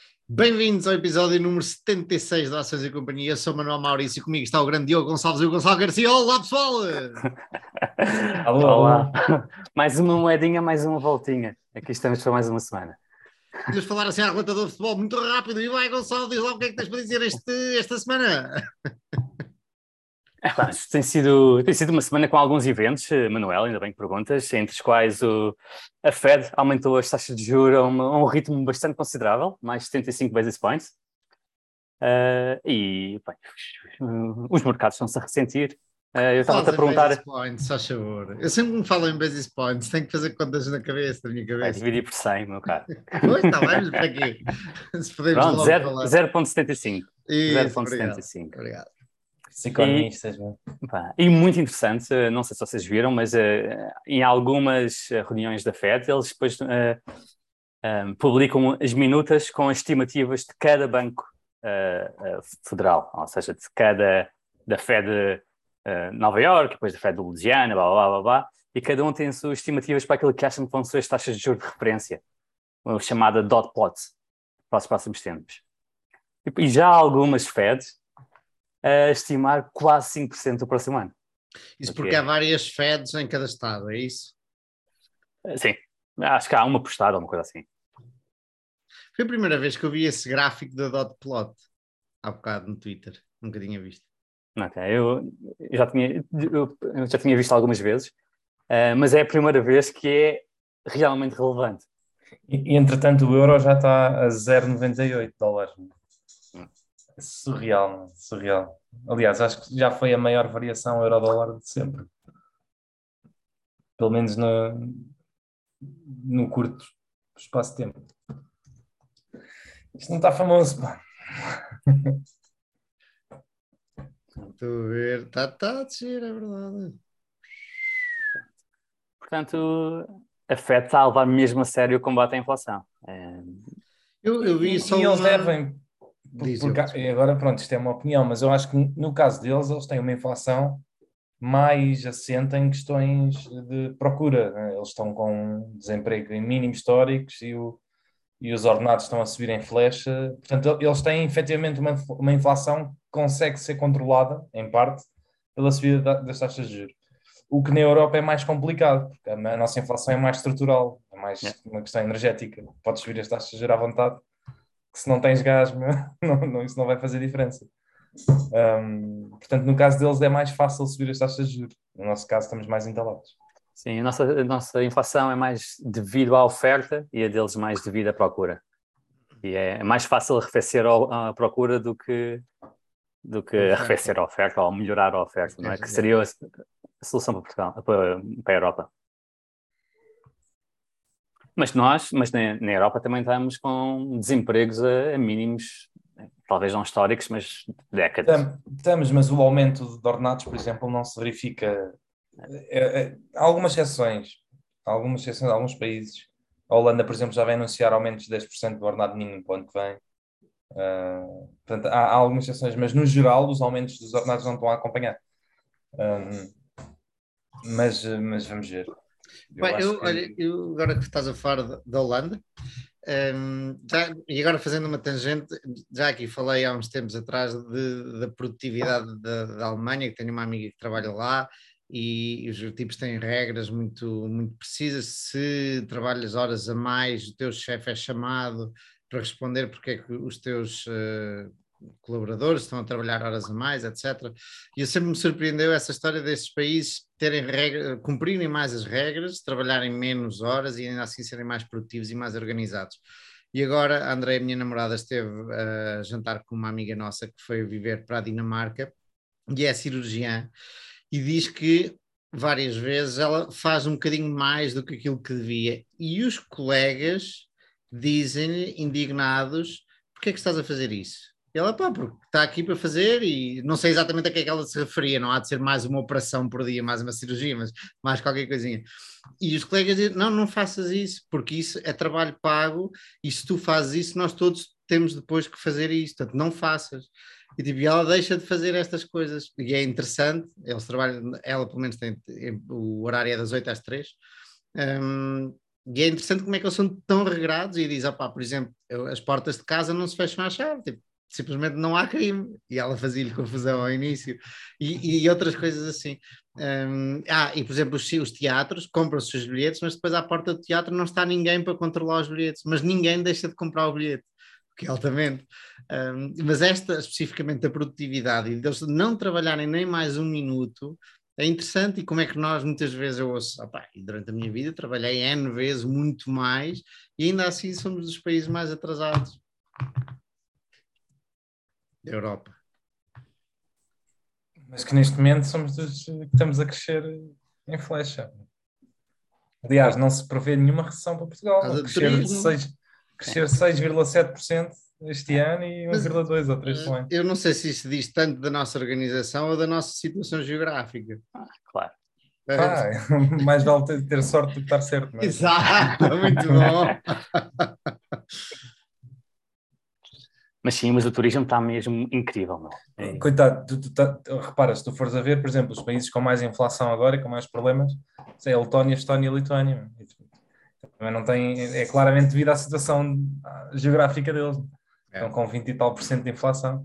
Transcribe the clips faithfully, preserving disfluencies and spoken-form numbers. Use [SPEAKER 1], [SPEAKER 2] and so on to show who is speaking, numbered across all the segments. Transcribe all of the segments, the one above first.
[SPEAKER 1] Bem-vindos ao episódio número setenta e seis da Ações e Companhia. Eu sou o Manuel Maurício e comigo está o grande Diogo Gonçalves e o Gonçalo Garcia. Olá, pessoal!
[SPEAKER 2] Alô, Olá, mais uma moedinha, mais uma voltinha. Aqui estamos para mais uma semana.
[SPEAKER 1] Vamos falar assim à relata do futebol muito rápido. E vai, Gonçalo, diz lá o que é que tens para dizer este, esta semana.
[SPEAKER 2] É, pá, isto tem sido, tem sido uma semana com alguns eventos, eh, Manuel, ainda bem que perguntas, entre os quais o, a Fed aumentou as taxas de juros a um, a um ritmo bastante considerável, mais setenta e cinco basis points. Uh, e bem, os, os mercados estão-se a ressentir. Uh, eu estava-te a
[SPEAKER 1] Fazem basis
[SPEAKER 2] perguntar,
[SPEAKER 1] points, faz favor. Eu sempre me falo em basis points, tenho que fazer contas na cabeça, na minha
[SPEAKER 2] vai
[SPEAKER 1] cabeça.
[SPEAKER 2] dividir por cem, meu caro.
[SPEAKER 1] Pois, está bem, mas para quê? Se podemos
[SPEAKER 2] Pronto,
[SPEAKER 1] logo
[SPEAKER 2] zero
[SPEAKER 1] falar.
[SPEAKER 2] zero vírgula setenta e cinco.
[SPEAKER 1] Isso, obrigado.
[SPEAKER 2] zero vírgula setenta e cinco.
[SPEAKER 1] Obrigado.
[SPEAKER 3] Os economistas, não é?
[SPEAKER 2] Pá, e muito interessante, eh, não sei se vocês viram, mas uh, em algumas eh, reuniões da Fed, eles depois uh, um, publicam as minutas com as estimativas de cada banco uh, uh, federal, ou seja, de cada, da Fed uh, Nova York, depois da Fed de Louisiana, blá, blá, blá, blá, e cada um tem as suas estimativas para aquilo que acham que vão ser as taxas de juros de referência, a chamada dot plot, para os próximos tempos. E já há algumas Feds a estimar quase cinco por cento do próximo ano.
[SPEAKER 1] Isso porque há várias Feds em cada estado, é isso?
[SPEAKER 2] Sim, acho que há uma postada, uma coisa assim.
[SPEAKER 1] Foi a primeira vez que eu vi esse gráfico da dot plot, há bocado no Twitter, nunca tinha visto.
[SPEAKER 2] Ok, eu, eu, já, tinha, eu, eu já tinha visto algumas vezes, uh, mas é a primeira vez que é realmente relevante.
[SPEAKER 3] E, e entretanto o euro já está a zero vírgula noventa e oito dólares.
[SPEAKER 2] Hum.
[SPEAKER 3] Surreal, surreal. Aliás, acho que já foi a maior variação euro-dólar de sempre. Pelo menos no, no curto espaço de tempo. Isto não está famoso, pá.
[SPEAKER 1] Estou a ver, está tá a descer, é verdade.
[SPEAKER 2] Portanto, a Fed está a levar mesmo a sério o combate à inflação. É...
[SPEAKER 1] Eu, eu vi
[SPEAKER 3] E,
[SPEAKER 1] só
[SPEAKER 3] e eles
[SPEAKER 1] uma...
[SPEAKER 3] devem,
[SPEAKER 1] Diz eu,
[SPEAKER 3] porque, agora pronto, isto é uma opinião, mas eu acho que no caso deles, eles têm uma inflação mais assente em questões de procura. Eles estão com desemprego em mínimos históricos e, o, e os ordenados estão a subir em flecha. Portanto, eles têm efetivamente uma, uma inflação que consegue ser controlada, em parte, pela subida das taxas de juros. O que na Europa é mais complicado, porque a nossa inflação é mais estrutural, é mais
[SPEAKER 2] Yeah.
[SPEAKER 3] uma questão energética. Podes subir as taxas de juros à vontade, que se não tens gás, não, não, isso não vai fazer diferença. Um, portanto, no caso deles é mais fácil subir as taxas de juros. No nosso caso, estamos mais entalados.
[SPEAKER 2] Sim, a nossa, a nossa inflação é mais devido à oferta e a deles mais devido à procura. E é mais fácil arrefecer a procura do que, do que arrefecer a oferta ou melhorar a oferta, não é? Que seria a, a solução para Portugal, para, para a Europa. Mas nós, mas na, na Europa também estamos com desempregos a, a mínimos, talvez não históricos, mas décadas.
[SPEAKER 3] Estamos, mas o aumento de ordenados, por exemplo, não se verifica. É, é, há algumas exceções, há algumas exceções, alguns países. A Holanda, por exemplo, já vai anunciar aumentos de dez por cento do ordenado mínimo para o ano que vem. Uh, portanto, há, há algumas exceções, mas no geral os aumentos dos ordenados não estão a acompanhar. Um, mas, mas vamos ver.
[SPEAKER 1] Eu, Bem, eu, que... olha, eu, agora que estás a falar da, da Holanda, um, já, e agora fazendo uma tangente, já aqui falei há uns tempos atrás de, da produtividade da, da Alemanha, que tenho uma amiga que trabalha lá, e os tipos têm regras muito, muito precisas. Se trabalhas horas a mais, o teu chefe é chamado para responder porque é que os teus uh, colaboradores estão a trabalhar horas a mais, etcétera. E eu sempre me surpreendeu essa história destes países terem regra, cumprirem mais as regras, trabalharem menos horas e ainda assim serem mais produtivos e mais organizados. E agora a Andréia, minha namorada, esteve a jantar com uma amiga nossa que foi viver para a Dinamarca e é cirurgiã e diz que várias vezes ela faz um bocadinho mais do que aquilo que devia e os colegas dizem-lhe indignados: porque é que estás a fazer isso? E ela, pá, porque está aqui para fazer e não sei exatamente a que é que ela se referia, não há de ser mais uma operação por dia, mais uma cirurgia, mas mais qualquer coisinha. E os colegas dizem: não, não faças isso, porque isso é trabalho pago e se tu fazes isso, nós todos temos depois que fazer isso, portanto não faças. E tipo, ela deixa de fazer estas coisas e é interessante, eles trabalham, ela pelo menos tem, o horário é das oito às três, um, E é interessante como é que eles são tão regrados e diz, opá, por exemplo, eu, as portas de casa não se fecham à chave, tipo, simplesmente não há crime. E ela fazia-lhe confusão ao início. E, e outras coisas assim. Um, ah, e por exemplo, os, os teatros compram-se os bilhetes, mas depois à porta do teatro não está ninguém para controlar os bilhetes, mas ninguém deixa de comprar o bilhete, porque é altamente. Um, mas esta, especificamente a produtividade e deles não trabalharem nem mais um minuto, é interessante. E como é que nós muitas vezes eu ouço, opá, e durante a minha vida trabalhei N vezes muito mais e ainda assim somos dos países mais atrasados da Europa.
[SPEAKER 3] Mas que neste momento somos dos que estamos a crescer em flecha. Aliás, não se prevê nenhuma recessão para Portugal.
[SPEAKER 1] Casa de
[SPEAKER 3] Crescer
[SPEAKER 1] turismo.
[SPEAKER 3] seis, crescer seis vírgula sete por cento este ano e
[SPEAKER 1] Mas,
[SPEAKER 3] um vírgula dois por cento ou três por cento
[SPEAKER 1] eh,
[SPEAKER 3] ano.
[SPEAKER 1] eu não sei se isso diz tanto da nossa organização ou da nossa situação geográfica.
[SPEAKER 2] Ah, claro.
[SPEAKER 3] Pá, mais vale ter, ter sorte do que estar certo, não é?
[SPEAKER 1] Exato, muito bom.
[SPEAKER 2] Mas sim, mas o turismo está mesmo incrível, não é?
[SPEAKER 3] Coitado, tu, tu, tá, repara, se tu fores a ver, por exemplo, os países com mais inflação agora e com mais problemas, é a Letónia, a Estónia e a Lituânia. Também não tem, é claramente devido à situação geográfica deles.
[SPEAKER 1] É.
[SPEAKER 3] Estão com vinte e tal por cento de inflação.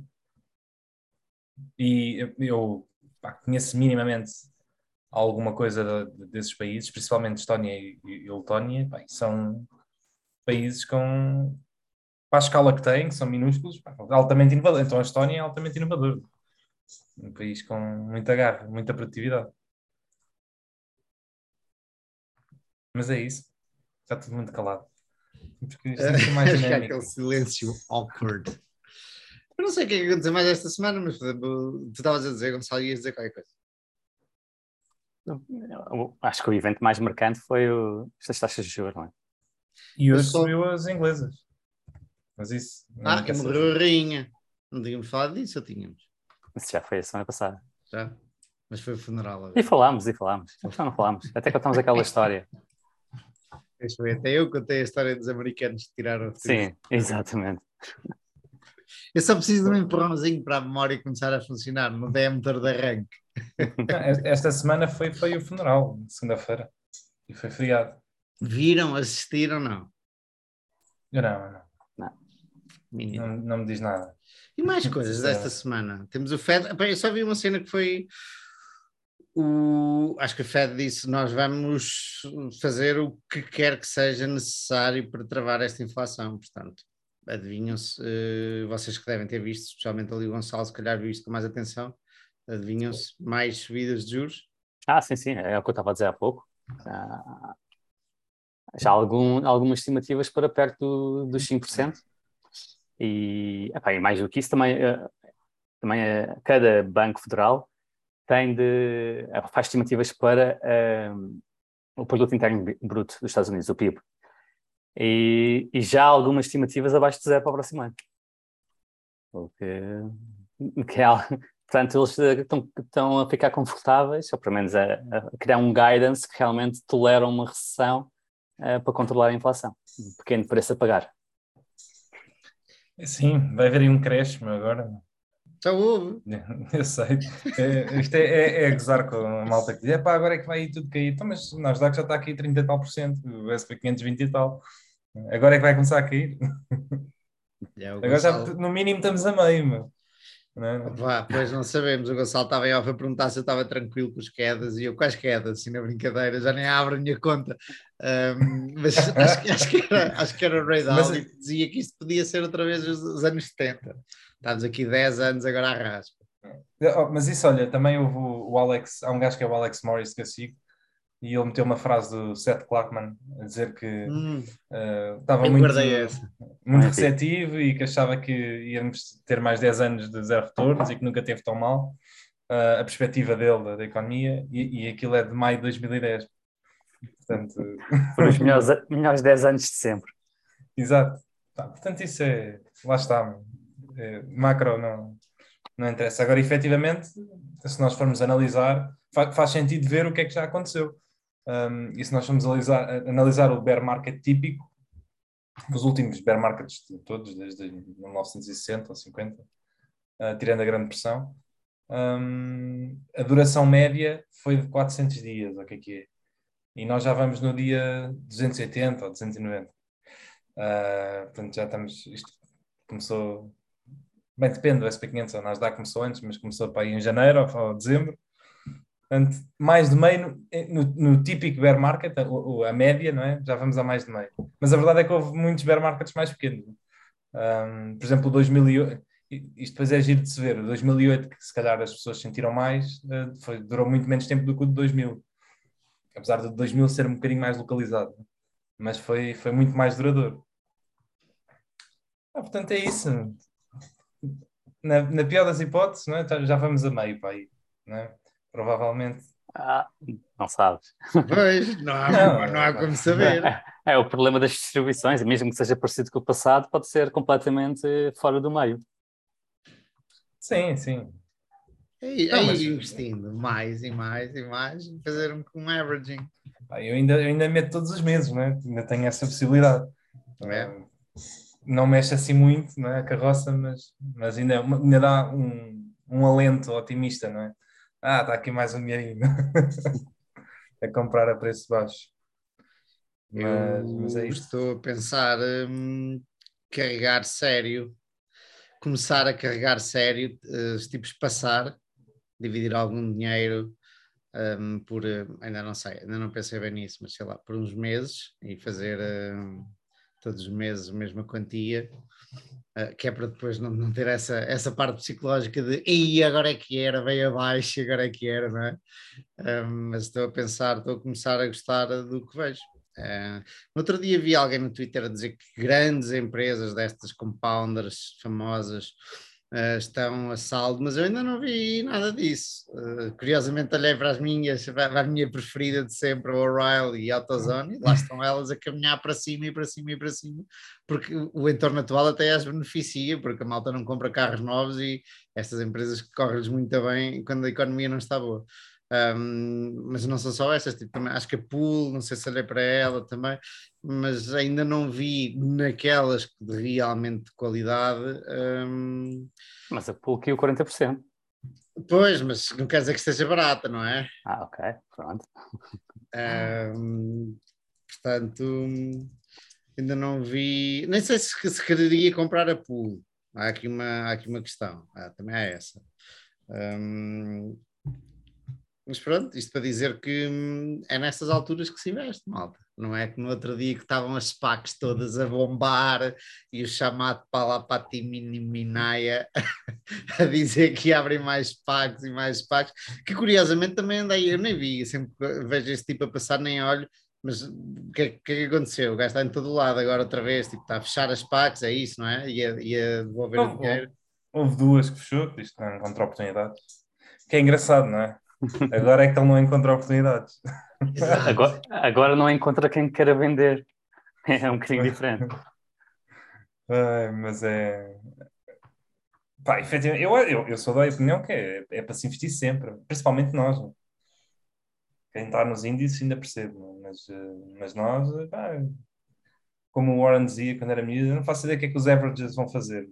[SPEAKER 3] E eu, eu pá, conheço minimamente alguma coisa de, desses países, principalmente Estónia e, e Letónia, pá, e são países com, para a escala que têm, que são minúsculos, pá, altamente inovadores. Então a Estónia é altamente inovadora. Um país com muita garra, muita produtividade. Mas é isso. Está tudo muito calado. Porque isto tem que ser mais
[SPEAKER 1] Acho que há
[SPEAKER 3] dinâmico.
[SPEAKER 1] aquele silêncio awkward. Eu não sei o que é que aconteceu mais esta semana, mas por exemplo, tu estavas a dizer, Gonçalo, ias dizer qualquer coisa.
[SPEAKER 2] Eu acho que o evento mais marcante foi o, estas taxas de juros, não é?
[SPEAKER 3] E hoje
[SPEAKER 1] Estou...
[SPEAKER 3] subiu as inglesas. Mas isso...
[SPEAKER 1] Ah, e morreu a rainha. Não tínhamos falado disso, ou tínhamos?
[SPEAKER 2] Isso já foi a semana passada.
[SPEAKER 1] Já? Mas foi o funeral agora.
[SPEAKER 2] E falámos, e falámos. Então não falámos. Até contamos aquela história.
[SPEAKER 1] Isso foi. Até eu contei a história dos americanos que tiraram o
[SPEAKER 2] Sim, exatamente.
[SPEAKER 1] Eu só preciso de um empurrãozinho para a memória começar a funcionar, não tem motor de arranque.
[SPEAKER 3] Esta semana foi, foi o funeral, segunda-feira. E foi feriado.
[SPEAKER 1] Viram, assistiram, não?
[SPEAKER 3] Eu não, não.
[SPEAKER 2] Não.
[SPEAKER 3] Não, não me diz nada.
[SPEAKER 1] E mais coisas desta semana. Temos o Fed. Eu só vi uma cena que foi o. Acho que a Fed disse: nós vamos fazer o que quer que seja necessário para travar esta inflação. Portanto, adivinham-se, uh, vocês que devem ter visto, especialmente ali o Gonçalo, se calhar viu isto com mais atenção, adivinham-se mais subidas de juros?
[SPEAKER 2] Ah, sim, sim, é o que eu estava a dizer há pouco. Ah, já há algum, algumas estimativas para perto do, dos cinco por cento. E, epá, e mais do que isso, também, uh, também uh, cada banco federal tem de, uh, faz estimativas para uh, o produto interno bruto dos Estados Unidos, o P I B. E, e já há algumas estimativas abaixo de zero para o próximo ano. O que, que é algo, portanto, eles estão, estão a ficar confortáveis, ou pelo menos a, a criar um guidance que realmente tolera uma recessão uh, para controlar a inflação. Um pequeno preço a pagar.
[SPEAKER 3] Sim, vai haver aí um crescimento agora.
[SPEAKER 1] Já houve.
[SPEAKER 3] Eu sei. É, isto é, é, é gozar com a malta que diz: é pá, agora é que vai aí tudo cair. Então, mas nós dá que já está aqui trinta e tal por cento, o S P quinhentos e vinte e tal. Agora é que vai começar a cair.
[SPEAKER 1] É,
[SPEAKER 3] Agora já, no mínimo, estamos a meio, meu. Não é?
[SPEAKER 1] Vá, pois não sabemos. O Gonçalo estava aí a perguntar se eu estava tranquilo com as quedas e eu, quais quedas? Assim, na brincadeira, já nem abro a minha conta. Um, mas acho, que- acho, que era, acho que era o Ray Dalio que dizia que isto podia ser outra vez os, os anos setenta. Estamos aqui dez anos agora à raspa.
[SPEAKER 3] Mas isso, olha, também houve o, o Alex, há um gajo que é o Alex Morris que eu sigo, e ele meteu uma frase do Seth Clarkman a dizer que
[SPEAKER 1] Hum,
[SPEAKER 3] uh, estava
[SPEAKER 1] eu
[SPEAKER 3] muito,
[SPEAKER 1] guardei essa.
[SPEAKER 3] muito receptivo e que achava que íamos ter mais dez anos de zero retornos e que nunca teve tão mal uh, a perspectiva dele da, da economia, e, e aquilo é de maio de dois mil e dez. Portanto...
[SPEAKER 2] Foram os melhores, melhores dez anos de sempre.
[SPEAKER 3] Exato. Tá, portanto, isso é... Lá está. É, macro não, não interessa. Agora, efetivamente, se nós formos analisar, fa- faz sentido ver o que é que já aconteceu. Um, e se nós formos analisar, analisar o bear market típico, os últimos bear markets de todos, desde mil novecentos e sessenta ou cinquenta, uh, tirando a grande pressão, um, a duração média foi de quatrocentos dias, o que é que é? e nós já vamos no dia duzentos e oitenta ou duzentos e noventa. Uh, portanto, já estamos. Isto começou. Bem, depende do S P quinhentos, a Nasdaq começou antes, mas começou para aí em janeiro ou, ou dezembro. Portanto, mais de meio no, no, no típico bear market, a, a média, não é? Já vamos a mais de meio. Mas a verdade é que houve muitos bear markets mais pequenos. Um, por exemplo, o dois mil e oito, isto depois é giro de se ver. O dois mil e oito, que se calhar as pessoas sentiram mais, uh, foi, durou muito menos tempo do que o de dois mil. Apesar do dois mil ser um bocadinho mais localizado. Mas foi, foi muito mais duradouro. Ah, portanto, é isso. Na, na pior das hipóteses, não é? Já vamos a meio para aí, não é? Provavelmente.
[SPEAKER 2] Ah, não sabes.
[SPEAKER 1] Pois, não há,
[SPEAKER 3] Não,
[SPEAKER 1] não há
[SPEAKER 3] não.
[SPEAKER 1] como saber.
[SPEAKER 2] É, é o problema das distribuições, mesmo que seja parecido com o passado, pode ser completamente fora do meio.
[SPEAKER 3] Sim, sim.
[SPEAKER 1] É,
[SPEAKER 3] Não,
[SPEAKER 1] é
[SPEAKER 3] mas
[SPEAKER 1] ir investindo mais e mais e mais e fazer um, um averaging.
[SPEAKER 3] pá, eu ainda, eu ainda meto todos os meses, não é? Ainda tenho essa possibilidade.
[SPEAKER 1] É.
[SPEAKER 3] Uh, não mexe assim muito, não é? A carroça, mas, mas ainda, ainda dá um, um alento otimista, não é? Ah, está aqui mais um dinheirinho a comprar a preço baixo. Mas, mas é
[SPEAKER 1] Eu
[SPEAKER 3] isso.
[SPEAKER 1] estou a pensar hum, carregar sério, começar a carregar sério, uh, tipos passar, dividir algum dinheiro um, por, uh, ainda não sei, ainda não pensei bem nisso, mas sei lá, por uns meses e fazer uh, todos os meses a mesma quantia, uh, que é para depois não, não ter essa, essa parte psicológica de e agora é que era, veio abaixo, agora é que era, não é? Um, mas estou a pensar, estou a começar a gostar do que vejo. Uh, no outro dia vi alguém no Twitter a dizer que grandes empresas destas compounders famosas uh, estão a saldo, mas eu ainda não vi nada disso. Uh, curiosamente olhei para as minhas, para a minha preferida de sempre, a O'Reilly e a AutoZone, e lá estão elas a caminhar para cima e para cima e para cima, porque o entorno atual até as beneficia, porque a malta não compra carros novos e estas empresas correm-lhes muito bem quando a economia não está boa. Um, mas não são só essas, tipo, também, acho que a Pool, não sei se olhei para ela também, mas ainda não vi naquelas de realmente qualidade. Um,
[SPEAKER 2] Mas a pool caiu quarenta por cento.
[SPEAKER 1] pois, mas não quer dizer que esteja barata, não é?
[SPEAKER 2] Ah, ok, pronto.
[SPEAKER 1] Um, portanto, ainda não vi, nem sei se, se quereria comprar a Pool. Há aqui uma, há aqui uma questão, ah, também é essa. Um, Mas pronto, isto para dizer que hum, é nestas alturas que se investe, malta. Não é que no outro dia que estavam as SPACs todas a bombar e o chamado Palapatiminaia a dizer que abrem mais SPACs e mais SPACs, que curiosamente também andei, eu nem vi, sempre que vejo esse tipo a passar nem olho, mas o que, é, que é que aconteceu? O gajo está em todo lado agora outra vez, tipo, está a fechar as SPACs, é isso, não é? E a, e a devolver o
[SPEAKER 3] Houve,
[SPEAKER 1] dinheiro.
[SPEAKER 3] houve, houve duas que fechou, que isto não encontra oportunidades. Que é engraçado, não é? Agora é que ele não encontra oportunidades.
[SPEAKER 1] Exato.
[SPEAKER 2] Agora, agora não encontra quem queira vender. É um bocadinho diferente.
[SPEAKER 3] Ai, mas é. Pá, efetivamente, eu, eu, eu sou da opinião que é, é para se investir sempre, principalmente nós. Não? Quem está nos índices ainda percebe, não? Mas, eh, mas nós, eh, pá, como o Warren dizia quando era miúdo, eu não faço ideia o que é que os averages vão fazer.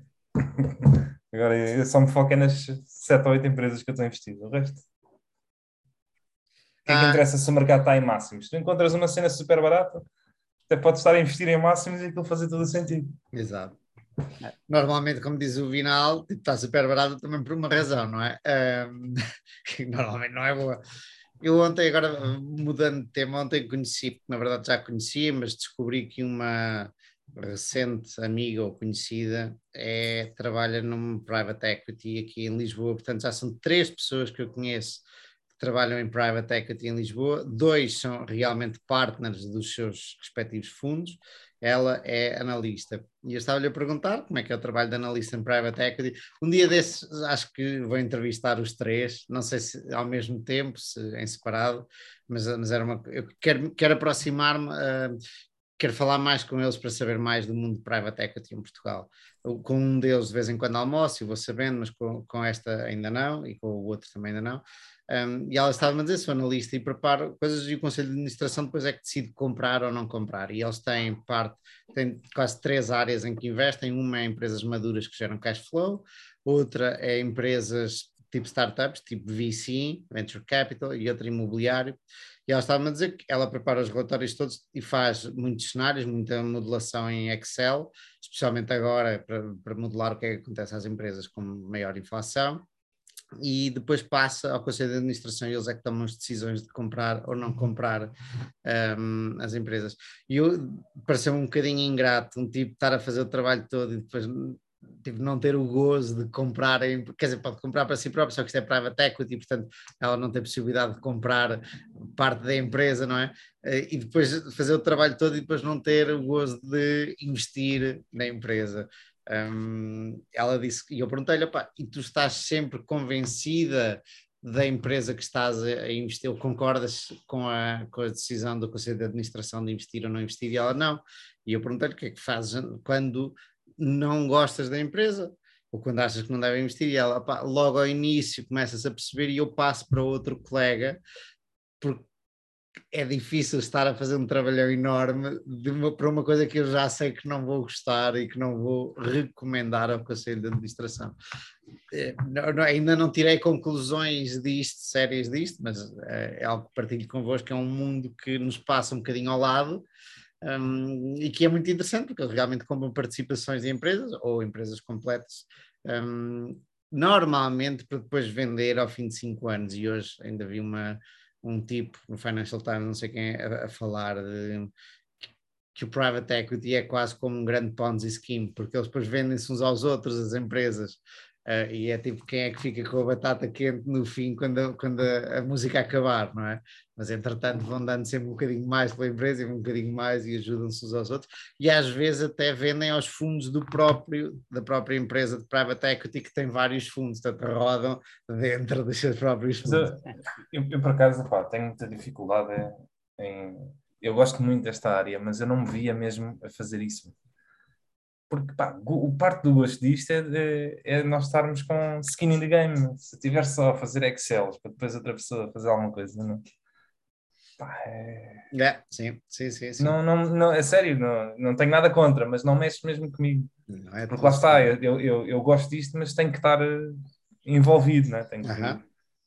[SPEAKER 3] Agora eu só me foco é nas sete ou oito empresas que eu estou investido. O resto. O que é que
[SPEAKER 1] Ah,
[SPEAKER 3] interessa se o mercado está em máximos? Tu encontras uma cena super barata, até podes estar a investir em máximos e aquilo fazer todo o sentido.
[SPEAKER 1] exato. Normalmente, como diz o Vinal, tipo, está super barato também por uma razão, não é? Um, que normalmente não é boa. Eu ontem, agora mudando de tema, ontem conheci, na verdade já conhecia, mas descobri que uma recente amiga ou conhecida é, trabalha num private equity aqui em Lisboa, portanto já são três pessoas que eu conheço que trabalham em private equity em Lisboa, dois são realmente partners dos seus respectivos fundos, ela é analista. E eu estava-lhe a perguntar como é que é o trabalho de analista em private equity. Um dia desses acho que vou entrevistar os três, não sei se ao mesmo tempo, se em separado, mas, mas era uma, eu quero, quero aproximar-me, uh, quero falar mais com eles para saber mais do mundo de private equity em Portugal. Eu, com um deles de vez em quando almoço e vou sabendo, mas com, com esta ainda não e com o outro também ainda não. Um, e ela estava a dizer, sou analista e preparo coisas e o Conselho de Administração depois é que decide comprar ou não comprar. E eles têm parte, têm quase três áreas em que investem. Uma é empresas maduras que geram cash flow, outra é empresas tipo startups, tipo V C, Venture Capital e outro imobiliário. E ela estava-me a dizer que ela prepara os relatórios todos e faz muitos cenários, muita modelação em Excel, especialmente agora para, para modelar o que é que acontece às empresas com maior inflação. E depois passa ao Conselho de Administração e eles é que tomam as decisões de comprar ou não comprar um, as empresas. E eu pareceu-me um bocadinho ingrato, um tipo estar a fazer o trabalho todo e depois tipo, não ter o gozo de comprar, quer dizer, pode comprar para si próprio, só que isto é private equity, portanto ela não tem possibilidade de comprar parte da empresa, não é? E depois fazer o trabalho todo e depois não ter o gozo de investir na empresa. Um, ela disse, e eu perguntei-lhe, e tu estás sempre convencida da empresa que estás a investir, ou concordas com a, com a decisão do Conselho de Administração de investir ou não investir? E ela não. E eu perguntei-lhe o que é que fazes quando não gostas da empresa, ou quando achas que não devem investir, e ela, pá, logo ao início começas a perceber e eu passo para outro colega, porque é difícil estar a fazer um trabalhão enorme de uma, para uma coisa que eu já sei que não vou gostar e que não vou recomendar ao Conselho de Administração. É, não, não, ainda não tirei conclusões disto, sérias disto, mas é, é algo que partilho convosco, é um mundo que nos passa um bocadinho ao lado, um, e que é muito interessante, porque eles realmente compram participações de empresas, ou empresas completas, um, normalmente para depois vender ao fim de cinco anos, e hoje ainda vi uma um tipo no Financial Times, não sei quem é, a, a falar de que o private equity é quase como um grande Ponzi scheme, porque eles depois vendem-se uns aos outros, as empresas, uh, e é tipo quem é que fica com a batata quente no fim quando, quando a, a música acabar, não é? Mas entretanto vão dando sempre um bocadinho mais pela empresa e um bocadinho mais e ajudam-se uns aos outros, e às vezes até vendem aos fundos do próprio, da própria empresa de private equity que tem vários fundos, portanto rodam dentro dos seus próprios fundos.
[SPEAKER 3] Eu, eu, por acaso, pá, tenho muita dificuldade em... Eu gosto muito desta área, mas eu não me via mesmo a fazer isso. Porque, pá, o parte do gosto disto é, de, é nós estarmos com skin in the game. Se eu estiver só a fazer Excel para depois outra pessoa fazer alguma coisa, não... Pá, é...
[SPEAKER 1] É, sim, sim, sim, sim.
[SPEAKER 3] Não, não, não, é sério, não, não tenho nada contra, mas não mexe mesmo comigo.
[SPEAKER 1] Não é
[SPEAKER 3] Porque lá está, eu, eu, eu gosto disto, mas tenho que estar envolvido, não é? Tenho que...
[SPEAKER 1] Uh-huh.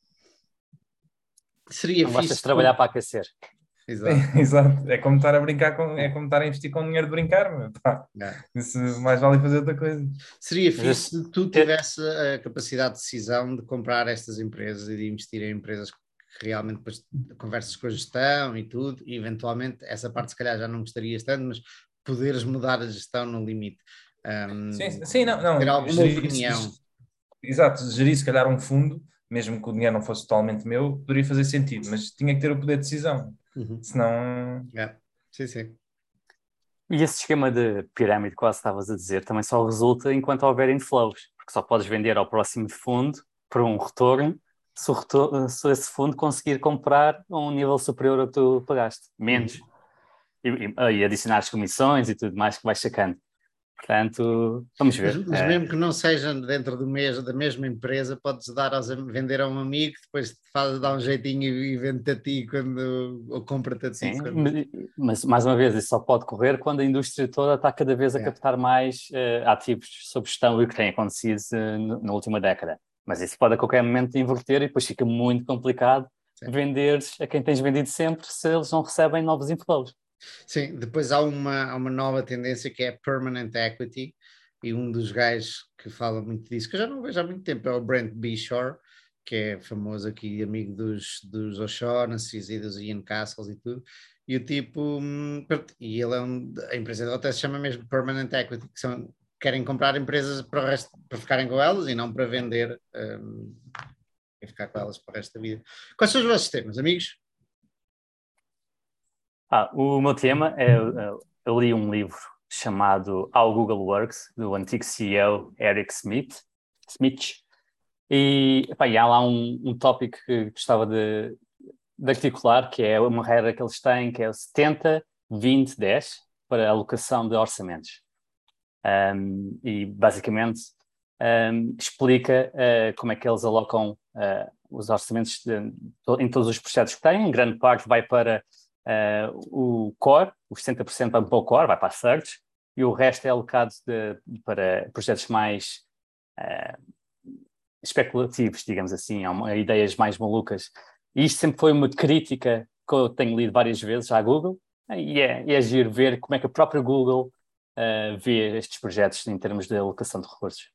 [SPEAKER 1] Seria
[SPEAKER 2] não
[SPEAKER 1] fixe.
[SPEAKER 2] Gostas de trabalhar para aquecer.
[SPEAKER 1] Exato.
[SPEAKER 3] Exato. É como estar a brincar com, é como estar a investir com dinheiro de brincar, meu. Pá.
[SPEAKER 1] É.
[SPEAKER 3] Isso mais vale fazer outra coisa.
[SPEAKER 1] Seria fixe
[SPEAKER 2] Mas,
[SPEAKER 1] se tu tivesse a capacidade de decisão de comprar estas empresas e de investir em empresas que realmente depois conversas com a gestão e tudo, e eventualmente essa parte se calhar já não gostarias tanto, mas poderes mudar a gestão no limite. Um,
[SPEAKER 3] sim, sim, não, não.
[SPEAKER 1] Ter alguma
[SPEAKER 3] Gerir,
[SPEAKER 1] opinião.
[SPEAKER 3] Exato, gerir se calhar um fundo, mesmo que o dinheiro não fosse totalmente meu, poderia fazer sentido, mas tinha que ter o poder de decisão.
[SPEAKER 1] Uhum.
[SPEAKER 3] Senão.
[SPEAKER 1] É. Sim, sim.
[SPEAKER 2] E esse esquema de pirâmide, quase estavas a dizer, também só resulta enquanto houver inflows, porque só podes vender ao próximo fundo por um retorno se, o retorno, se esse fundo conseguir comprar a um nível superior ao que tu pagaste, menos. Uhum. E, e, e adicionar as comissões e tudo mais que vais sacando. Portanto, vamos ver.
[SPEAKER 1] Mas, mas
[SPEAKER 2] é.
[SPEAKER 1] mesmo que não seja dentro do mes, da mesma empresa, podes dar aos, vender a um amigo, depois faz, dá um jeitinho e, e vende-te a ti quando, ou compra-te a ti.
[SPEAKER 2] Sim,
[SPEAKER 1] Quando...
[SPEAKER 2] mas mais uma vez, isso só pode correr quando a indústria toda está cada vez a é. captar mais uh, ativos sob gestão, e o que tem acontecido uh, na última década. Mas isso pode a qualquer momento inverter e depois fica muito complicado Sim. venderes a quem tens vendido sempre se eles não recebem novos inflows.
[SPEAKER 1] Sim, depois há uma, há uma nova tendência que é permanent equity, e um dos gajos que fala muito disso, que eu já não vejo há muito tempo, é o Brent Beshore, que é famoso aqui, amigo dos, dos O'Shaughnessys e dos Ian Castles e tudo, e o tipo, e ele é um, a empresa dele até se chama mesmo permanent equity, que são, querem comprar empresas para, o resto, para ficarem com elas e não para vender um, e ficar com elas para o resto da vida. Quais são os vossos temas, amigos?
[SPEAKER 2] Ah, o meu tema é, eu li um livro chamado How Google Works, do antigo C E O Eric Smith, Smith, e, epá, e há lá um, um tópico que gostava de, de articular, que é uma regra que eles têm, que é o setenta, vinte, dez, para alocação de orçamentos. Um, e, basicamente, um, explica uh, como é que eles alocam uh, os orçamentos de, to, em todos os projetos que têm. Em grande parte vai para Uh, o core, os setenta por cento vai para o core, vai para a search, e o resto é alocado de, para projetos mais uh, especulativos, digamos assim, a, uma, a ideias mais malucas. E isto sempre foi uma crítica que eu tenho lido várias vezes à Google, e é, e é giro ver como é que a própria Google uh, vê estes projetos em termos de alocação de recursos.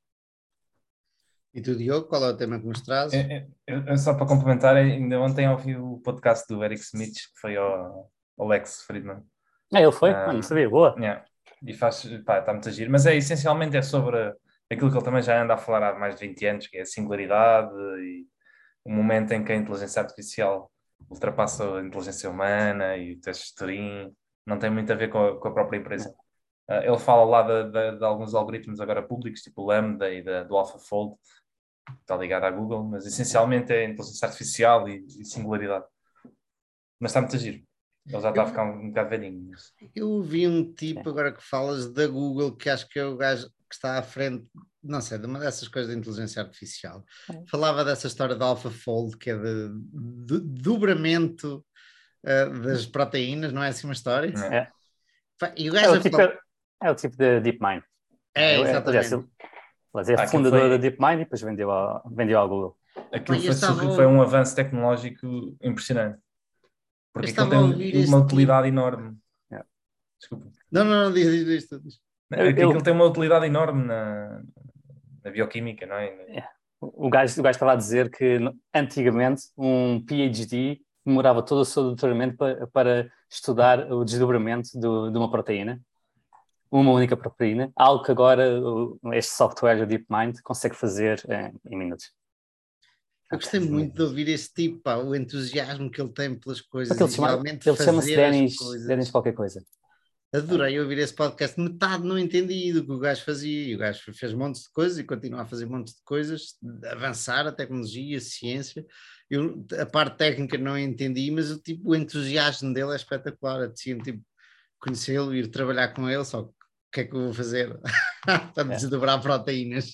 [SPEAKER 1] E tu, Diogo, qual é o tema que nos trazes?
[SPEAKER 3] É, é, é, só para complementar, ainda ontem ouvi o podcast do Eric Smith, que foi ao, ao Lex Fridman.
[SPEAKER 2] Ah, ele foi?
[SPEAKER 3] Um,
[SPEAKER 2] ah, não sabia, boa.
[SPEAKER 3] Yeah. E faz, pá, está muito a giro. Mas é, essencialmente é sobre aquilo que ele também já anda a falar há mais de vinte anos, que é a singularidade e o momento em que a inteligência artificial ultrapassa a inteligência humana e o teste de Turing. Não tem muito a ver com a, com a própria empresa. Uh, ele fala lá de, de, de alguns algoritmos agora públicos, tipo o Lambda e da, do AlphaFold, que está ligado à Google, mas essencialmente é inteligência artificial e, e singularidade. Mas está muito a giro. Ele já está
[SPEAKER 1] eu,
[SPEAKER 3] a ficar um, um bocado velhinho. Mas...
[SPEAKER 1] Eu vi um tipo, agora que falas, da Google, que acho que é o gajo que está à frente, não sei, de uma dessas coisas de inteligência artificial. Falava dessa história do AlphaFold, que é de, de dobramento uh, das proteínas, não é assim uma história?
[SPEAKER 2] É.
[SPEAKER 1] E o
[SPEAKER 2] É,
[SPEAKER 1] gajo
[SPEAKER 2] o tipo,
[SPEAKER 1] fala...
[SPEAKER 2] é o tipo de DeepMind.
[SPEAKER 1] É,
[SPEAKER 2] é,
[SPEAKER 1] exatamente.
[SPEAKER 2] Aliás, é
[SPEAKER 3] ah,
[SPEAKER 2] fundador
[SPEAKER 3] foi...
[SPEAKER 2] da DeepMind e depois vendeu, a, vendeu à Google.
[SPEAKER 3] Aquilo
[SPEAKER 1] Pá,
[SPEAKER 3] foi,
[SPEAKER 1] estava...
[SPEAKER 3] foi um avanço tecnológico impressionante. Porque aquilo tem um, uma utilidade tipo... enorme.
[SPEAKER 2] Yeah.
[SPEAKER 3] Desculpa.
[SPEAKER 1] Não, não, não, diz, diz, diz, diz.
[SPEAKER 3] Aquilo eu... tem uma utilidade enorme na, na bioquímica, não é?
[SPEAKER 2] Yeah. O, gajo, o gajo estava a dizer que antigamente um PhD demorava todo o seu doutoramento para, para estudar o desdobramento do, de uma proteína, uma única proteína, algo que agora o, este software do DeepMind consegue fazer em, em minutos.
[SPEAKER 1] Eu gostei muito de ouvir esse tipo, pá, o entusiasmo que ele tem pelas coisas
[SPEAKER 2] ele
[SPEAKER 1] e
[SPEAKER 2] chama,
[SPEAKER 1] realmente
[SPEAKER 2] ele
[SPEAKER 1] fazer
[SPEAKER 2] chama-se Dennis,
[SPEAKER 1] as coisas.
[SPEAKER 2] Dennis qualquer coisa.
[SPEAKER 1] Adorei ouvir esse podcast, metade não entendi do que o gajo fazia, e o gajo fez montes de coisas e continua a fazer montes de coisas, avançar a tecnologia, a ciência. Eu, a parte técnica não entendi, mas o, tipo, o entusiasmo dele é espetacular. Eu tinha tipo, conhecê-lo, ir trabalhar com ele, só o que é que eu vou fazer? Para
[SPEAKER 2] é.
[SPEAKER 1] desdobrar proteínas.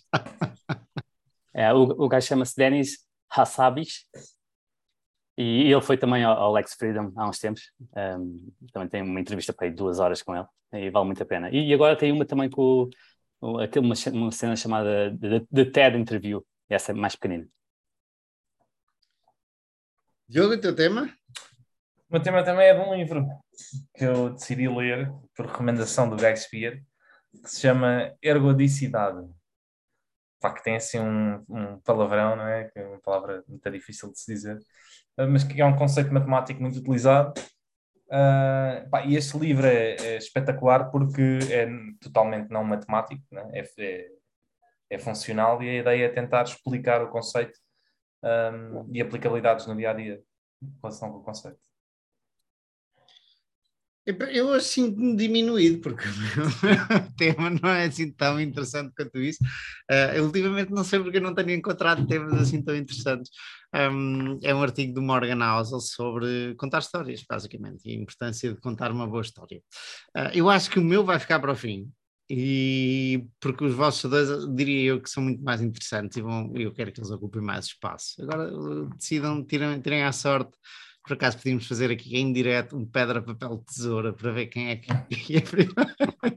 [SPEAKER 2] É, o, o gajo chama-se Dennis Hassabis e ele foi também ao, ao Lex Fridman há uns tempos. Um, também tem uma entrevista para aí duas horas com ele e vale muito a pena. E, e agora tem uma também com o, uma, uma cena chamada The TED Interview, e essa é mais pequenina.
[SPEAKER 1] Diogo, o teu tema?
[SPEAKER 3] O meu tema também é de um livro que eu decidi ler por recomendação do Guy Spier, que se chama Ergodicidade. Pá, que tem assim um, um palavrão, não é? Que é uma palavra muito difícil de se dizer, mas que é um conceito matemático muito utilizado. Uh, pá, e este livro é, é espetacular porque é totalmente não matemático, né? é, é, é funcional, e a ideia é tentar explicar o conceito um, e aplicabilidades no dia a dia em relação com o conceito.
[SPEAKER 1] Eu assim diminuído, porque o tema não é assim tão interessante quanto isso. Uh, ultimamente não sei porque não tenho encontrado temas assim tão interessantes. Um, é um artigo do Morgan Housel sobre contar histórias, basicamente, e a importância de contar uma boa história. Uh, eu acho que o meu vai ficar para o fim, e porque os vossos dois, diria eu, que são muito mais interessantes e vão, eu quero que eles ocupem mais espaço. Agora decidam, tirem, tirem à sorte. Por acaso podíamos fazer aqui em direto um pedra, papel, tesoura para ver quem é que ia primeiro.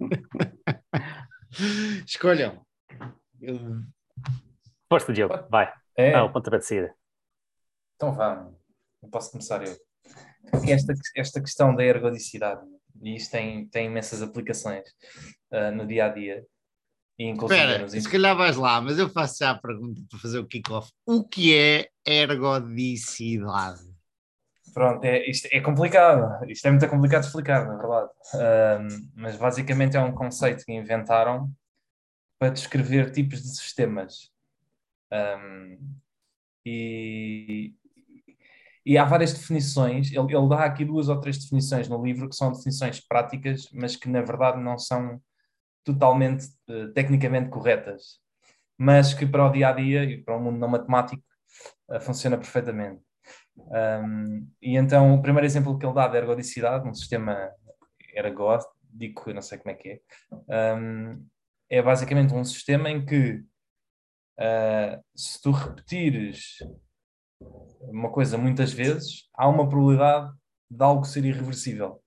[SPEAKER 1] Escolham. Eu...
[SPEAKER 2] Força, Diogo, vai.
[SPEAKER 3] É.
[SPEAKER 2] Ah, o pontapé de saída.
[SPEAKER 3] Então vá, eu posso começar eu. Esta, esta questão da ergodicidade, e isto tem, tem imensas aplicações uh, no dia a dia.
[SPEAKER 1] Espera, nos... se calhar vais lá, mas eu faço já a pergunta para fazer o kick-off. O que é ergodicidade?
[SPEAKER 3] Pronto, é, isto é complicado, isto é muito complicado de explicar, na verdade. Um, mas basicamente é um conceito que inventaram para descrever tipos de sistemas. Um, e, e há várias definições, ele, ele dá aqui duas ou três definições no livro que são definições práticas, mas que na verdade não são totalmente uh, tecnicamente corretas, mas que para o dia-a-dia e para o mundo não matemático uh, funciona perfeitamente. Um, e então o primeiro exemplo que ele dá de ergodicidade, um sistema ergódico, eu não sei como é que é, um, é basicamente um sistema em que uh, se tu repetires uma coisa muitas vezes, há uma probabilidade de algo ser irreversível.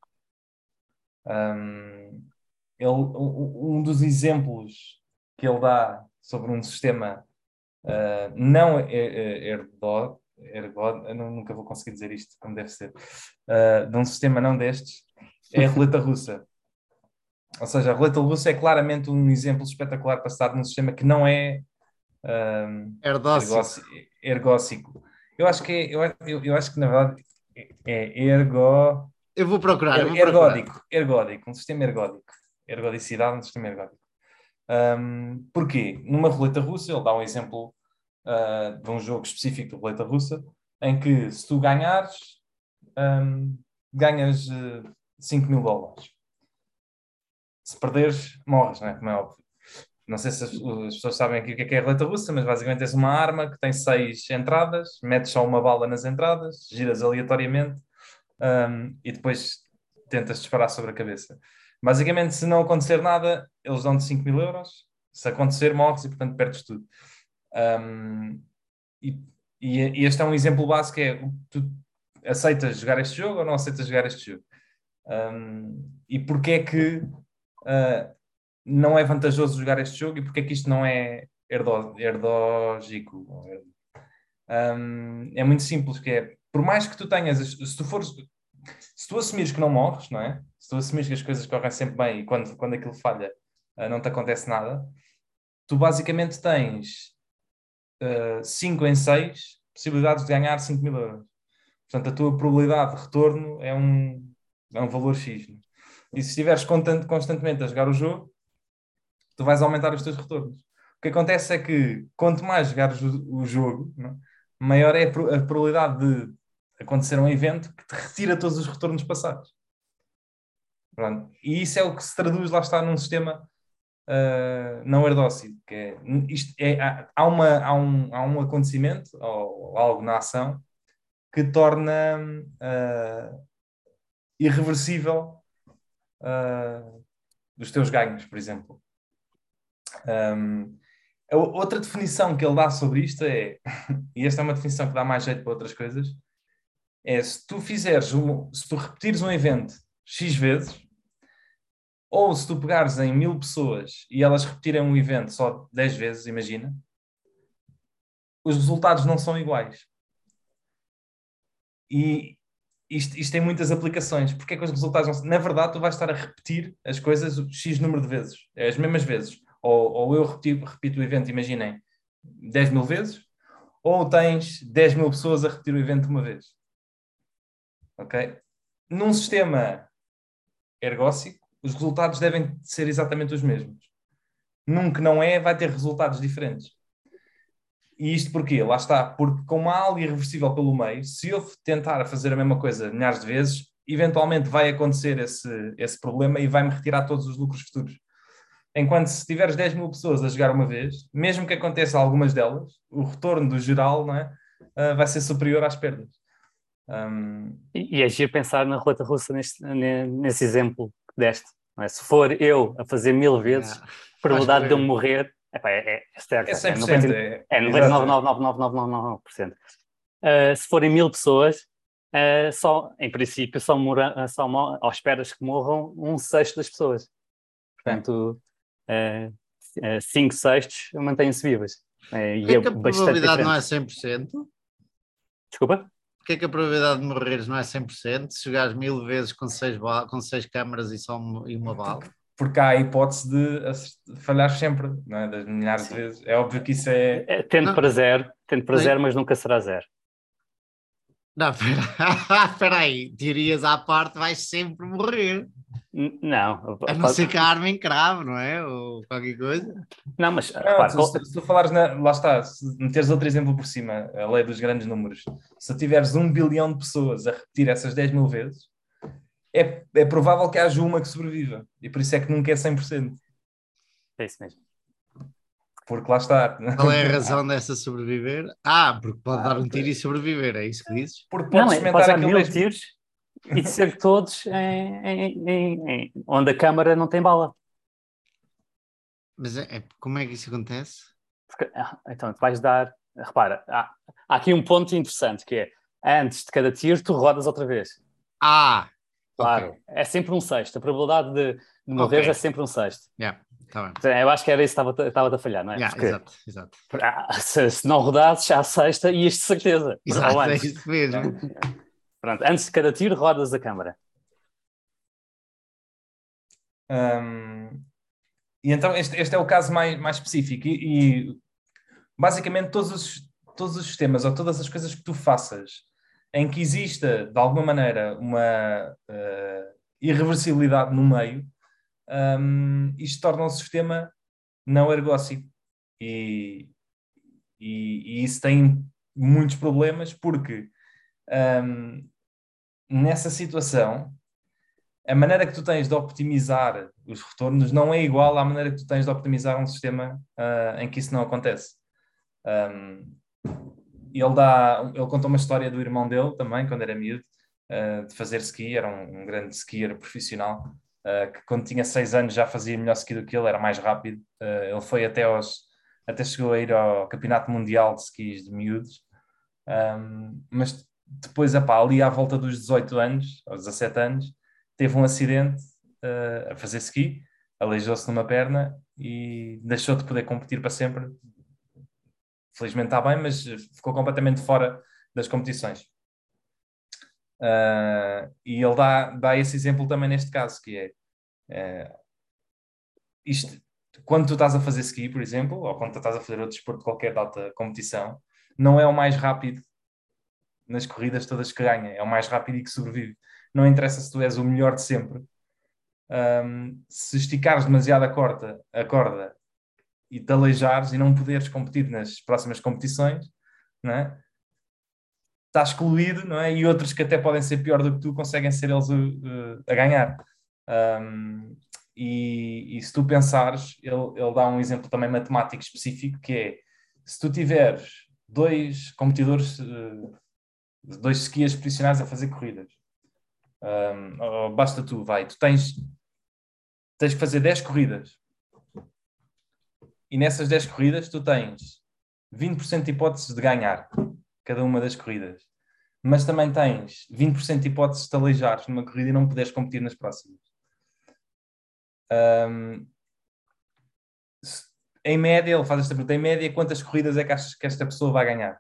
[SPEAKER 3] Um, ele, um dos exemplos que ele dá sobre um sistema uh, não ergódico, ergódico, eu nunca vou conseguir dizer isto como deve ser, uh, de um sistema não destes, é a roleta russa. Ou seja, a roleta russa é claramente um exemplo espetacular para se dar num sistema que não é um,
[SPEAKER 1] Erdócico.
[SPEAKER 3] ergócico. Eu acho que é, eu, eu, eu acho que na verdade é ergo...
[SPEAKER 1] Eu vou procurar.
[SPEAKER 3] Er,
[SPEAKER 1] eu vou
[SPEAKER 3] ergódico,
[SPEAKER 1] procurar.
[SPEAKER 3] ergódico, um sistema ergódico. Ergodicidade, um sistema ergódico. Um, porquê? Numa roleta russa, ele dá um exemplo uh, de um jogo específico de roleta russa, em que se tu ganhares, um, ganhas uh, cinco mil dólares. Se perderes, morres, não é? Como é óbvio. Não sei se as, as pessoas sabem aqui o que é, que é a roleta russa, mas basicamente tens uma arma que tem seis entradas, metes só uma bala nas entradas, giras aleatoriamente um, e depois tentas disparar sobre a cabeça. Basicamente, se não acontecer nada, eles dão-te cinco mil euros. Se acontecer, morres e, portanto, perdes tudo. Um, e, e este é um exemplo básico, é tu aceitas jogar este jogo ou não aceitas jogar este jogo? Um, e porquê é que uh, não é vantajoso jogar este jogo e porquê é que isto não é herdó, herdógico? Um, é muito simples, que é, por mais que tu tenhas, se tu fores, se tu assumires que não morres, não é? Se tu assumires que as coisas correm sempre bem e quando, quando aquilo falha uh, não te acontece nada, tu basicamente tens cinco em seis possibilidades de ganhar cinco mil euros. Portanto, a tua probabilidade de retorno é um, é um valor X. Né? E se estiveres constantemente a jogar o jogo, tu vais aumentar os teus retornos. O que acontece é que quanto mais jogares o, o jogo, né, maior é a, a probabilidade de acontecer um evento que te retira todos os retornos passados. Pronto. E isso é o que se traduz, lá está, num sistema uh, não herdócico. Que é, isto é, há, uma, há, um, há um acontecimento, ou algo na ação, que torna uh, irreversível uh, os teus ganhos, por exemplo. Um, a outra definição que ele dá sobre isto é, e esta é uma definição que dá mais jeito para outras coisas, é se tu fizeres, um, se tu repetires um evento X vezes, ou se tu pegares em mil pessoas e elas repetirem um evento só dez vezes, imagina, os resultados não são iguais. E isto, isto tem muitas aplicações. Porque é que os resultados não são... Na verdade, tu vais estar a repetir as coisas X número de vezes. É as mesmas vezes. Ou, ou eu repito, repito o evento, imaginem, dez mil vezes, ou tens dez mil pessoas a repetir o evento uma vez. Ok? Num sistema ergócico, os resultados devem ser exatamente os mesmos. Num que não é, vai ter resultados diferentes. E isto porquê? Lá está. Porque como há algo irreversível pelo meio, se eu tentar fazer a mesma coisa milhares de vezes, eventualmente vai acontecer esse, esse problema e vai-me retirar todos os lucros futuros. Enquanto se tiveres dez mil pessoas a jogar uma vez, mesmo que aconteça algumas delas, o retorno do geral, não é? Uh, vai ser superior às perdas. Um...
[SPEAKER 2] E, e é giro pensar na roleta russa neste, nesse exemplo que deste. Não é? Se for eu a fazer mil vezes,
[SPEAKER 1] Yeah.
[SPEAKER 2] a probabilidade de eu morrer epá, é, é certa.
[SPEAKER 3] É cem por cento.
[SPEAKER 2] É noventa e nove vírgula nove nove nove nove nove por cento. Uh, se forem mil pessoas, uh, só, em princípio, só, mora, só mor, ou esperas que morram um sexto das pessoas. Portanto, uh, uh, cinco sextos mantêm-se vivas. Uh,
[SPEAKER 1] Porquê é que a probabilidade não é cem por cento?
[SPEAKER 2] Desculpa?
[SPEAKER 1] Porquê é que a probabilidade de morreres não é cem por cento se jogares mil vezes com seis, com seis câmaras e só uma, e uma bala?
[SPEAKER 3] Porque há a hipótese de falhar sempre, não é? Das milhares Sim. de vezes. É óbvio que isso é...
[SPEAKER 2] é tendo não. para zero, tendo para Sim. zero, mas nunca será zero.
[SPEAKER 1] Não, espera aí. Teorias à parte, vais sempre morrer.
[SPEAKER 2] Não.
[SPEAKER 1] A não ser que a arma encrave, não é? Ou qualquer coisa.
[SPEAKER 2] Não, mas...
[SPEAKER 3] Não,
[SPEAKER 2] repara,
[SPEAKER 3] se, se, se tu falares... Na, lá está, se meteres outro exemplo por cima, a lei dos grandes números. Se tiveres um bilhão de pessoas a repetir essas dez mil vezes, é, é provável que haja uma que sobreviva. E por isso é que nunca é cem por cento.
[SPEAKER 2] É isso mesmo.
[SPEAKER 3] Porque lá está.
[SPEAKER 1] Qual é a razão dessa sobreviver? Ah, porque pode ah, dar um tiro e sobreviver, é isso que dizes?
[SPEAKER 3] Porque podes
[SPEAKER 2] não,
[SPEAKER 3] experimentar
[SPEAKER 2] é, mil
[SPEAKER 3] dez...
[SPEAKER 2] tiros e ser todos em, em, em, em, onde a câmara não tem bala.
[SPEAKER 1] Mas é, é, como é que isso acontece?
[SPEAKER 2] Porque, então, tu vais dar... Repara, há, há aqui um ponto interessante que é, antes de cada tiro, tu rodas outra vez.
[SPEAKER 1] Ah!
[SPEAKER 2] Claro, okay. É sempre um sexto. A probabilidade de, de morrer okay. é sempre um sexto.
[SPEAKER 1] Yeah. Tá bem.
[SPEAKER 2] Eu acho que era isso que estava, estava a falhar, não é?
[SPEAKER 1] Yeah,
[SPEAKER 2] Porque,
[SPEAKER 1] exato, exato.
[SPEAKER 2] se, se não rodasses à sexta, ias de certeza.
[SPEAKER 1] Exato,
[SPEAKER 2] Ou
[SPEAKER 1] é
[SPEAKER 2] antes.
[SPEAKER 1] isso mesmo.
[SPEAKER 2] Pronto, antes de cada tiro, rodas a câmara.
[SPEAKER 3] Um, e então este, este é o caso mais, mais específico. E, e basicamente todos os, todos os sistemas ou todas as coisas que tu faças em que exista, de alguma maneira, uma uh, irreversibilidade no meio, um, isto torna o sistema não ergócico. E, e, e isso tem muitos problemas porque um, nessa situação a maneira que tu tens de optimizar os retornos não é igual à maneira que tu tens de optimizar um sistema uh, em que isso não acontece. Um, ele, dá, ele contou uma história do irmão dele também, quando era miúdo, uh, de fazer ski, era um, um grande skier profissional, uh, que quando tinha seis anos já fazia melhor ski do que ele, era mais rápido. Uh, ele foi até aos, até chegou a ir ao Campeonato Mundial de Skis de miúdos, um, mas depois, epá, ali à volta dos dezoito anos, aos dezassete anos, teve um acidente uh, a fazer ski, aleijou-se numa perna e deixou de poder competir para sempre. Felizmente está bem, mas ficou completamente fora das competições. Uh, e ele dá, dá esse exemplo também neste caso, que é uh, isto, quando tu estás a fazer ski, por exemplo, ou quando tu estás a fazer outro desporto qualquer de alta competição, não é o mais rápido nas corridas todas que ganha, é o mais rápido e que sobrevive. Não interessa se tu és o melhor de sempre. Um, se esticares demasiado a corda, a corda e te aleijares e não poderes competir nas próximas competições, não é? Estás excluído, não é? E outros que até podem ser pior do que tu conseguem ser eles uh, a ganhar. Um, e, e se tu pensares, ele, ele dá um exemplo também matemático específico, que é, se tu tiveres dois competidores, uh, dois skiers profissionais a fazer corridas, um, basta tu, vai, tu tens, tens que fazer dez corridas. E nessas dez corridas tu tens vinte por cento de hipóteses de ganhar cada uma das corridas. Mas também tens vinte por cento de hipóteses de te aleijares numa corrida e não poderes competir nas próximas. Um, em média, ele faz esta pergunta, em média, quantas corridas é que achas que esta pessoa vai ganhar?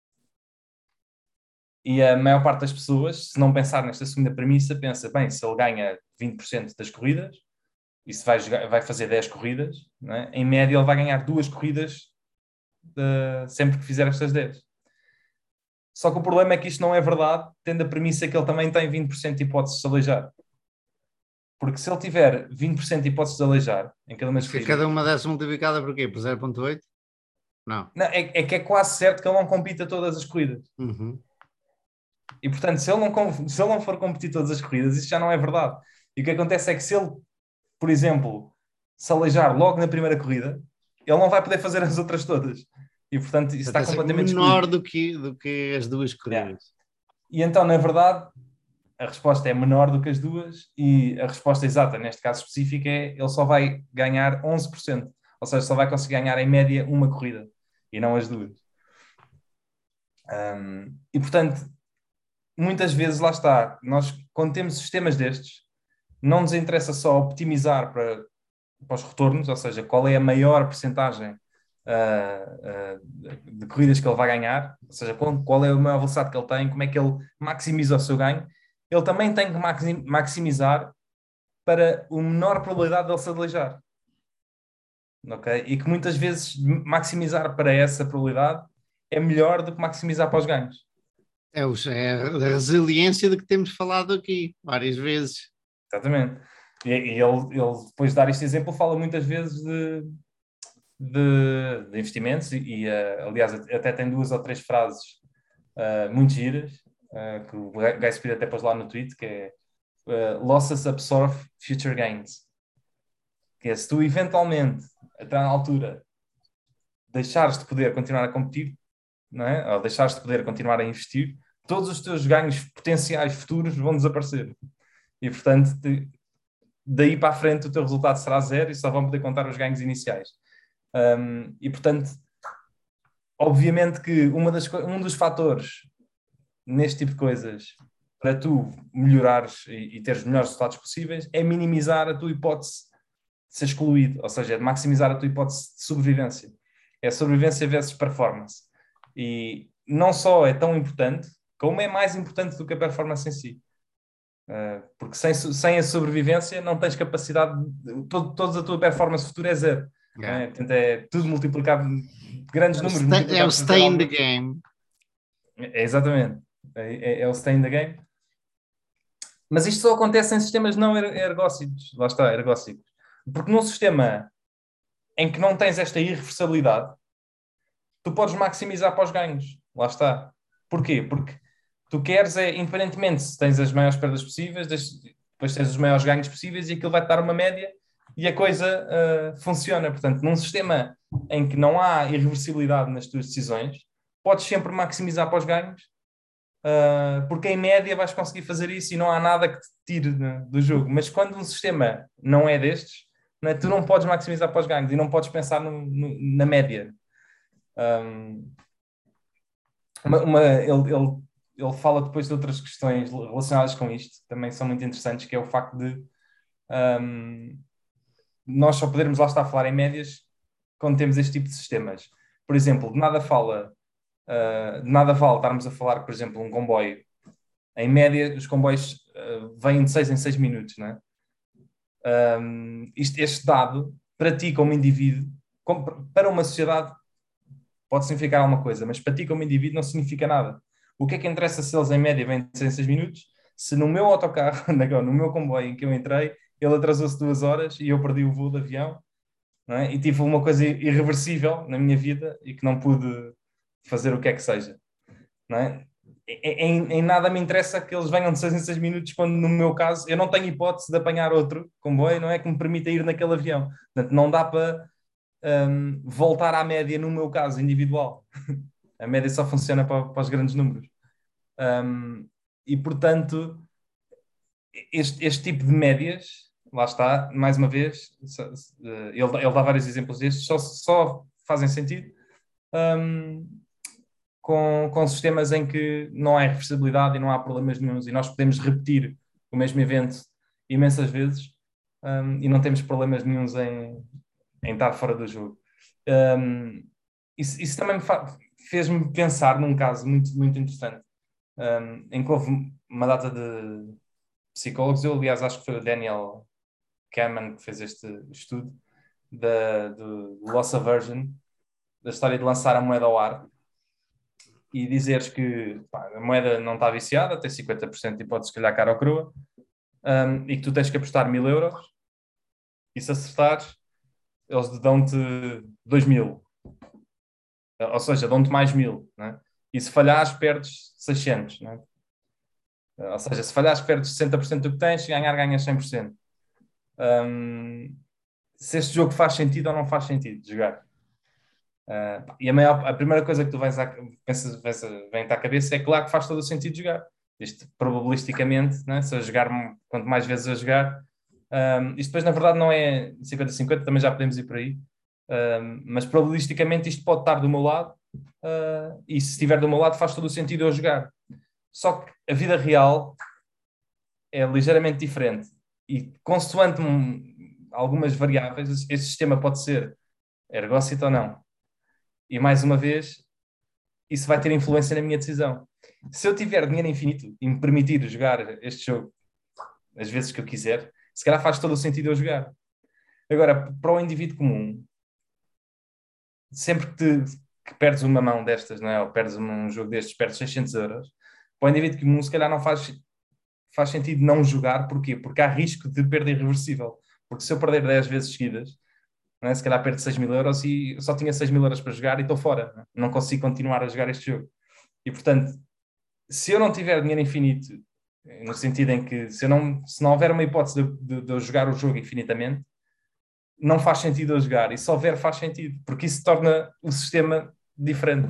[SPEAKER 3] E a maior parte das pessoas, se não pensar nesta segunda premissa, pensa, bem, se ele ganha vinte por cento das corridas, e se vai, jogar, vai fazer dez corridas, não é? Em média ele vai ganhar duas corridas uh, sempre que fizer estas dez. Só que o problema é que isto não é verdade, tendo a premissa que ele também tem vinte por cento de hipóteses de se aleijar. Porque se ele tiver vinte por cento de hipóteses de aleijar em cada uma das corridas...
[SPEAKER 1] Cada uma dessas multiplicada por quê? Por zero vírgula oito? Não.
[SPEAKER 3] Não, é, é que é quase certo que ele não compita todas as corridas.
[SPEAKER 1] Uhum.
[SPEAKER 3] E portanto, se ele, não, se ele não for competir todas as corridas, isso já não é verdade. E o que acontece é que se ele, por exemplo, se aleijar logo na primeira corrida, ele não vai poder fazer as outras todas. E portanto, isso está completamente
[SPEAKER 1] menor do que, do que as duas corridas.
[SPEAKER 3] Yeah. E então, na verdade, a resposta é menor do que as duas e a resposta exata, neste caso específico, é ele só vai ganhar onze por cento. Ou seja, só vai conseguir ganhar em média uma corrida e não as duas. Um, e portanto, muitas vezes, lá está, nós quando temos sistemas destes, não nos interessa só optimizar para, para os retornos, ou seja, qual é a maior percentagem uh, uh, de corridas que ele vai ganhar, ou seja, qual, qual é a maior velocidade que ele tem, como é que ele maximiza o seu ganho. Ele também tem que maximizar para a menor probabilidade de ele se aleijar. Okay? E que muitas vezes maximizar para essa probabilidade é melhor do que maximizar para os ganhos.
[SPEAKER 1] É, o, é a resiliência de que temos falado aqui várias vezes.
[SPEAKER 3] Exatamente. E, e ele, ele, depois de dar este exemplo, fala muitas vezes de, de, de investimentos e, e uh, aliás, até tem duas ou três frases uh, muito giras, uh, que o Guy Speed até pôs lá no tweet, que é uh, losses absorb future gains. Que é, se tu eventualmente, até à altura, deixares de poder continuar a competir, não é? Ou deixares de poder continuar a investir, todos os teus ganhos potenciais futuros vão desaparecer. E, portanto, de, daí para a frente o teu resultado será zero e só vão poder contar os ganhos iniciais. Um, e, portanto, obviamente que uma das, um dos fatores neste tipo de coisas para tu melhorares e, e teres os melhores resultados possíveis é minimizar a tua hipótese de ser excluído, ou seja, é de maximizar a tua hipótese de sobrevivência. É sobrevivência versus performance. E não só é tão importante, como é mais importante do que a performance em si. Uh, porque sem, sem a sobrevivência não tens capacidade, de, todo, toda a tua performance futura é zero. Yeah. É? Portanto, é tudo multiplicado, grandes
[SPEAKER 1] é
[SPEAKER 3] números.
[SPEAKER 1] O stay, é o stay in the game.
[SPEAKER 3] É, exatamente. É, é, é o stay in the game. Mas isto só acontece em sistemas não ergócicos. Lá está, ergócicos. Porque num sistema em que não tens esta irreversibilidade, tu podes maximizar para os ganhos. Lá está. Porquê? Porque tu queres é, independentemente se tens as maiores perdas possíveis, depois tens os maiores ganhos possíveis e aquilo vai-te dar uma média e a coisa uh, funciona. Portanto, num sistema em que não há irreversibilidade nas tuas decisões, podes sempre maximizar para os ganhos, uh, porque em média vais conseguir fazer isso e não há nada que te tire, né, do jogo. Mas quando um sistema não é destes, né, tu não podes maximizar para os ganhos e não podes pensar no, no, na média. Um, uma, uma, ele, ele, ele fala depois de outras questões relacionadas com isto, que também são muito interessantes, que é o facto de um, nós só podermos lá estar a falar em médias quando temos este tipo de sistemas. Por exemplo, de nada fala, uh, de nada vale estarmos a falar, por exemplo, um comboio. Em média, os comboios uh, vêm de seis em seis minutos, não é? Um, isto, este dado, para ti como indivíduo, como, para uma sociedade, pode significar alguma coisa, mas para ti como indivíduo não significa nada. O que é que interessa se eles em média vêm de seis em seis minutos? Se no meu autocarro, no meu comboio em que eu entrei, ele atrasou-se duas horas e eu perdi o voo de avião, não é? E tive uma coisa irreversível na minha vida e que não pude fazer o que é que seja, não é? Em, em nada me interessa que eles venham de seis em seis minutos, quando no meu caso eu não tenho hipótese de apanhar outro comboio, não é, que me permita ir naquele avião. Portanto, não dá para um, voltar à média no meu caso individual. A média só funciona para, para os grandes números. Um, e, portanto, este, este tipo de médias, lá está, mais uma vez, ele, ele dá vários exemplos destes, só, só fazem sentido um, com, com sistemas em que não há irreversibilidade e não há problemas nenhuns e nós podemos repetir o mesmo evento imensas vezes um, e não temos problemas nenhuns em, em estar fora do jogo. Um, isso, isso também me fez-me pensar num caso muito, muito interessante, um, em que houve uma data de psicólogos, eu aliás acho que foi o Daniel Kahneman que fez este estudo da, do loss aversion, da história de lançar a moeda ao ar e dizeres que pá, a moeda não está viciada, tem cinquenta por cento de hipótese de calhar cara ou crua, um, e que tu tens que apostar mil euros e se acertares eles dão-te dois mil, ou seja, dão-te mais mil, né? E se falhares perdes seiscentos, né? Ou seja, se falhares perdes sessenta por cento do que tens, se ganhar ganhas cem por cento. Um, se este jogo faz sentido ou não faz sentido de jogar. Uh, e a, maior, a primeira coisa que tu vais à, pensas, vem-te à cabeça é claro que faz todo o sentido de jogar. Isto probabilisticamente, né? Se eu jogar, quanto mais vezes eu jogar, um, isto depois na verdade não é cinquenta a cinquenta, também já podemos ir por aí, um, mas probabilisticamente isto pode estar do meu lado, uh, e se estiver do meu lado faz todo o sentido eu jogar. Só que a vida real é ligeiramente diferente e consoante algumas variáveis, esse sistema pode ser ergócito ou não. E mais uma vez, isso vai ter influência na minha decisão. Se eu tiver dinheiro infinito e me permitir jogar este jogo as vezes que eu quiser, se calhar faz todo o sentido eu jogar. Agora, para o indivíduo comum, sempre que, te, que perdes uma mão destas, não é? Ou perdes um jogo destes, perdes seiscentos euros, para o indivíduo comum se calhar não faz, faz sentido não jogar. Porquê? Porque há risco de perda irreversível. Porque se eu perder dez vezes seguidas, não é? Se calhar perdo seis mil euros e eu só tinha seis mil euros para jogar e estou fora. Não, é? Não consigo continuar a jogar este jogo. E, portanto, se eu não tiver dinheiro infinito, no sentido em que se, eu não, se não houver uma hipótese de, de, de eu jogar o jogo infinitamente, não faz sentido eu jogar. E se houver, faz sentido. Porque isso torna o sistema diferente.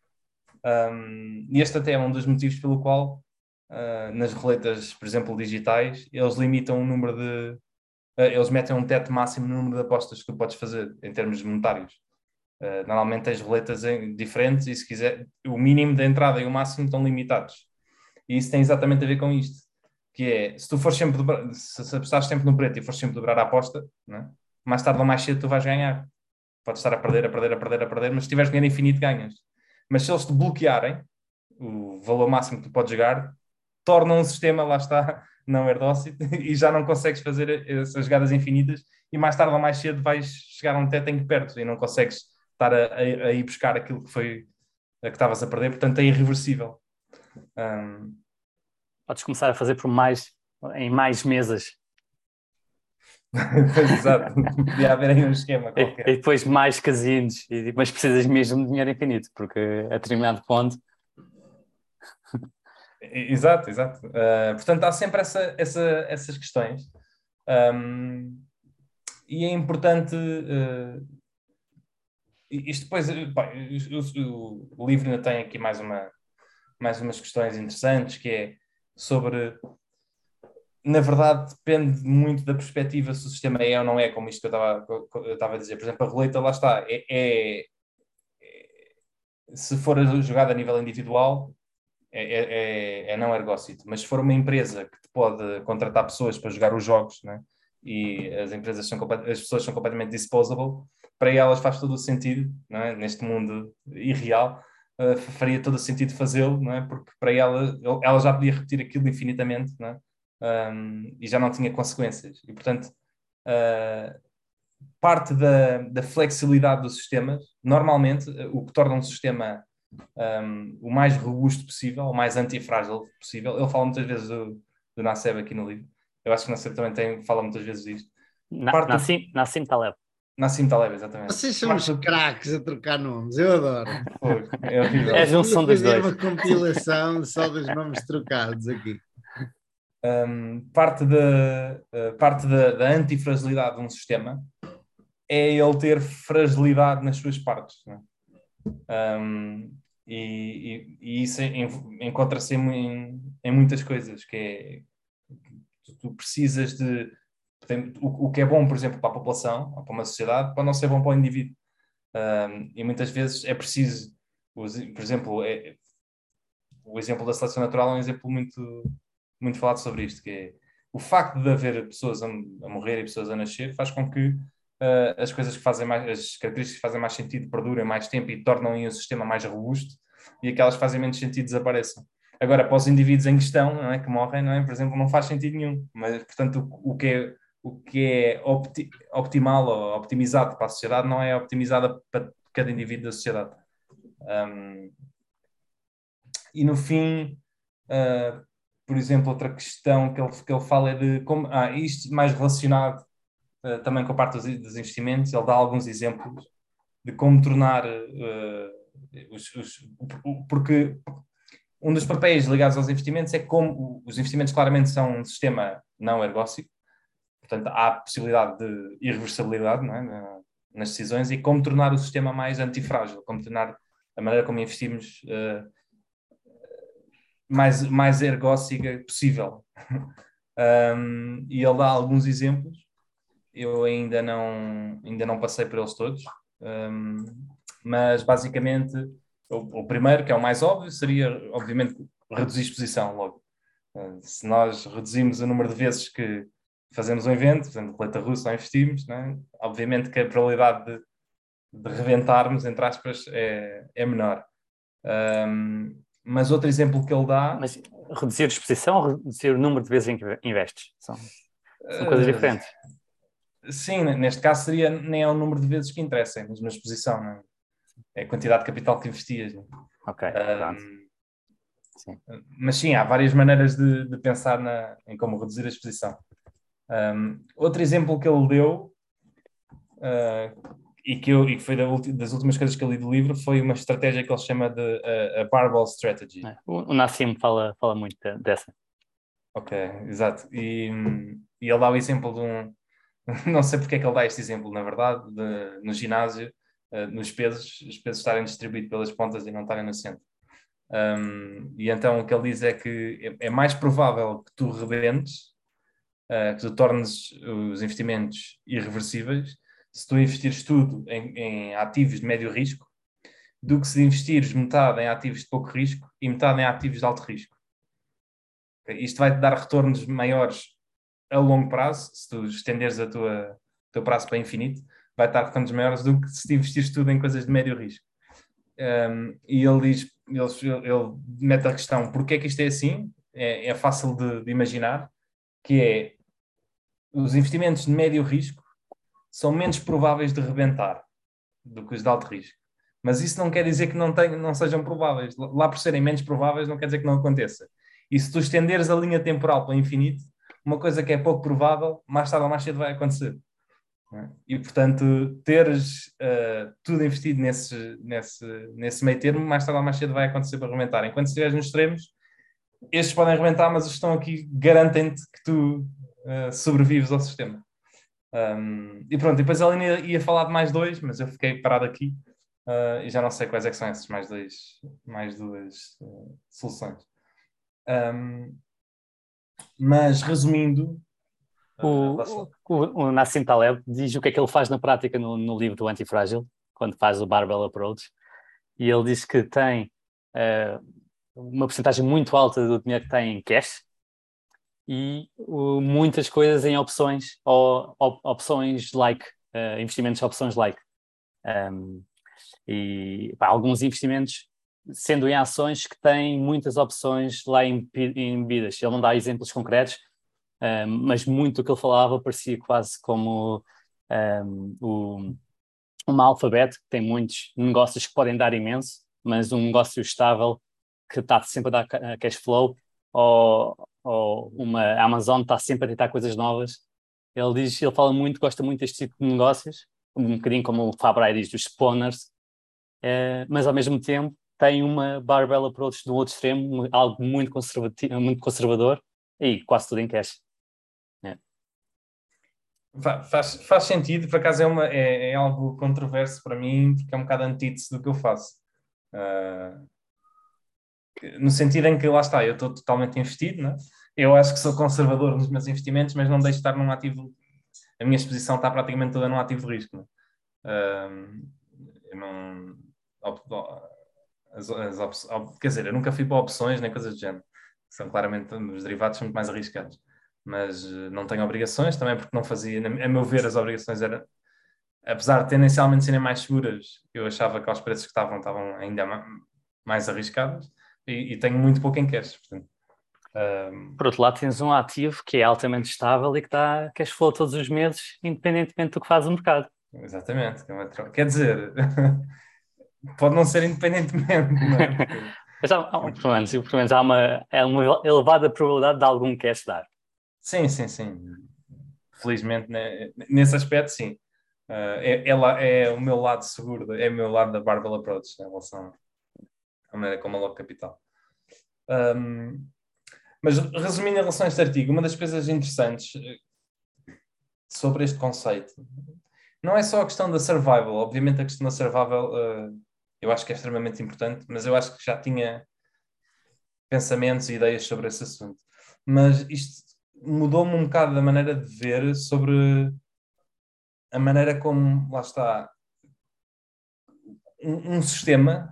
[SPEAKER 3] Um, e este até é um dos motivos pelo qual uh, nas roletas, por exemplo, digitais, eles limitam o número de... Uh, eles metem um teto máximo no número de apostas que tu podes fazer em termos monetários. Uh, normalmente tens roletas em, diferentes e se quiser, o mínimo da entrada e o máximo estão limitados. E isso tem exatamente a ver com isto. Que é, se tu fores sempre dobrar, se apostares sempre no preto e fores sempre dobrar a aposta, não é? mais tarde ou mais cedo tu vais ganhar. Podes estar a perder, a perder, a perder, a perder, mas se tiveres dinheiro infinito, ganhas. Mas se eles te bloquearem o valor máximo que tu podes jogar, tornam um sistema, lá está, não herdócito, e já não consegues fazer essas jogadas infinitas, e mais tarde ou mais cedo vais chegar a um teto em que perdes, e não consegues estar a, a, a ir buscar aquilo que foi a que estavas a perder, portanto é irreversível. Um...
[SPEAKER 2] Podes começar a fazer por mais, em mais mesas.
[SPEAKER 3] Exato, podia haver aí um esquema qualquer.
[SPEAKER 2] E, e depois mais casinos, e, mas precisas mesmo de dinheiro infinito, porque a determinado ponto...
[SPEAKER 3] Exato, exato. Uh, portanto, há sempre essa, essa, essas questões. Um, e é importante... Uh, isto depois... Pá, o, o, o livro ainda tem aqui mais, uma, mais umas questões interessantes, que é sobre... Na verdade, depende muito da perspectiva se o sistema é ou não é, como isto que eu estava, eu estava a dizer. Por exemplo, a roleta, lá está, é, é, é, se for jogada a nível individual, é, é, é não ergócito. Mas se for uma empresa que te pode contratar pessoas para jogar os jogos, né, e as empresas são, as pessoas são completamente disposable, para elas faz todo o sentido, não é? Neste mundo irreal, uh, faria todo o sentido fazê-lo, não é? Porque para ela, ela já podia repetir aquilo infinitamente, não é? Um, e já não tinha consequências. E, portanto, uh, parte da, da flexibilidade dos sistemas, normalmente, o que torna um sistema um, o mais robusto possível, o mais antifrágil possível. Ele fala muitas vezes do, do Nasseb aqui no livro. Eu acho que o Nasseb também tem, fala muitas vezes disto.
[SPEAKER 2] Na, Nassim, do... Nassim Taleb.
[SPEAKER 3] Nassim Taleb, exatamente.
[SPEAKER 1] Vocês são uns craques a trocar nomes, eu adoro.
[SPEAKER 3] Pô, é horrível.
[SPEAKER 2] És um som dos dois.
[SPEAKER 1] Fazer uma compilação só dos nomes trocados aqui.
[SPEAKER 3] Um, parte da, uh, parte da, da antifragilidade de um sistema é ele ter fragilidade nas suas partes. Né? Um, e, e, e isso encontra-se em, em muitas coisas, que é tu, tu precisas de o, o que é bom, por exemplo, para a população ou para uma sociedade, pode não ser bom para o indivíduo. Um, e muitas vezes é preciso, por exemplo, é, o exemplo da seleção natural é um exemplo muito muito falado sobre isto, que é o facto de haver pessoas a, a morrer e pessoas a nascer faz com que uh, as coisas que fazem mais, as características que fazem mais sentido perdurem mais tempo e tornam o sistema mais robusto, e aquelas que fazem menos sentido desapareçam. Agora, para os indivíduos em questão, não é, que morrem, não é, por exemplo, não faz sentido nenhum, mas, portanto, o, o que é, o que é opti, optimal ou optimizado para a sociedade não é optimizado para cada indivíduo da sociedade. Um, e no fim... Uh, por exemplo, outra questão que ele, que ele fala é de como, ah, isto mais relacionado uh, também com a parte dos, dos investimentos, ele dá alguns exemplos de como tornar uh, os, os, o, porque um dos papéis ligados aos investimentos é como os investimentos claramente são um sistema não ergócico, portanto há a possibilidade de irreversibilidade, não é, nas decisões, e como tornar o sistema mais antifrágil, como tornar a maneira como investimos uh, mais, mais ergócica possível. um, e ele dá alguns exemplos, eu ainda não, ainda não passei por eles todos, um, mas basicamente o, o primeiro, que é o mais óbvio, seria obviamente reduzir exposição logo. Uh, se nós reduzimos o número de vezes que fazemos um evento, por exemplo, roleta russa ou investimos, não é? Obviamente que a probabilidade de, de rebentarmos, entre aspas, é, é menor. Um, Mas outro exemplo que ele dá...
[SPEAKER 2] Mas reduzir a exposição ou reduzir o número de vezes em que investes? São, são coisas diferentes.
[SPEAKER 3] Uh, sim, neste caso seria, nem é o número de vezes que interessa, é mesmo a exposição, não é? É a quantidade de capital que investias. Não é?
[SPEAKER 2] Ok, pronto. Um,
[SPEAKER 3] sim. Mas sim, há várias maneiras de, de pensar na, em como reduzir a exposição. Um, outro exemplo que ele deu... Uh, e que, eu, e que foi da ulti, das últimas coisas que eu li do livro, foi uma estratégia que ele chama de uh, a Barbell Strategy.
[SPEAKER 2] É, o, o Nassim fala, fala muito dessa.
[SPEAKER 3] Ok, exato. E, e ele dá o exemplo de um... Não sei porque é que ele dá este exemplo, na verdade, de, no ginásio, uh, nos pesos, os pesos estarem distribuídos pelas pontas e não estarem no centro. Um, e então o que ele diz é que é, é mais provável que tu rebentes, uh, que tu tornes os investimentos irreversíveis, se tu investires tudo em, em ativos de médio risco, do que se investires metade em ativos de pouco risco e metade em ativos de alto risco. Okay? Isto vai-te dar retornos maiores a longo prazo, se tu estenderes a tua, teu prazo para infinito, vai estar retornos maiores do que se investires tudo em coisas de médio risco. Um, e ele diz, ele, ele mete a questão, porque é que isto é assim? É, é fácil de, de imaginar, que é, os investimentos de médio risco são menos prováveis de rebentar do que os de alto risco. Mas isso não quer dizer que não, tenham, não sejam prováveis. Lá por serem menos prováveis não quer dizer que não aconteça. E se tu estenderes a linha temporal para o infinito, uma coisa que é pouco provável, mais tarde ou mais cedo vai acontecer. E, portanto, teres uh, tudo investido nesse, nesse, nesse meio termo, mais tarde ou mais cedo vai acontecer para arrebentar. Enquanto se estiveres nos extremos, estes podem arrebentar, mas os que estão aqui garantem-te que tu uh, sobrevives ao sistema. Um, e pronto, depois ela ia, ia falar de mais dois, mas eu fiquei parado aqui uh, e já não sei quais é que são esses mais, dois, mais duas uh, soluções. Um, mas, resumindo...
[SPEAKER 2] O, uh, o, o Nassim Taleb diz o que é que ele faz na prática no, no livro do Antifrágil, quando faz o Barbell Approach, e ele diz que tem uh, uma porcentagem muito alta do dinheiro que tem em cash e uh, muitas coisas em opções, ou op, opções like, uh, investimentos em opções like. Um, e pá, alguns investimentos sendo em ações que têm muitas opções lá embebidas. Ele não dá exemplos concretos, Um, mas muito do que ele falava parecia quase como um, o, uma alfabeto, que tem muitos negócios que podem dar imenso, mas um negócio estável que está sempre a dar cash flow, ou, ou uma Amazon está sempre a tentar coisas novas. Ele diz, ele fala muito, gosta muito deste tipo de negócios, um bocadinho como o Fabrai diz, dos spawners, uh, mas ao mesmo tempo tem uma barbell approach do outro extremo, algo muito, conservativo, muito conservador, e quase tudo em cash.
[SPEAKER 3] Faz, faz sentido, por acaso é, uma, é, é algo controverso para mim, porque é um bocado antítese do que eu faço. Uh, no sentido em que, lá está, eu estou totalmente investido, né? Eu acho que sou conservador nos meus investimentos, mas não deixo de estar num ativo... A minha exposição está praticamente toda num ativo de risco. Né? Uh, eu não... As, as op, quer dizer, eu nunca fui para opções nem coisas do género. São claramente, os derivados são muito mais arriscados. Mas não tenho obrigações, também porque não fazia, a meu ver, as obrigações eram, apesar de tendencialmente serem mais seguras, eu achava que aos preços que estavam, estavam ainda mais arriscadas, e, e tenho muito pouco em cash, portanto. Um...
[SPEAKER 2] Por outro lado, tens um ativo que é altamente estável e que dá cash flow todos os meses, independentemente do que faz o mercado.
[SPEAKER 3] Exatamente. Quer dizer, pode não ser independentemente, não é? Porque...
[SPEAKER 2] Mas há, há, pelo menos, pelo menos há uma, é uma elevada probabilidade de algum cash dar.
[SPEAKER 3] Sim, sim, sim. Felizmente, né? Nesse aspecto, sim. Uh, é, é, é o meu lado seguro, é o meu lado da barbell approach, né, em relação à maneira como aloco capital. Um, mas, resumindo em relação a este artigo, uma das coisas interessantes sobre este conceito não é só a questão da survival. Obviamente, a questão da survival uh, eu acho que é extremamente importante, mas eu acho que já tinha pensamentos e ideias sobre esse assunto. Mas isto mudou-me um bocado da maneira de ver sobre a maneira como, lá está, um, um sistema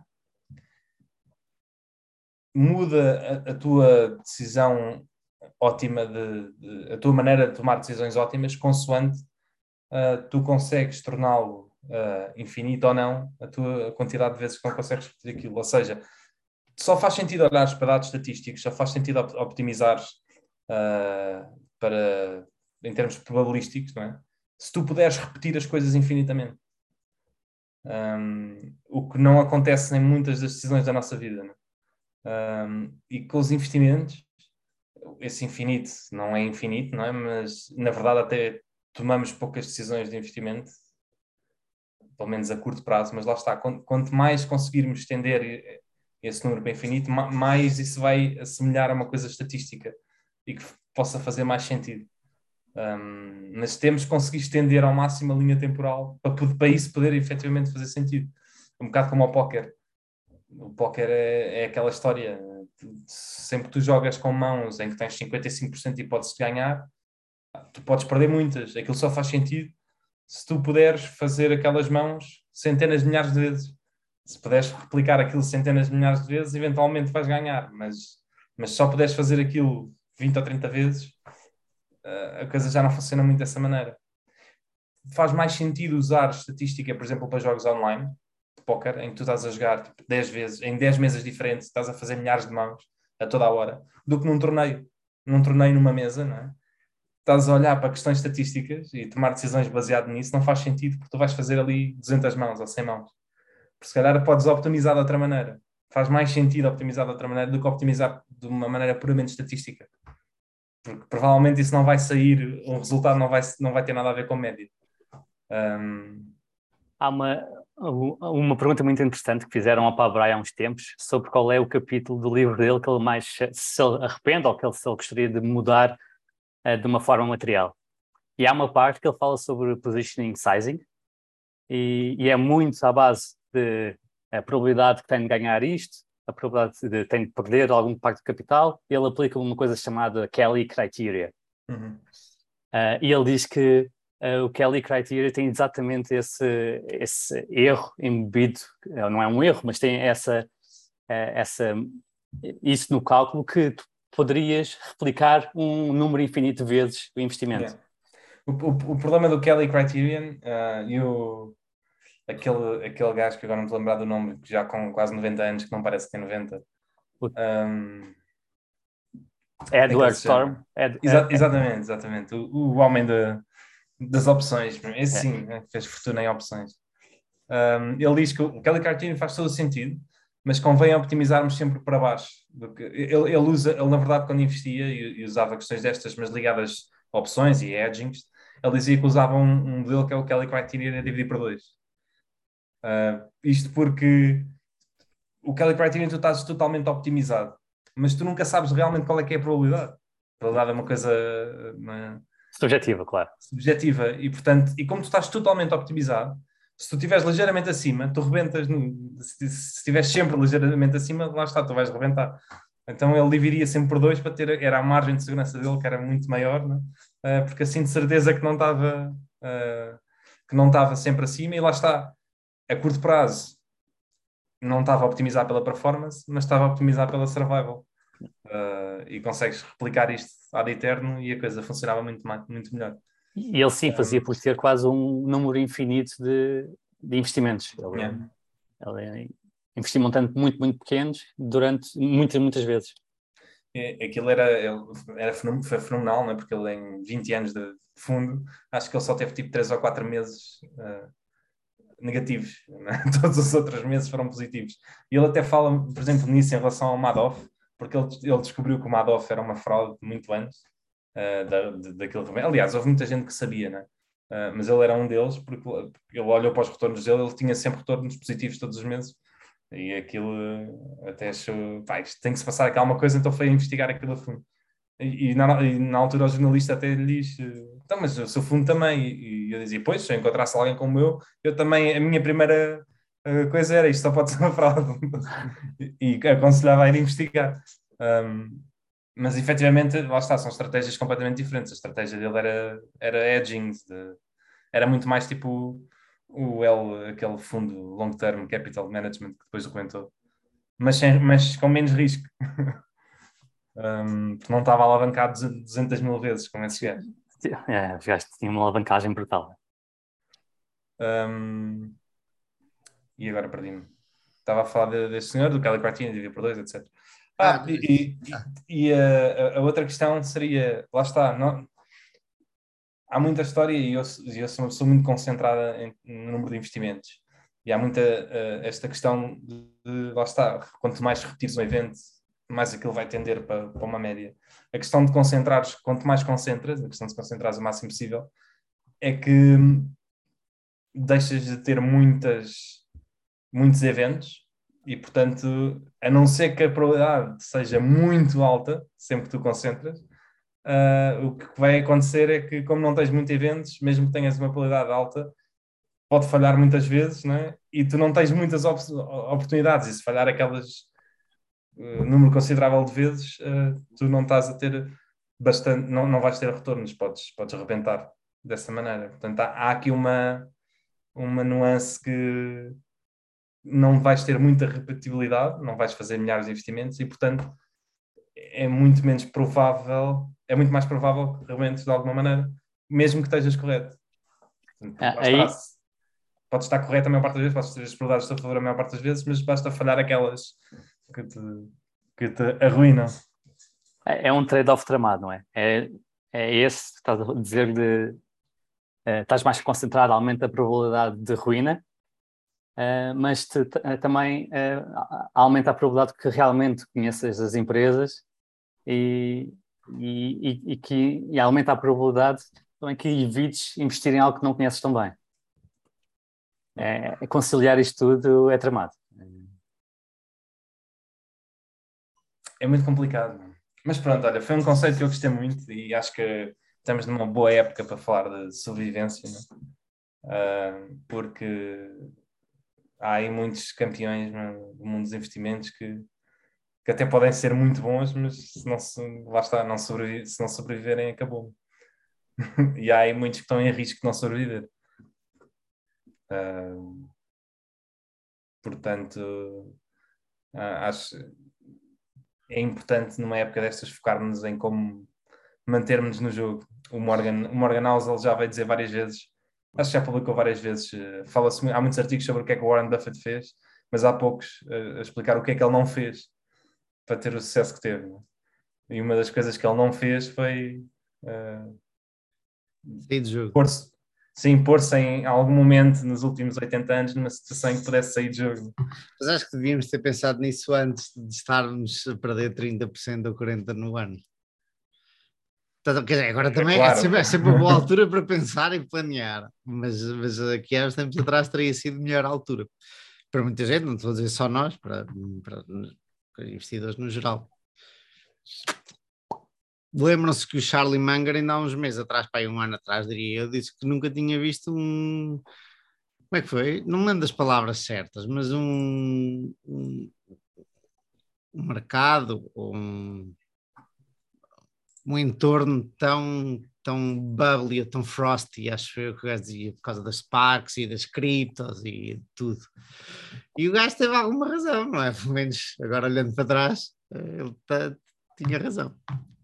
[SPEAKER 3] muda a, a tua decisão ótima, de, de, a tua maneira de tomar decisões ótimas, consoante uh, tu consegues torná-lo uh, infinito ou não, a tua quantidade de vezes que não consegues repetir aquilo. Ou seja, só faz sentido olhares para dados estatísticos, só faz sentido optimizares uh, para, em termos probabilísticos, não é? Se tu puderes repetir as coisas infinitamente. Um, o que não acontece em muitas das decisões da nossa vida. Não é? Um, e com os investimentos, esse infinito não é infinito, não é? Mas na verdade até tomamos poucas decisões de investimento, pelo menos a curto prazo, mas lá está, quanto mais conseguirmos estender esse número para infinito, mais isso vai assemelhar a uma coisa estatística e que possa fazer mais sentido. Um, mas temos que conseguir estender ao máximo a linha temporal para, para isso poder efetivamente fazer sentido. Um bocado como ao póquer. O póquer é, é aquela história, sempre que tu jogas com mãos em que tens cinquenta e cinco por cento de hipóteses de ganhar, tu podes perder muitas. Aquilo só faz sentido se tu puderes fazer aquelas mãos centenas de milhares de vezes. Se puderes replicar aquilo centenas de milhares de vezes, eventualmente vais ganhar, mas, mas se só puderes fazer aquilo vinte ou trinta vezes, a coisa já não funciona muito dessa maneira. faz mais sentido usar estatística, por exemplo, para jogos online, de póquer, em que tu estás a jogar tipo, dez vezes, em dez mesas diferentes, estás a fazer milhares de mãos a toda a hora, do que num torneio. Num torneio numa mesa, não é? Estás a olhar para questões estatísticas e tomar decisões baseado nisso não faz sentido, porque tu vais fazer ali duzentas mãos ou cem mãos. Porque se calhar podes optimizar de outra maneira. Faz mais sentido optimizar de outra maneira do que optimizar de uma maneira puramente estatística. Porque provavelmente isso não vai sair, o resultado não vai, não vai ter nada a ver com média. Um...
[SPEAKER 2] Há uma, uma pergunta muito interessante que fizeram ao Pabrai há uns tempos sobre qual é o capítulo do livro dele que ele mais se arrepende ou que ele, se ele gostaria de mudar uh, de uma forma material. E há uma parte que ele fala sobre positioning sizing e, e é muito à base de a probabilidade que tem de ganhar isto, a probabilidade de tem de perder algum parte do capital, e ele aplica uma coisa chamada Kelly Criteria.
[SPEAKER 3] Uhum.
[SPEAKER 2] Uh, e ele diz que uh, o Kelly Criteria tem exatamente esse, esse erro embebido, não é um erro, mas tem essa, uh, essa, isso no cálculo que tu poderias replicar um número infinito de vezes o investimento.
[SPEAKER 3] Yeah. O, o, o problema do Kelly Criterion uh, e o, aquele, aquele gajo que agora não me estou a lembrar do nome, que já com quase noventa anos, que não parece que tem noventa. Um,
[SPEAKER 2] Edward Storm.
[SPEAKER 3] Ed, Exa- é, exatamente, exatamente. O, o homem de, das opções. Esse sim, é. Fez fortuna em opções. Um, ele diz que o Kelly Criterion faz todo o sentido, mas convém optimizarmos sempre para baixo. Do que, ele, ele, usa, ele, na verdade, quando investia e, e usava questões destas, mas ligadas a opções e edgings, ele dizia que usava um, um modelo que é o Kelly Criterion a dividir por dois. Uh, isto porque o Kelly Criterion tu estás totalmente optimizado, mas tu nunca sabes realmente qual é que é a probabilidade. A probabilidade é uma coisa uma...
[SPEAKER 2] subjetiva, claro.
[SPEAKER 3] Subjetiva, e portanto, e como tu estás totalmente optimizado, se tu estiveres ligeiramente acima, tu rebentas, no... se estiveres sempre ligeiramente acima, lá está, tu vais rebentar. Então ele dividia sempre por dois para ter, era a margem de segurança dele que era muito maior, não é? Uh, porque assim de certeza que não estava uh, que não estava sempre acima, e lá está, a curto prazo não estava a optimizar pela performance, mas estava a optimizar pela survival. Uh, e consegues replicar isto ad eterno e a coisa funcionava muito, mais, muito melhor.
[SPEAKER 2] E ele sim fazia um, por ter quase um número infinito de, de investimentos. Ele,
[SPEAKER 3] yeah.
[SPEAKER 2] ele investiu montante muito, muito pequenos durante muitas, muitas vezes.
[SPEAKER 3] É, aquilo era, era foi fenomenal, não é? Porque ele em vinte anos de fundo, acho que ele só teve tipo três ou quatro meses uh, negativos, né? Todos os outros meses foram positivos. E ele até fala, por exemplo, nisso em relação ao Madoff, porque ele, ele descobriu que o Madoff era uma fraude muito antes uh, da, de, daquilo que... Aliás, houve muita gente que sabia, né? Uh, mas ele era um deles, porque ele olhou para os retornos dele, ele tinha sempre retornos positivos todos os meses, e aquilo até achou, pá, isto tem que se passar aqui alguma coisa, então foi investigar aquilo a fundo. E, e, na, e na altura o jornalista até lhe diz, então, mas o seu fundo também, e, e eu dizia, pois, se eu encontrasse alguém como eu, eu também, a minha primeira uh, coisa era, isto só pode ser uma fraude, e, e aconselhava a ir investigar. Um, mas efetivamente, lá está, são estratégias completamente diferentes. A estratégia dele era, era edging, de, era muito mais tipo o L, aquele fundo long term capital management que depois documentou, mas, sem, mas com menos risco. Um, porque não estava alavancado duzentas mil vezes como esse gajo.
[SPEAKER 2] É, os gajos tinham uma alavancagem brutal.
[SPEAKER 3] Um, e agora perdi-me. Estava a falar de, deste senhor, do Kelly Criterion, dividir por dois, etcétera. Ah, ah e, e, ah. e a, a outra questão seria, lá está, não, há muita história e eu, eu sou uma pessoa muito concentrada em, no número de investimentos. E há muita uh, esta questão de, de, lá está, quanto mais repetires um evento, mais aquilo vai tender para, para uma média. A questão de concentrares, quanto mais concentras, a questão de concentrares o máximo possível, é que deixas de ter muitas, muitos eventos e, portanto, a não ser que a probabilidade seja muito alta, sempre que tu concentras, uh, o que vai acontecer é que, como não tens muitos eventos, mesmo que tenhas uma probabilidade alta, pode falhar muitas vezes, não é? E tu não tens muitas op- oportunidades, e se falhar aquelas Uh, número considerável de vezes, uh, tu não estás a ter bastante, não, não vais ter retornos, podes, podes arrebentar dessa maneira. Portanto, há, há aqui uma, uma nuance que não vais ter muita repetibilidade, não vais fazer milhares de investimentos e, portanto, é muito menos provável, é muito mais provável que rebentes de alguma maneira, mesmo que estejas correto.
[SPEAKER 2] Ah,
[SPEAKER 3] Lá
[SPEAKER 2] aí,
[SPEAKER 3] está. Pode estar correto a maior parte das vezes, podes ter as probabilidades a favor a maior parte das vezes, mas basta falhar aquelas que te, que te arruinam.
[SPEAKER 2] é é um trade-off tramado, não é? É, é esse que estás a dizer de eh, estás mais concentrado, aumenta a probabilidade de ruína, eh, mas te- te- eh, também eh, a- aumenta a probabilidade que realmente conheças as empresas e, e, e, e que e aumenta a probabilidade também que evites investir em algo que não conheces tão bem. É, conciliar isto tudo é tramado.
[SPEAKER 3] É muito complicado. Mas pronto, olha, foi um conceito que eu gostei muito e acho que estamos numa boa época para falar de sobrevivência, não é? Ah, porque há aí muitos campeões no mundo dos investimentos que, que até podem ser muito bons, mas se não, se, lá está, não sobrevi- se não sobreviverem, acabou. E há aí muitos que estão em risco de não sobreviver. Ah, portanto, ah, acho é importante numa época destas focarmos em como mantermos no jogo. O Morgan, o Morgan Housel já veio dizer várias vezes, acho que já publicou várias vezes, eh, fala-se, há muitos artigos sobre o que é que o Warren Buffett fez, mas há poucos uh, a explicar o que é que ele não fez para ter o sucesso que teve. Né? E uma das coisas que ele não fez foi uh,
[SPEAKER 1] Sair do jogo.
[SPEAKER 3] pôr-se, sim, pôr-se em algum momento nos últimos oitenta anos numa situação em que pudesse sair de jogo.
[SPEAKER 1] Mas acho que devíamos ter pensado nisso antes de estarmos a perder trinta por cento ou quarenta por cento no ano. Quer dizer, agora também é
[SPEAKER 3] Claro.
[SPEAKER 1] sempre, é sempre uma boa altura para pensar e planear, mas, mas aqui há uns tempos atrás teria sido a melhor altura. Para muita gente, não estou a dizer só nós, para, para, para investidores no geral. Lembram-se que o Charlie Munger, ainda há uns meses atrás, para aí um ano atrás, diria eu, disse que nunca tinha visto um. Como é que foi? Não me lembro das palavras certas, mas um, um, um mercado, um, um entorno tão, tão bubbly, tão frosty, acho eu que o gajo dizia, por causa das SPACs e das criptos e de tudo. E o gajo teve alguma razão, não é? Pelo menos agora olhando para trás, ele tá, tinha razão.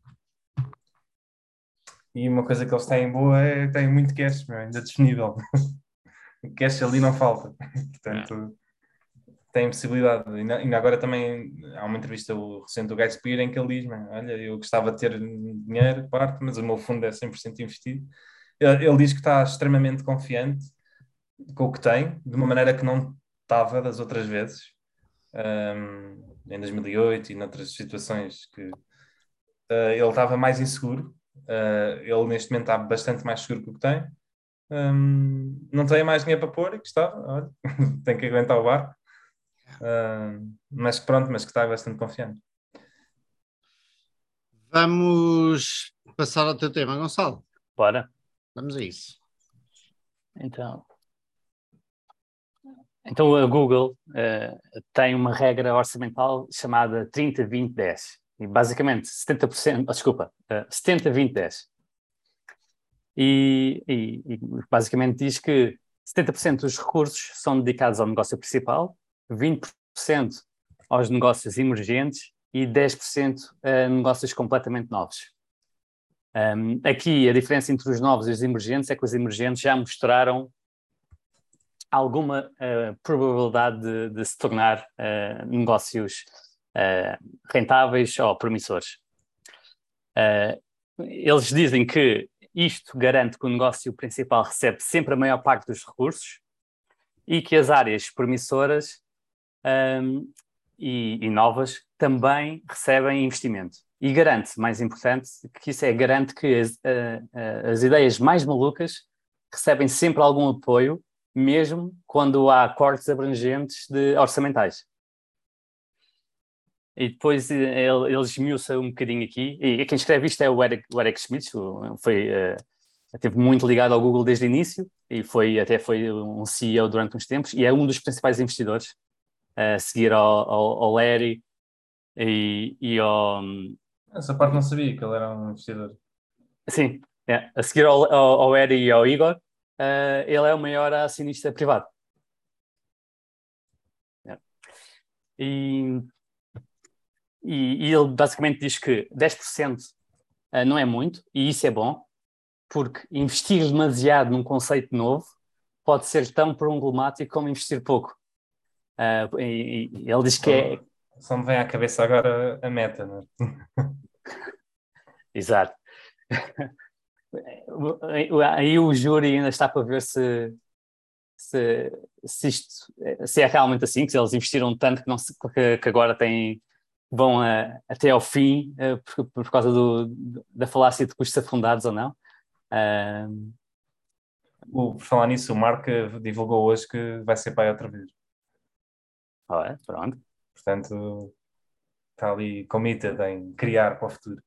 [SPEAKER 3] E uma coisa que eles têm boa é que têm muito cash, meu, ainda disponível. O cash ali não falta. Portanto, tem possibilidade. Ainda, ainda agora também há uma entrevista recente do Guy Spear em que ele diz: olha, eu gostava de ter dinheiro, parte, mas o meu fundo é cem por cento investido. Ele, ele diz que está extremamente confiante com o que tem, de uma maneira que não estava das outras vezes, um, em dois mil e oito e noutras situações que uh, ele estava mais inseguro. Uh, ele neste momento está bastante mais seguro com o que tem. Um, não tem mais dinheiro para pôr e que está, olha, tem que aguentar o barco. Uh, mas pronto, mas que está bastante confiante.
[SPEAKER 1] Vamos passar ao teu tema, Gonçalo.
[SPEAKER 2] Bora.
[SPEAKER 1] Vamos a isso.
[SPEAKER 2] Então, então a Google uh, tem uma regra orçamental chamada trinta, vinte, dez. E basicamente setenta por cento, oh, desculpa, uh, setenta, vinte, dez. E, e, e basicamente diz que setenta por cento dos recursos são dedicados ao negócio principal, vinte por cento aos negócios emergentes e dez por cento a negócios completamente novos. Um, aqui a diferença entre os novos e os emergentes é que os emergentes já mostraram alguma uh, probabilidade de, de se tornar uh, negócios uh, rentáveis ou promissores. Uh, eles dizem que isto garante que o negócio principal recebe sempre a maior parte dos recursos e que as áreas promissoras um, e, e novas também recebem investimento. E garante, mais importante, que isso é, garante que as, uh, uh, as ideias mais malucas recebem sempre algum apoio, mesmo quando há cortes abrangentes de orçamentais. E depois ele, ele esmiuça um bocadinho aqui, e quem escreve isto é o Eric, o Eric Schmidt, foi, uh, esteve muito ligado ao Google desde o início, e foi, até foi um C E O durante uns tempos, e é um dos principais investidores, a uh, seguir ao, ao, ao Larry e, e ao...
[SPEAKER 3] Essa parte não sabia que ele era um investidor.
[SPEAKER 2] Sim, é, a seguir ao, ao, ao Larry e ao Igor, uh, ele é o maior acionista privado. É. E... E, e ele basicamente diz que dez por cento não é muito, e isso é bom, porque investir demasiado num conceito novo pode ser tão problemático como investir pouco. Uh, e, e ele diz que é...
[SPEAKER 3] Só me vem à cabeça agora a Meta, não é?
[SPEAKER 2] Exato. Aí o júri ainda está para ver se, se, se isto se é realmente assim, que eles investiram tanto que, não se, que, que agora têm, vão a, até ao fim uh, por, por causa do, da falácia de custos afundados ou não. Uh,
[SPEAKER 3] O, por falar nisso, o Mark divulgou hoje que vai ser pai outra vez.
[SPEAKER 2] é, pronto.
[SPEAKER 3] Portanto, está ali committed em criar para o futuro.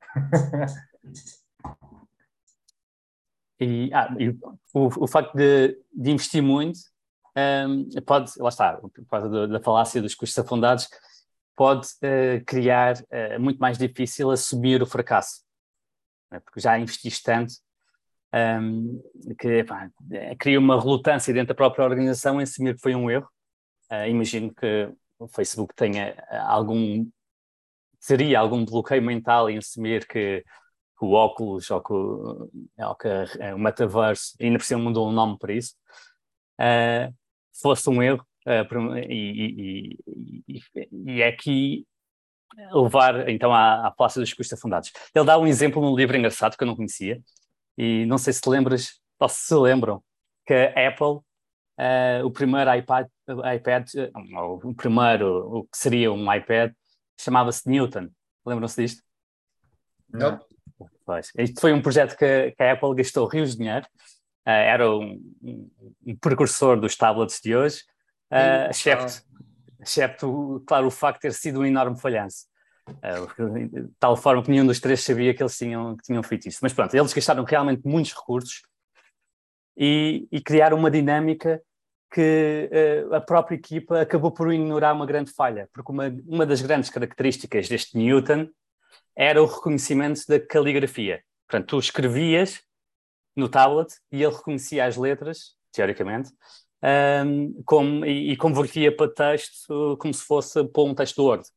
[SPEAKER 2] E, ah, e o, o facto de, de investir muito um, pode, lá está, por causa do, da falácia dos custos afundados, pode uh, criar uh, muito mais difícil assumir o fracasso, né? Porque já investiste tanto um, que pá, cria uma relutância dentro da própria organização em assumir que foi um erro. Uh, imagino que o Facebook tenha algum, teria algum bloqueio mental em assumir que o óculos ou que o, ou que o metaverse, ainda por cima mudou um nome para isso, uh, fosse um erro, uh, e, e, e, e é aqui levar então à, à falácia dos custos afundados. Ele dá um exemplo num livro engraçado que eu não conhecia, e não sei se te lembras, ou se se lembram, que a Apple, uh, o primeiro iPad, iPad uh, o primeiro, o que seria um iPad, chamava-se Newton. Lembram-se disto?
[SPEAKER 1] Não.
[SPEAKER 2] Pois. Isto foi um projeto que, que a Apple gastou rios de dinheiro. Uh, era um, um, um precursor dos tablets de hoje, uh, excepto, excepto, claro, o facto de ter sido um enorme falhanço. Uh, de tal forma que nenhum dos três sabia que eles tinham, que tinham feito isso. Mas pronto, eles gastaram realmente muitos recursos e, e criaram uma dinâmica que uh, a própria equipa acabou por ignorar uma grande falha, porque uma, uma das grandes características deste Newton era o reconhecimento da caligrafia. Portanto, tu escrevias no tablet e ele reconhecia as letras, teoricamente, um, como, e, e convertia para texto como se fosse para um texto Word.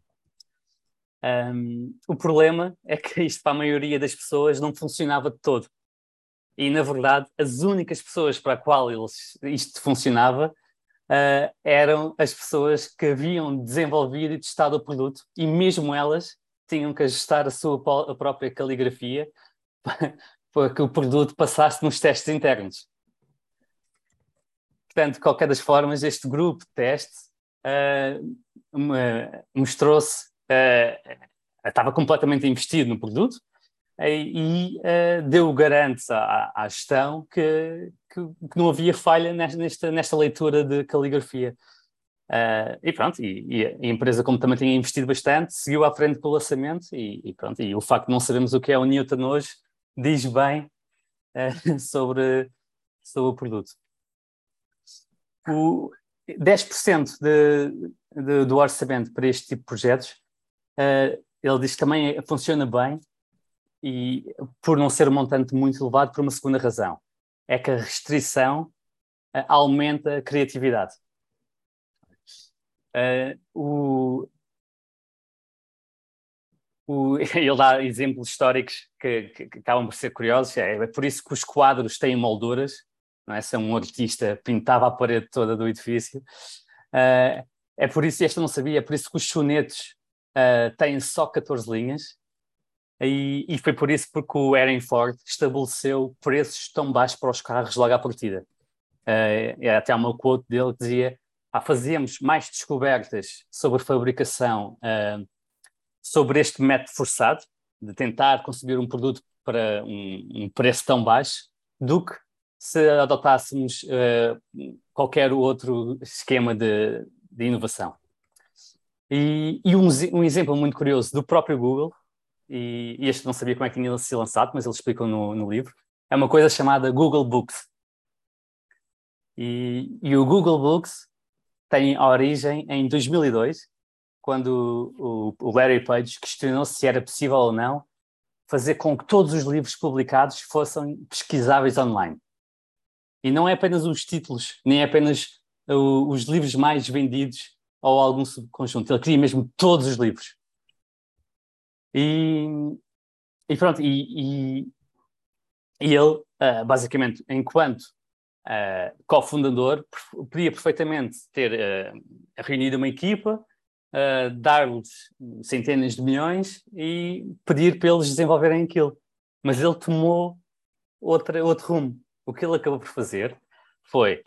[SPEAKER 2] Um, o problema é que isto para a maioria das pessoas não funcionava de todo. E, na verdade, as únicas pessoas para a qual eles, isto funcionava uh, eram as pessoas que haviam desenvolvido e testado o produto, e mesmo elas tinham que ajustar a sua a própria caligrafia para que o produto passasse nos testes internos. Portanto, de qualquer das formas, este grupo de teste uh, mostrou-se, uh, estava completamente investido no produto uh, e uh, deu garantes à, à gestão que, que, que não havia falha nesta, nesta leitura de caligrafia. Uh, e pronto, e, e a empresa, como também tinha investido bastante, seguiu à frente com o lançamento e, e pronto, e o facto de não sabermos o que é o Newton hoje diz bem uh, sobre, sobre o produto. O dez por cento de, de, do orçamento para este tipo de projetos, uh, ele diz que também funciona bem, e por não ser um montante muito elevado, por uma segunda razão, é que a restrição uh, aumenta a criatividade. Uh, o, o, ele dá exemplos históricos que, que, que acabam por ser curiosos. É, é por isso que os quadros têm molduras, não é? Se um artista pintava a parede toda do edifício. Uh, é por isso, este eu não sabia, é por isso que os sonetos uh, têm só catorze linhas. E, e foi por isso porque o Henry Ford estabeleceu preços tão baixos para os carros logo à partida. Uh, é até uma quote dele que dizia: ah, fazíamos mais descobertas sobre fabricação, uh, sobre este método forçado, de tentar conseguir um produto para um, um preço tão baixo, do que se adotássemos uh, qualquer outro esquema de, de inovação. E, e um, um exemplo muito curioso do próprio Google, e, e este não sabia como é que tinha sido lançado, mas eles explicam no, no livro, é uma coisa chamada Google Books. E, e o Google Books tem a origem em dois mil e dois, quando o, o Larry Page questionou se era possível ou não fazer com que todos os livros publicados fossem pesquisáveis online. E não é apenas os títulos, nem é apenas o, os livros mais vendidos ou algum subconjunto. Ele queria mesmo todos os livros. E, e pronto, e, e E ele, uh, basicamente, enquanto uh, cofundador, podia perfeitamente ter uh, reunido uma equipa, uh, dar-lhes centenas de milhões e pedir para eles desenvolverem aquilo. Mas ele tomou outra, outro rumo. O que ele acabou por fazer foi,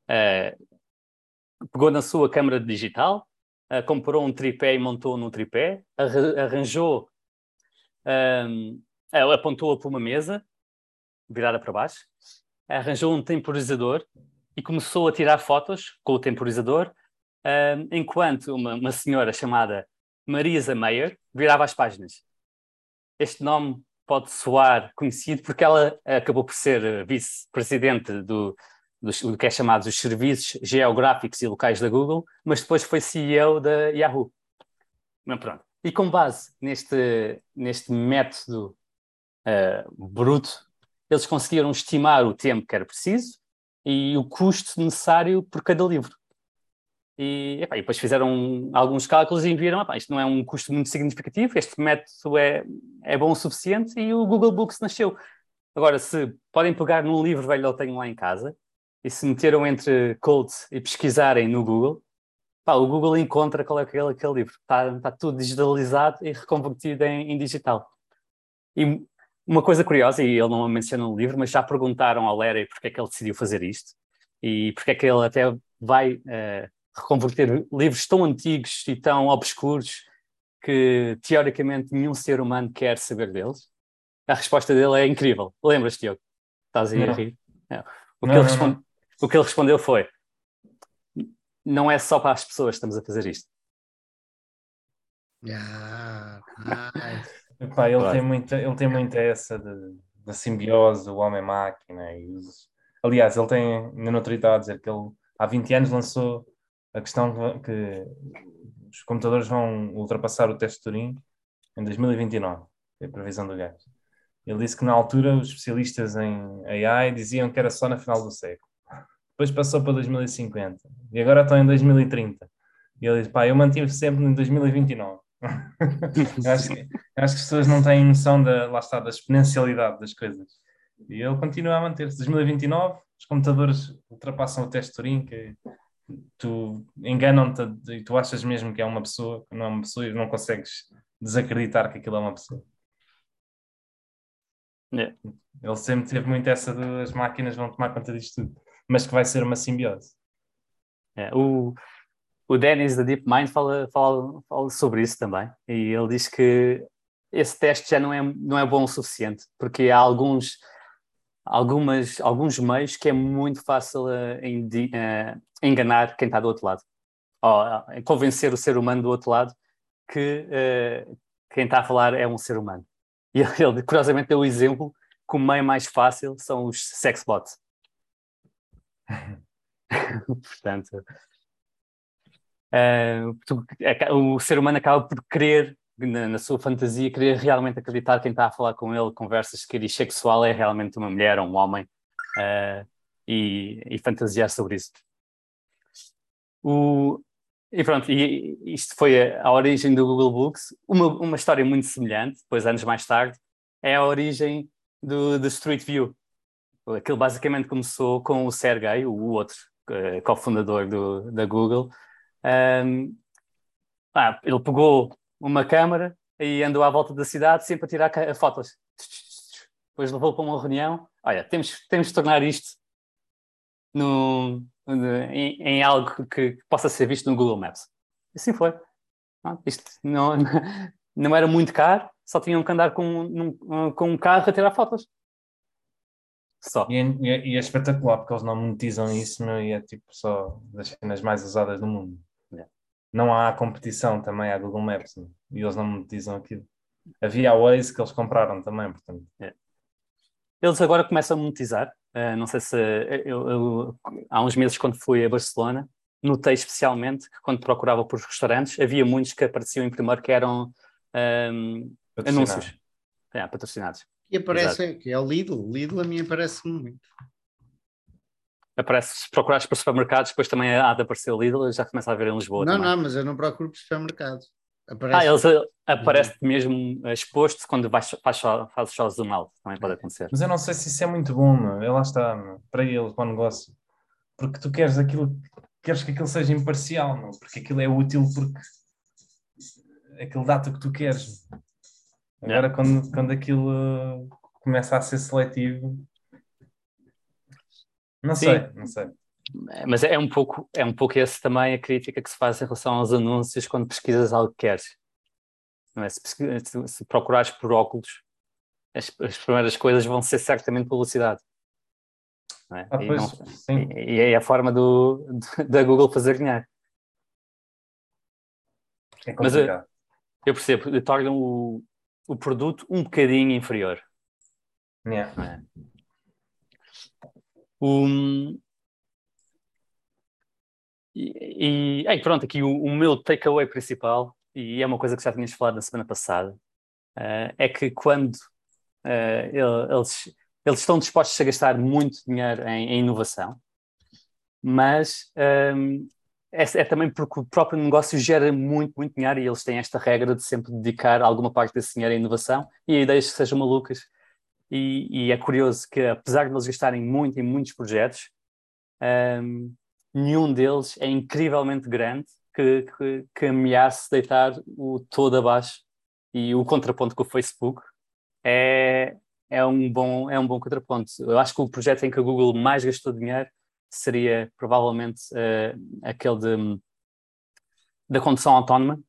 [SPEAKER 2] uh, pegou na sua câmara digital, uh, comprou um tripé e montou num tripé, arranjou, um, apontou-a para uma mesa, virada para baixo, arranjou um temporizador e começou a tirar fotos com o temporizador, um, enquanto uma, uma senhora chamada Marisa Mayer virava as páginas. Este nome pode soar conhecido porque ela acabou por ser vice-presidente do, do, do que é chamado os Serviços Geográficos e Locais da Google, mas depois foi C E O da Yahoo. Mas pronto. E com base neste, neste método uh, bruto, eles conseguiram estimar o tempo que era preciso e o custo necessário por cada livro. E, epá, e depois fizeram alguns cálculos e viram, epá, isto não é um custo muito significativo, este método é, é bom o suficiente e o Google Books nasceu. Agora, se podem pegar num livro velho que eu tenho lá em casa e se meteram entre codes e pesquisarem no Google, pá, o Google encontra qual é aquele, aquele livro. Está, está tudo digitalizado e reconvertido em, em digital. E uma coisa curiosa, e ele não menciona no livro, mas já perguntaram ao Larry porque é que ele decidiu fazer isto e porque é que ele até vai uh, reconverter livros tão antigos e tão obscuros que, teoricamente, nenhum ser humano quer saber deles. A resposta dele é incrível. Lembras-te, Diogo? Estás aí
[SPEAKER 3] Não.
[SPEAKER 2] a rir? Não. O,
[SPEAKER 3] Não,
[SPEAKER 2] que ele
[SPEAKER 3] não,
[SPEAKER 2] responde...
[SPEAKER 3] não.
[SPEAKER 2] o que ele respondeu foi: não é só para as pessoas que estamos a fazer isto.
[SPEAKER 1] Yeah, nice.
[SPEAKER 3] Epá, ele,
[SPEAKER 2] Claro.
[SPEAKER 3] tem muita, ele tem muita essa de, da simbiose do homem-máquina. E os... Aliás, ele tem, ainda não estava a dizer que ele há vinte anos lançou a questão que os computadores vão ultrapassar o teste de Turing em dois mil e vinte e nove, é a previsão do gajo. Ele disse que na altura os especialistas em A I diziam que era só na final do século. Depois passou para dois mil e cinquenta e agora estão em dois mil e trinta. E ele disse, pá, eu mantive sempre em dois mil e vinte e nove. eu acho que, eu acho que as pessoas não têm noção da, lá está, da exponencialidade das coisas. E ele continua a manter-se. dois mil e vinte e nove, os computadores ultrapassam o teste de Turing, que tu enganam-te e tu achas mesmo que é uma pessoa, que não é uma pessoa, e não consegues desacreditar que aquilo é uma pessoa.
[SPEAKER 2] Yeah.
[SPEAKER 3] Ele sempre teve muito essa de as máquinas vão tomar conta disto tudo, mas que vai ser uma simbiose.
[SPEAKER 2] Yeah. O, o Dennis da DeepMind fala, fala, fala sobre isso também, e ele diz que esse teste já não é, não é bom o suficiente, porque há alguns, algumas, alguns meios que é muito fácil uh, indi, uh, enganar quem está do outro lado, ou uh, convencer o ser humano do outro lado que uh, quem está a falar é um ser humano. E ele, ele curiosamente deu o exemplo que o meio mais fácil são os sex bots. Portanto, uh, tu, o ser humano acaba por querer, na, na sua fantasia, querer realmente acreditar que quem está a falar com ele, conversas de cariz sexual, é realmente uma mulher ou um homem, uh, e, e fantasiar sobre isso. O, e pronto, e isto foi a, a origem do Google Books. Uma, uma história muito semelhante, depois anos mais tarde, é a origem do, do Street View. Aquilo basicamente começou com o Sergey, o outro uh, cofundador do, da Google. Um, ah, ele pegou uma câmara e andou à volta da cidade sempre a tirar fotos. Depois levou para uma reunião. Olha, temos, temos de tornar isto no, em, em algo que possa ser visto no Google Maps. E assim foi. Isto não, não era muito caro, só tinham que andar com, num, com um carro a tirar fotos. Só.
[SPEAKER 3] E é, e é espetacular porque eles não monetizam isso, meu, e é tipo só das cenas mais usadas do mundo.
[SPEAKER 2] Yeah.
[SPEAKER 3] Não há competição também à Google Maps, meu, e eles não monetizam aquilo. Havia a Waze que eles compraram também, portanto.
[SPEAKER 2] Yeah. Eles agora começam a monetizar. Uh, não sei se eu, eu, há uns meses, quando fui a Barcelona, notei especialmente que quando procurava por restaurantes, havia muitos que apareciam em primeiro que eram um, anúncios. É, patrocinados.
[SPEAKER 1] E aparece, que é o Lidl. Lidl a mim aparece muito.
[SPEAKER 2] Aparece, se procurares para supermercados, depois também há de aparecer o Lidl, já começa a ver em Lisboa
[SPEAKER 1] não,
[SPEAKER 2] também.
[SPEAKER 1] Não, mas eu não procuro por supermercados. Aparece...
[SPEAKER 2] Ah, eles uh, aparece mesmo exposto quando vais, faz, faz só zoom out, também pode acontecer.
[SPEAKER 3] Mas eu não sei se isso é muito bom, meu. E lá está, meu, para eles, para o negócio. Porque tu queres aquilo, queres que aquilo seja imparcial, meu, porque aquilo é útil porque aquilo dá-te o que tu queres. Agora,
[SPEAKER 2] Yeah.
[SPEAKER 3] quando, quando aquilo uh, começa a ser seletivo, não
[SPEAKER 2] Sim.
[SPEAKER 3] sei, não sei.
[SPEAKER 2] Mas é um pouco, é um pouco esse também a crítica que se faz em relação aos anúncios quando pesquisas algo que queres. Não é? Se, pesquisa, se procurares por óculos, as, as primeiras coisas vão ser certamente publicidade. Não é?
[SPEAKER 3] Ah,
[SPEAKER 2] e,
[SPEAKER 3] pois,
[SPEAKER 2] não,
[SPEAKER 3] sim.
[SPEAKER 2] e, e é a forma do, da Google fazer ganhar.
[SPEAKER 3] É
[SPEAKER 2] Mas eu,
[SPEAKER 3] complicado.
[SPEAKER 2] eu percebo, tornam o, o produto um bocadinho inferior.
[SPEAKER 3] Yeah.
[SPEAKER 2] Não é? Um, e, e aí, pronto, aqui o, o meu takeaway principal, e é uma coisa que já tínhamos falado na semana passada, uh, é que quando uh, eles, eles estão dispostos a gastar muito dinheiro em, em inovação, mas um, é, é também porque o próprio negócio gera muito, muito dinheiro e eles têm esta regra de sempre dedicar alguma parte desse dinheiro à inovação e a ideias que sejam malucas. E, e é curioso que, apesar de eles gastarem muito em muitos projetos, um, nenhum deles é incrivelmente grande que, que, que ameace deitar o todo abaixo. E o contraponto com o Facebook é, é, um bom, é um bom contraponto. Eu acho que o projeto em que a Google mais gastou dinheiro seria provavelmente uh, aquele de, da condução autónoma,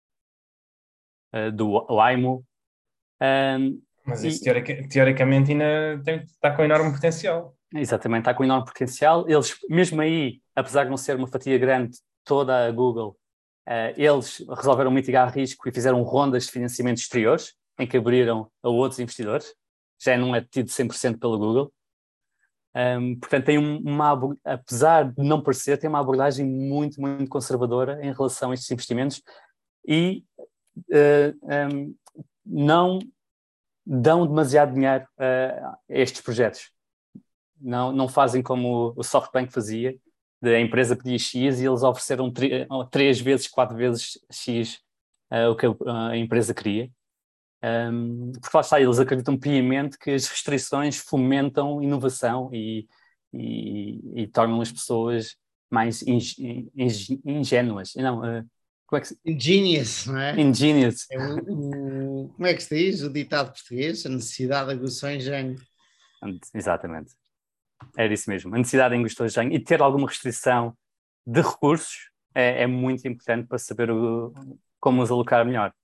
[SPEAKER 2] uh, do Waymo. Um,
[SPEAKER 3] Mas isso
[SPEAKER 2] e,
[SPEAKER 3] teorica, teoricamente ainda tem, está com enorme potencial.
[SPEAKER 2] Exatamente, está com enorme potencial. Eles, mesmo aí, apesar de não ser uma fatia grande, toda a Google, uh, eles resolveram mitigar risco e fizeram rondas de financiamento exteriores, em que abriram a outros investidores. Já não é tido cem por cento pela Google. Um, portanto, tem uma, apesar de não parecer, tem uma abordagem muito, muito conservadora em relação a estes investimentos e uh, um, não dão demasiado dinheiro uh, a estes projetos. Não, não fazem como o SoftBank fazia, de a empresa pedia X e eles ofereceram três vezes, quatro vezes X uh, o que a, a empresa queria. Um, porque lá está, eles acreditam piamente que as restrições fomentam inovação e, e, e tornam as pessoas mais ing, ing, ingênuas. Não, uh, como é que se...
[SPEAKER 1] Ingenious, não é?
[SPEAKER 2] Ingenious.
[SPEAKER 1] É o, o, como é que se diz? O ditado português? A necessidade aguçou o engenho.
[SPEAKER 2] Exatamente. Era isso mesmo. A necessidade de engostou engenho e ter alguma restrição de recursos é, é muito importante para saber o, como os alocar melhor.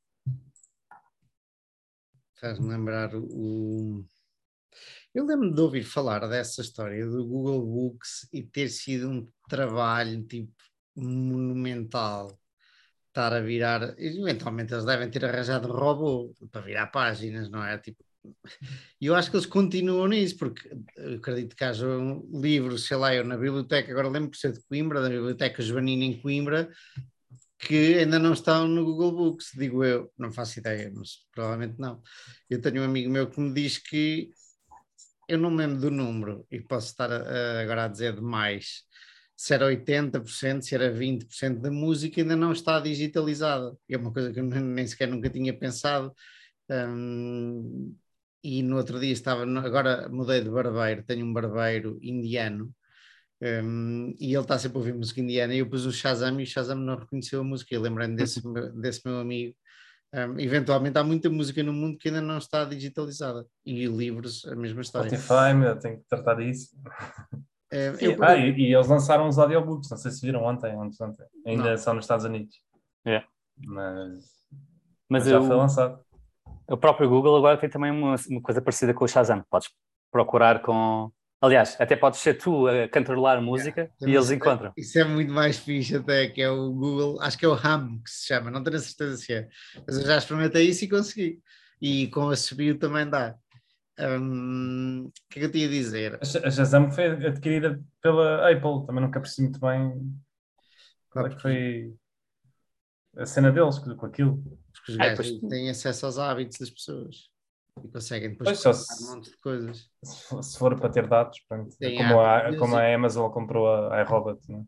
[SPEAKER 1] Faz-me lembrar o... Eu lembro de ouvir falar dessa história do Google Books e ter sido um trabalho tipo monumental estar a virar, eventualmente eles devem ter arranjado um robô para virar páginas, não é? Tipo, e eu acho que eles continuam nisso, porque eu acredito que haja um livro, sei lá, eu na biblioteca, agora lembro por ser de Coimbra, da Biblioteca Joanina em Coimbra, que ainda não estão no Google Books, digo eu, não faço ideia, mas provavelmente não. Eu tenho um amigo meu que me diz que eu não me lembro do número e posso estar a, a, agora a dizer demais. Se era oitenta por cento, se era vinte por cento da música ainda não está digitalizada. É uma coisa que eu nem sequer nunca tinha pensado. Um, e no outro dia estava, no, agora mudei de barbeiro, tenho um barbeiro indiano um, e ele está sempre a ouvir música indiana e eu pus o Shazam e o Shazam não reconheceu a música. Eu lembrei-me desse, desse meu amigo. Um, eventualmente há muita música no mundo que ainda não está digitalizada e livros, a mesma história.
[SPEAKER 3] Spotify, meu, tenho que tratar disso.
[SPEAKER 1] É,
[SPEAKER 3] E,
[SPEAKER 1] eu,
[SPEAKER 3] ah, e, e eles lançaram os audiobooks, não sei se viram ontem, ontem, ontem. Ainda
[SPEAKER 1] não.
[SPEAKER 3] são nos Estados Unidos.
[SPEAKER 2] É.
[SPEAKER 3] Mas,
[SPEAKER 2] Mas
[SPEAKER 3] mas já foi
[SPEAKER 2] eu,
[SPEAKER 3] lançado.
[SPEAKER 2] o próprio Google agora tem também uma, uma coisa parecida com o Shazam. Podes procurar com... Aliás, até podes ser tu a cantarolar música
[SPEAKER 1] Yeah.
[SPEAKER 2] e eles
[SPEAKER 1] Isso,
[SPEAKER 2] encontram.
[SPEAKER 1] isso é muito mais fixe até, que é o Google, acho que é o Hum que se chama, não tenho a certeza se é, mas eu já experimentei isso e consegui. E com a Subiu também dá. Um, o que é que eu tinha a dizer?
[SPEAKER 3] A Shazam foi adquirida pela Apple, também nunca percebi muito bem qual é que foi a cena deles com aquilo.
[SPEAKER 1] Porque os
[SPEAKER 2] Ah, depois,
[SPEAKER 1] gajos têm acesso aos hábitos das pessoas e conseguem depois
[SPEAKER 3] Pois só
[SPEAKER 1] programar um
[SPEAKER 3] se,
[SPEAKER 1] monte de coisas.
[SPEAKER 3] se for para ter dados, pronto.
[SPEAKER 1] Tem
[SPEAKER 3] Como
[SPEAKER 1] Apple
[SPEAKER 3] a, como
[SPEAKER 1] Music.
[SPEAKER 3] a Amazon comprou a iRobot, né?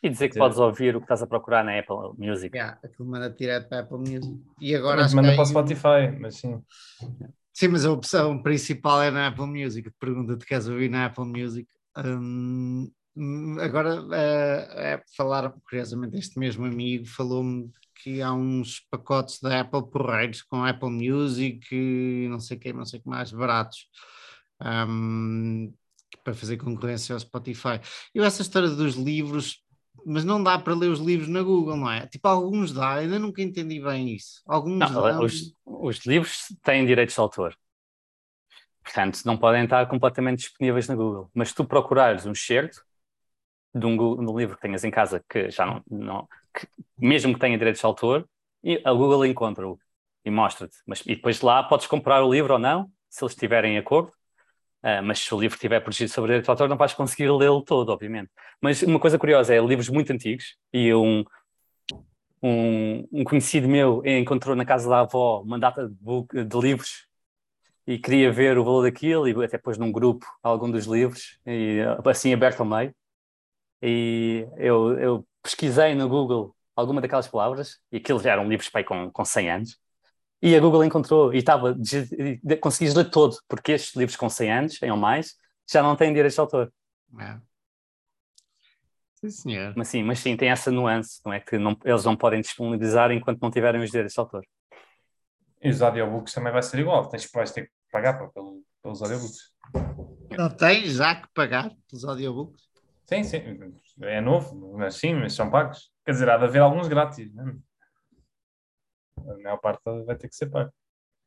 [SPEAKER 2] E dizer que podes ouvir o que estás a procurar na Apple Music.
[SPEAKER 1] Yeah, aquilo manda direto para a Apple Music. E agora
[SPEAKER 3] Também
[SPEAKER 1] acho
[SPEAKER 3] manda
[SPEAKER 1] que
[SPEAKER 3] para o
[SPEAKER 1] aí...
[SPEAKER 3] Spotify, mas sim.
[SPEAKER 1] Sim, mas a opção principal é na Apple Music. Pergunta-te, queres ouvir na Apple Music? Hum, agora, é, é falar, curiosamente, este mesmo amigo falou-me que há uns pacotes da Apple porreiros com Apple Music e não sei o que, não sei o que mais, baratos. Um, para fazer concorrência ao Spotify. Eu essa história dos livros, mas não dá para ler os livros na Google, não é? Tipo, alguns dá, ainda nunca entendi bem isso. Alguns
[SPEAKER 2] Não,
[SPEAKER 1] dão...
[SPEAKER 2] os, os livros têm direitos de autor. Portanto, não podem estar completamente disponíveis na Google. Mas se tu procurares um excerto de um, de um livro que tenhas em casa que já não... não que, mesmo que tenha direitos de autor, a Google encontra-o e mostra-te. Mas, e depois lá podes comprar o livro ou não, se eles estiverem em acordo. Uh, mas se o livro estiver protegido sobre direito de autor, não vais conseguir lê-lo todo, obviamente. Mas uma coisa curiosa é livros muito antigos, e um, um, um conhecido meu encontrou na casa da avó uma data de, book, de livros e queria ver o valor daquilo, e até pôs num grupo algum dos livros, e, assim aberto ao meio. E eu, eu pesquisei no Google alguma daquelas palavras, e aqueles eram livros pai, com, com cem anos. E a Google encontrou, e estava, conseguias ler todo, porque estes livros com cem anos, ou mais, já não têm direitos de autor.
[SPEAKER 1] É. Sim, senhor.
[SPEAKER 2] Mas sim, mas sim, tem essa nuance, não é? Que não, eles não podem disponibilizar enquanto não tiverem os direitos de autor.
[SPEAKER 3] E os audiobooks também vai ser igual, tens, vais ter que pagar pá, pelo, pelos audiobooks.
[SPEAKER 1] Não tens já que pagar pelos audiobooks?
[SPEAKER 3] Sim, sim, é novo, mas sim, mas são pagos. Quer dizer, há de haver alguns grátis, né? A maior parte vai ter que ser pago.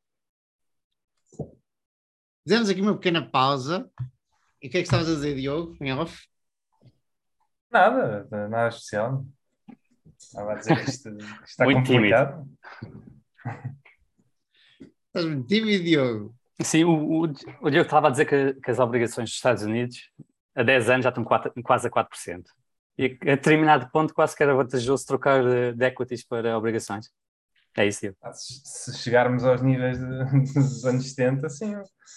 [SPEAKER 1] Fizemos aqui uma pequena pausa. E o que é que estavas a dizer, Diogo, em off?
[SPEAKER 3] Nada, nada especial. Estava a dizer que isto, isto está
[SPEAKER 2] muito
[SPEAKER 3] complicado.
[SPEAKER 2] Tímido.
[SPEAKER 1] Estás muito tímido, Diogo.
[SPEAKER 2] Sim, o, o, o Diogo estava a dizer que, que as obrigações dos Estados Unidos há dez anos já estão quatro, quase a quatro por cento. E a determinado ponto quase que era vantajoso trocar de, de equities para obrigações. É isso, Diogo.
[SPEAKER 3] Se chegarmos aos níveis de, dos anos setenta, sim.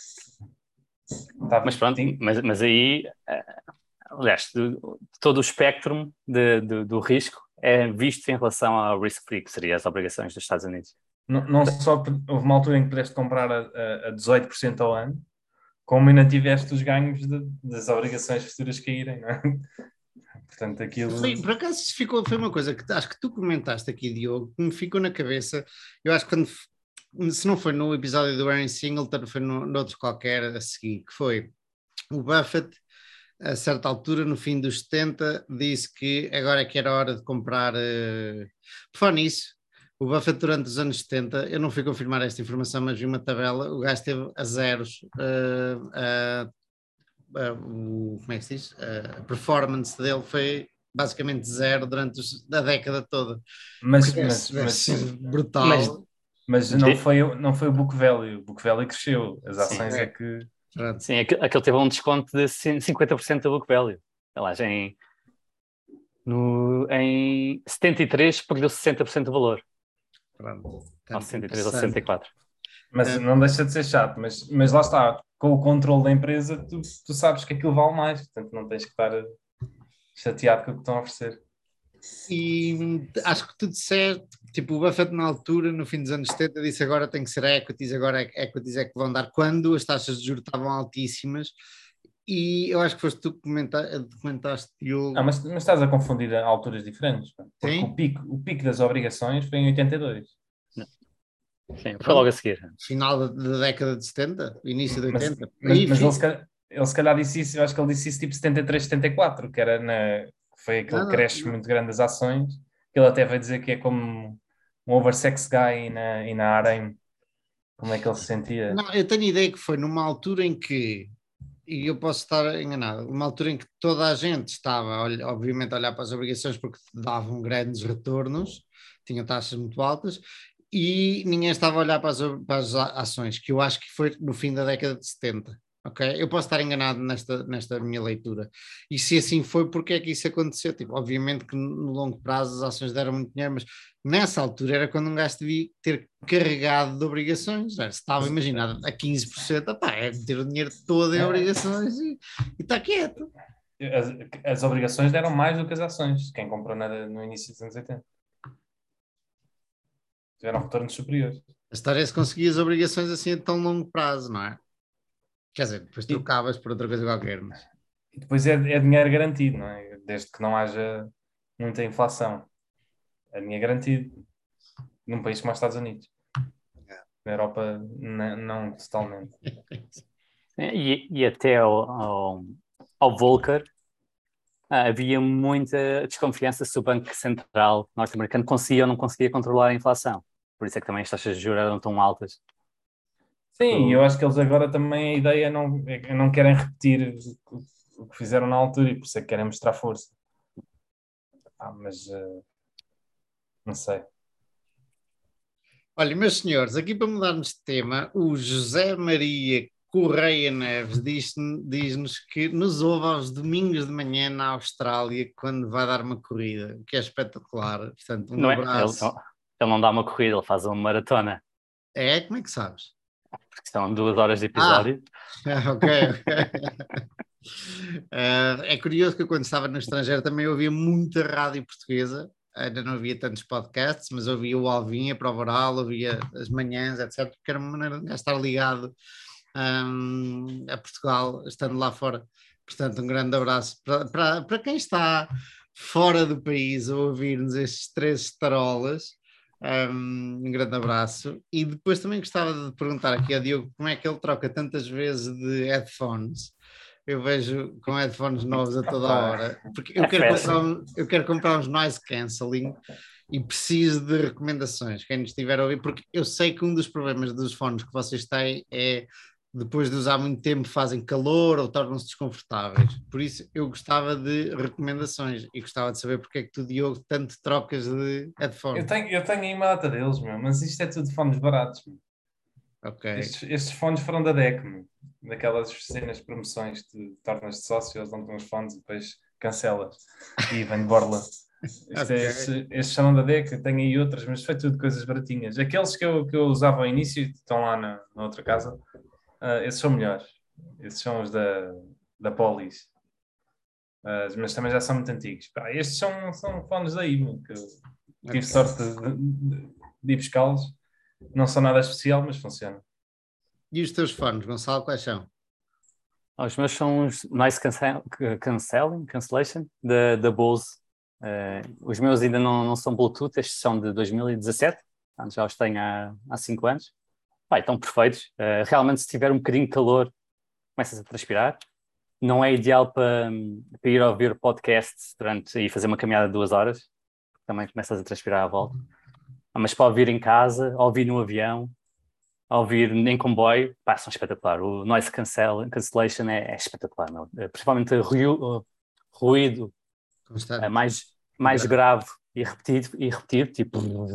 [SPEAKER 2] Tá, mas pronto, mas, mas aí, aliás, todo o espectro de, de, do risco é visto em relação ao risk-free, que seria as obrigações dos Estados Unidos.
[SPEAKER 3] Não, não só houve uma altura em que pudeste comprar a, a dezoito por cento ao ano, como ainda tiveste os ganhos de, das obrigações futuras caírem, não é? Portanto, aquilo...
[SPEAKER 1] Foi, por acaso isso ficou, foi uma coisa que acho que tu comentaste aqui, Diogo, que me ficou na cabeça. Eu acho que quando, se não foi no episódio do Aaron Singleton, foi no, no outro qualquer a seguir, que foi o Buffett, a certa altura, no fim dos setenta, disse que agora é que era hora de comprar. Uh... Por falar nisso, o Buffett durante os anos setenta, eu não fui confirmar esta informação, mas vi uma tabela, o gajo esteve a zeros, uh, uh, Uh, o, como é que se diz? Uh, a performance dele foi basicamente zero durante os, a década toda.
[SPEAKER 3] Mas,
[SPEAKER 1] mas,
[SPEAKER 3] mas, mas
[SPEAKER 1] brutal.
[SPEAKER 2] Mas,
[SPEAKER 3] mas não, foi, não foi o book value. O book value cresceu. As ações
[SPEAKER 2] sim,
[SPEAKER 3] é que...
[SPEAKER 2] Sim, aquele, aquele teve um desconto de cinquenta por cento do book value. Aliás, em, no, em setenta e três perdeu sessenta por cento do valor.
[SPEAKER 1] Pronto,
[SPEAKER 2] ou sessenta e três ou sessenta e quatro.
[SPEAKER 3] Mas é. Não deixa de ser chato, mas, mas lá está, com o controle da empresa, tu, tu sabes que aquilo vale mais, portanto não tens que estar chateado com o que estão a oferecer.
[SPEAKER 1] E acho que tu disseste, tipo, o Buffett na altura, no fim dos anos setenta, disse agora tem que ser equities, agora equities é que vão dar, quando as taxas de juros estavam altíssimas, e eu acho que foste tu que comenta, comentaste, Diogo.
[SPEAKER 3] Ah, mas, mas estás a confundir a alturas diferentes, porque
[SPEAKER 1] Sim?
[SPEAKER 3] o pico, o pico das obrigações foi em oitenta e dois.
[SPEAKER 2] Não. Sim, foi logo a seguir.
[SPEAKER 1] Final da década de setenta, início de oitenta.
[SPEAKER 3] Mas,
[SPEAKER 1] Aí,
[SPEAKER 3] mas, mas ele, se calhar, ele se calhar disse isso, eu acho que ele disse isso tipo setenta e três, setenta e quatro, que era na, foi aquele crash muito grande das ações, que ele até vai dizer que é como um oversex guy na, e na Arém, como é que ele se sentia.
[SPEAKER 1] Não, eu tenho a ideia que foi numa altura em que, e eu posso estar enganado, uma altura em que toda a gente estava, obviamente, a olhar para as obrigações porque davam grandes retornos, tinham taxas muito altas, e ninguém estava a olhar para as, para as ações, que eu acho que foi no fim da década de setenta. Ok? Eu posso estar enganado nesta, nesta minha leitura. E se assim foi, porque é que isso aconteceu? Tipo, obviamente que no longo prazo as ações deram muito dinheiro, mas nessa altura era quando um gajo devia ter carregado de obrigações. Se estava, imaginado, a quinze por cento, opá, é meter o dinheiro todo em obrigações e, e está quieto.
[SPEAKER 3] as, as obrigações deram mais do que as ações. Quem comprou na, no início dos anos oitenta. Tiveram retornos superiores.
[SPEAKER 1] A história é se conseguias obrigações assim a tão longo prazo, não é? Quer dizer, depois trocavas por outra coisa qualquer. Mas...
[SPEAKER 3] E depois é, é dinheiro garantido, não é? Desde que não haja muita inflação. É dinheiro garantido. Num país como os Estados Unidos. Na Europa, não, não totalmente.
[SPEAKER 2] E, e até ao, ao, ao Volcker, ah, havia muita desconfiança se o Banco Central norte-americano conseguia ou não conseguia controlar a inflação. Por isso é que também as taxas de juros eram tão altas.
[SPEAKER 3] Sim,
[SPEAKER 2] O-
[SPEAKER 3] eu acho que eles agora também a ideia não, é, não querem repetir o que fizeram na altura e por isso é que querem mostrar força. Ah, mas uh, não sei.
[SPEAKER 1] Olha, meus senhores, aqui para mudarmos de tema, o José Maria Correia Neves diz- diz-nos que nos ouve aos domingos de manhã na Austrália quando vai dar uma corrida, o que é espetacular. Portanto, um
[SPEAKER 2] não é? Ele,
[SPEAKER 1] abraço.
[SPEAKER 2] ele não dá uma corrida, ele faz uma maratona,
[SPEAKER 1] É? Como é que sabes?
[SPEAKER 2] porque são duas horas de
[SPEAKER 1] Ah,
[SPEAKER 2] episódio.
[SPEAKER 1] ok, ok. Uh, é curioso que eu, quando estava no estrangeiro, também ouvia muita rádio portuguesa. Ainda não havia tantos podcasts, mas ouvia o Alvin, a Prova Oral, ouvia as manhãs, etcétera, porque era uma maneira de estar ligado um, a Portugal, estando lá fora. Portanto, um grande abraço para, para, para quem está fora do país a ouvir-nos estes três tarolas. Um, um grande abraço. E depois também gostava de perguntar aqui ao Diogo como é que ele troca tantas vezes de headphones. Eu vejo com headphones novos a toda a hora, porque eu
[SPEAKER 2] É
[SPEAKER 1] quero comprar,
[SPEAKER 2] fashion.
[SPEAKER 1] um, eu quero comprar uns noise cancelling e preciso de recomendações, quem nos estiver a ouvir, porque eu sei que um dos problemas dos fones que vocês têm é depois de usar muito tempo fazem calor ou tornam-se desconfortáveis. Por isso eu gostava de recomendações e gostava de saber porque é que tu, Diogo, tanto trocas de
[SPEAKER 3] Eu
[SPEAKER 1] headphones.
[SPEAKER 3] tenho, eu tenho aí uma data deles, meu, mas isto é tudo fones baratos. Meu.
[SPEAKER 1] Ok.
[SPEAKER 3] Estes, estes fones foram da D E C, meu. Daquelas cenas de promoções, de tornas-te sócio, eles dão-te uns fones e depois cancelas e vem de borla. Isto é,
[SPEAKER 1] Ok.
[SPEAKER 3] estes, estes são da D E C, eu tenho aí outras, mas foi tudo coisas baratinhas. Aqueles que eu, que eu usava ao início estão lá na, na outra casa. Uh, esses são melhores. Esses são os da, da Polis. Uh, mas também já são muito antigos. Pá, estes são, são fones daí, meu, que eu tive
[SPEAKER 1] Ok.
[SPEAKER 3] sorte de, de, de ir buscá-los. Não são nada especial, mas funcionam.
[SPEAKER 1] E os teus fones, Gonçalo, quais são?
[SPEAKER 2] Os meus são os Noise cancel, Cancelling, Cancellation, da, da Bose. Uh, os meus ainda não, não são Bluetooth, estes são de dois mil e dezassete, portanto já os tenho há, há cinco anos. Pá, estão perfeitos. Uh, realmente, se tiver um bocadinho de calor, começas a transpirar. Não é ideal para, para ir ouvir podcasts durante e fazer uma caminhada de duas horas, também começas a transpirar à volta. Mas para ouvir em casa, ouvir no avião, ouvir em comboio, pá, são espetacular. O noise cancel, cancellation é, é espetacular, meu. Principalmente ruído, ruído é,
[SPEAKER 1] Constante.
[SPEAKER 2] mais, mais
[SPEAKER 1] Ok.
[SPEAKER 2] grave e repetido, e repetido tipo,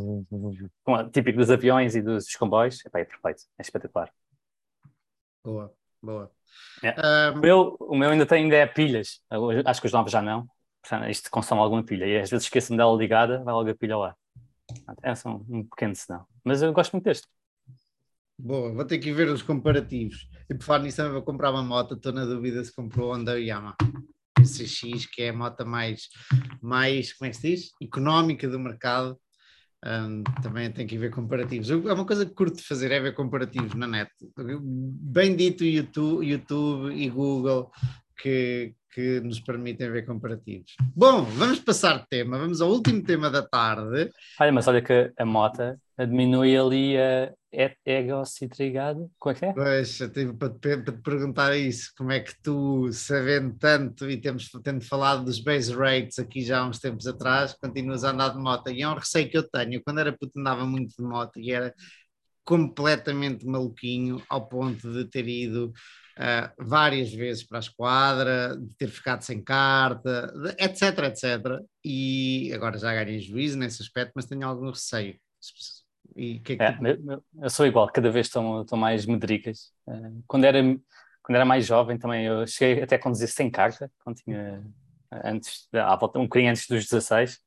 [SPEAKER 2] típico dos aviões e dos comboios. Epá, é perfeito, é espetacular.
[SPEAKER 1] Boa, boa.
[SPEAKER 2] É. O
[SPEAKER 1] Um,
[SPEAKER 2] meu, o meu ainda tem ainda é pilhas. Eu acho que os novos já não. Portanto, isto consome alguma pilha. E às vezes esqueço-me dela ligada, vai logo a pilha lá. É só um pequeno senão. Mas eu gosto muito deste.
[SPEAKER 1] boa, vou ter que ir ver os comparativos. E por falar nisso, eu vou comprar uma moto. Estou na dúvida se comprou a Honda ou Yamaha. C X, que é a moto mais, mais, como é que se diz? Económica do mercado. Um, também tem que ver comparativos. É uma coisa que curto de fazer, é ver comparativos na net. Bem dito YouTube, YouTube e Google que, que nos permitem ver comparativos. Bom, vamos passar de tema, vamos ao último tema da tarde.
[SPEAKER 2] Olha, mas olha que a moto diminui ali a egocitrigado. Como é que é?
[SPEAKER 1] Pois, eu tive para te, para te perguntar isso, como é que tu, sabendo tanto e temos, tendo falado dos base rates aqui já há uns tempos atrás, continuas a andar de moto, e é um receio que eu tenho, quando era puto andava muito de moto e era completamente maluquinho ao ponto de ter ido uh, várias vezes para a esquadra, de ter ficado sem carta, de, etc, etcétera. E agora já ganhei juízo nesse aspecto, mas tenho algum receio. E que é que
[SPEAKER 2] É,
[SPEAKER 1] tu...
[SPEAKER 2] eu, eu sou igual, cada vez estão, estão mais medricas. Uh, quando era, quando era mais jovem também, eu cheguei até a conduzir sem carta, quando tinha, antes, à volta, um bocadinho antes dos dezasseis.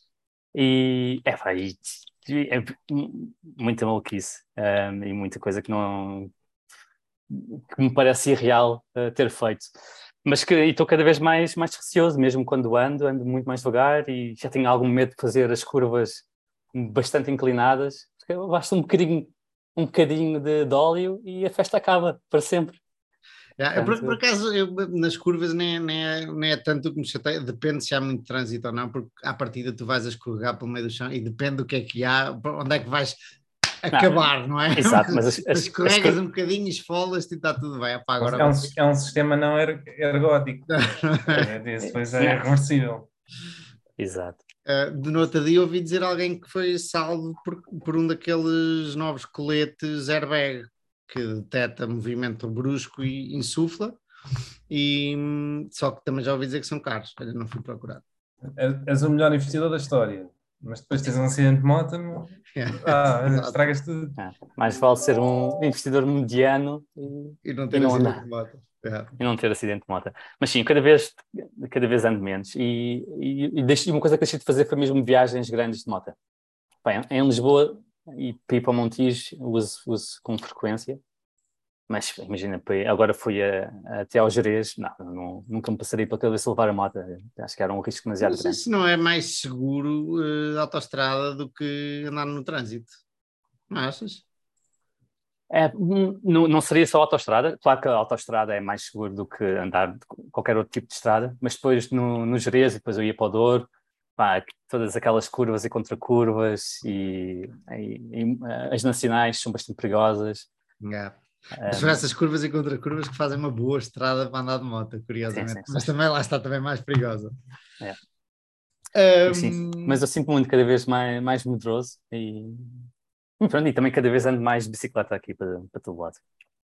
[SPEAKER 2] E é, pá, e, e é muita maluquice um, e muita coisa que não que me parece irreal uh, ter feito. Mas que estou cada vez mais, mais receoso, mesmo quando ando, ando muito mais devagar e já tenho algum medo de fazer as curvas bastante inclinadas, porque basta um bocadinho, um bocadinho de, de óleo e a festa acaba para sempre.
[SPEAKER 1] Yeah, Portanto... por, por acaso, eu, nas curvas nem, nem, é, nem é tanto o que me chateia, depende se há muito trânsito ou não, porque à partida tu vais a escorregar pelo meio do chão e depende do que é que há, onde é que vais acabar, não, não é?
[SPEAKER 2] Exato, mas as, as,
[SPEAKER 1] escorregas
[SPEAKER 2] as...
[SPEAKER 1] um bocadinho, esfolas-te e está tudo bem. Epá, agora
[SPEAKER 3] é, um, é um sistema não er, ergótico, é, depois é reversível.
[SPEAKER 2] Exato.
[SPEAKER 1] Uh, de no outro dia ouvi dizer alguém que foi salvo por, por um daqueles novos coletes airbag que detecta movimento brusco e insufla, e, só que também já ouvi dizer que são caros, olha, não fui procurar.
[SPEAKER 3] És o melhor investidor da história, mas depois tens um acidente de moto, ah, estragas tudo.
[SPEAKER 2] É, mais vale ser um investidor mediano
[SPEAKER 1] e, e não ter
[SPEAKER 2] e não
[SPEAKER 1] acidente
[SPEAKER 2] andar.
[SPEAKER 1] de moto. É.
[SPEAKER 2] E não ter acidente de moto. Mas sim, cada vez, cada vez ando menos. E, e, e deixei, uma coisa que deixei de fazer foi mesmo viagens grandes de moto. Bem, em Lisboa e para ir para o Montijo uso, uso com frequência. Mas imagina, agora fui a, a, até ao Jerez, não, não, nunca me passaria pela cabeça levar a moto. Acho que era um risco demasiado grande.
[SPEAKER 1] Não sei se não é mais seguro uh, a autoestrada do que andar no trânsito. Não achas?
[SPEAKER 2] É, não, não seria só a autoestrada, claro que a autoestrada é mais seguro do que andar de qualquer outro tipo de estrada, mas depois no, no Jerez, e depois eu ia para o Douro, pá, todas aquelas curvas e contracurvas e, e, e as nacionais são bastante perigosas.
[SPEAKER 1] Yeah. Um, são essas curvas e contracurvas que fazem uma boa estrada para andar de moto, curiosamente, sim, sim, mas sim. também lá está também mais perigosa.
[SPEAKER 2] É.
[SPEAKER 1] Um...
[SPEAKER 2] Sim, mas eu sinto muito cada vez mais, mais medroso e... E, pronto, e também cada vez ando mais de bicicleta aqui para, para todo lado.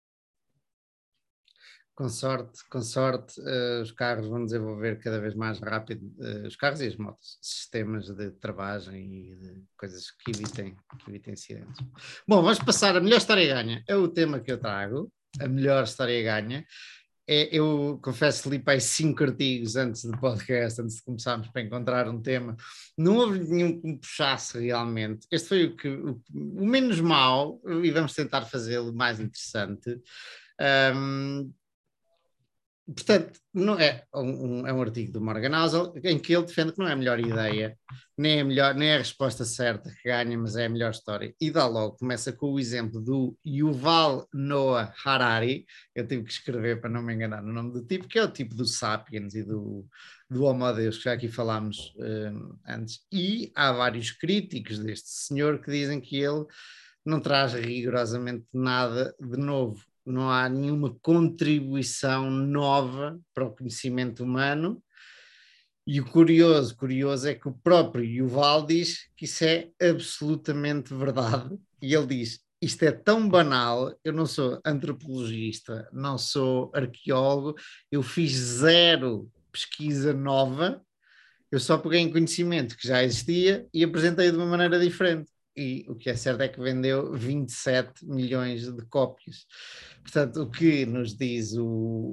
[SPEAKER 1] Com sorte, com sorte, uh, os carros vão desenvolver cada vez mais rápido, uh, os carros e as motos, sistemas de travagem e de coisas que evitem, que evitem acidentes. Bom, vamos passar a melhor história ganha. É o tema que eu trago, a melhor história ganha. É, eu confesso que li para aí cinco artigos antes do podcast, antes de começarmos para encontrar um tema. Não houve nenhum que me puxasse realmente. Este foi o, que, o, o menos mau e vamos tentar fazê-lo mais interessante. Um, portanto, não é, um, é um artigo do Morgan Housel em que ele defende que não é a melhor ideia, nem, a melhor, nem é a resposta certa que ganha, mas é a melhor história. E dá logo, começa com o exemplo do Yuval Noah Harari. Eu tive que escrever para não me enganar no nome do tipo, que é o tipo do Sapiens e do, do Homo Deus, que já aqui falámos um, antes. E há vários críticos deste senhor que dizem que ele não traz rigorosamente nada de novo. Não há nenhuma contribuição nova para o conhecimento humano. E o curioso, curioso é que o próprio Yuval diz que isso é absolutamente verdade. E ele diz, isto é tão banal, eu não sou antropologista, não sou arqueólogo, eu fiz zero pesquisa nova, eu só peguei em conhecimento que já existia e apresentei de uma maneira diferente. E o que é certo é que vendeu vinte e sete milhões de cópias. Portanto, o que nos diz o,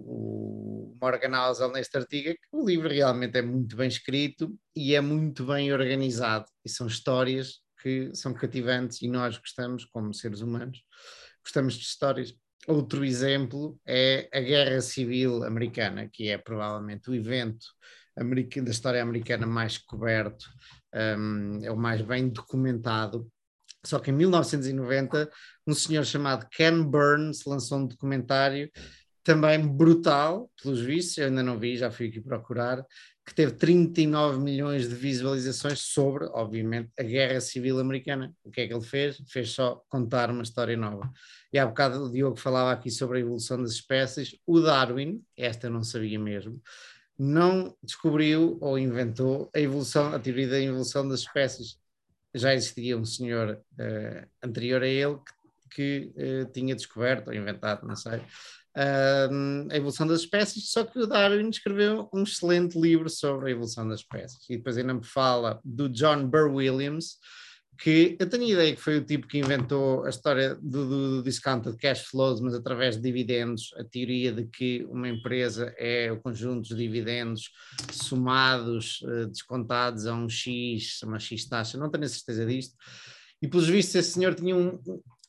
[SPEAKER 1] o Morgan Housel neste artigo é que o livro realmente é muito bem escrito e é muito bem organizado. E são histórias que são cativantes e nós gostamos, como seres humanos, gostamos de histórias. Outro exemplo é a Guerra Civil Americana, que é provavelmente o evento da história americana mais coberto, um, é o mais bem documentado. Só que em mil novecentos e noventa, um senhor chamado Ken Burns lançou um documentário também brutal, pelos vistos, eu ainda não vi, já fui aqui procurar, que teve trinta e nove milhões de visualizações sobre, obviamente, a Guerra Civil Americana. O que é que ele fez? Fez só contar uma história nova. E há bocado o Diogo falava aqui sobre a evolução das espécies. O Darwin, esta eu não sabia mesmo, não descobriu ou inventou a evolução, a teoria da evolução das espécies. Já existia um senhor uh, anterior a ele que, que uh, tinha descoberto ou inventado, não sei, uh, a evolução das espécies, só que o Darwin escreveu um excelente livro sobre a evolução das espécies. E depois ainda me fala do John Burr Williams, que eu tenho a ideia que foi o tipo que inventou a história do, do, do discounted cash flows, mas através de dividendos, a teoria de que uma empresa é o conjunto dos dividendos somados, uh, descontados a um X, uma X taxa, não tenho a certeza disto. E pelos vistos esse senhor tinha um,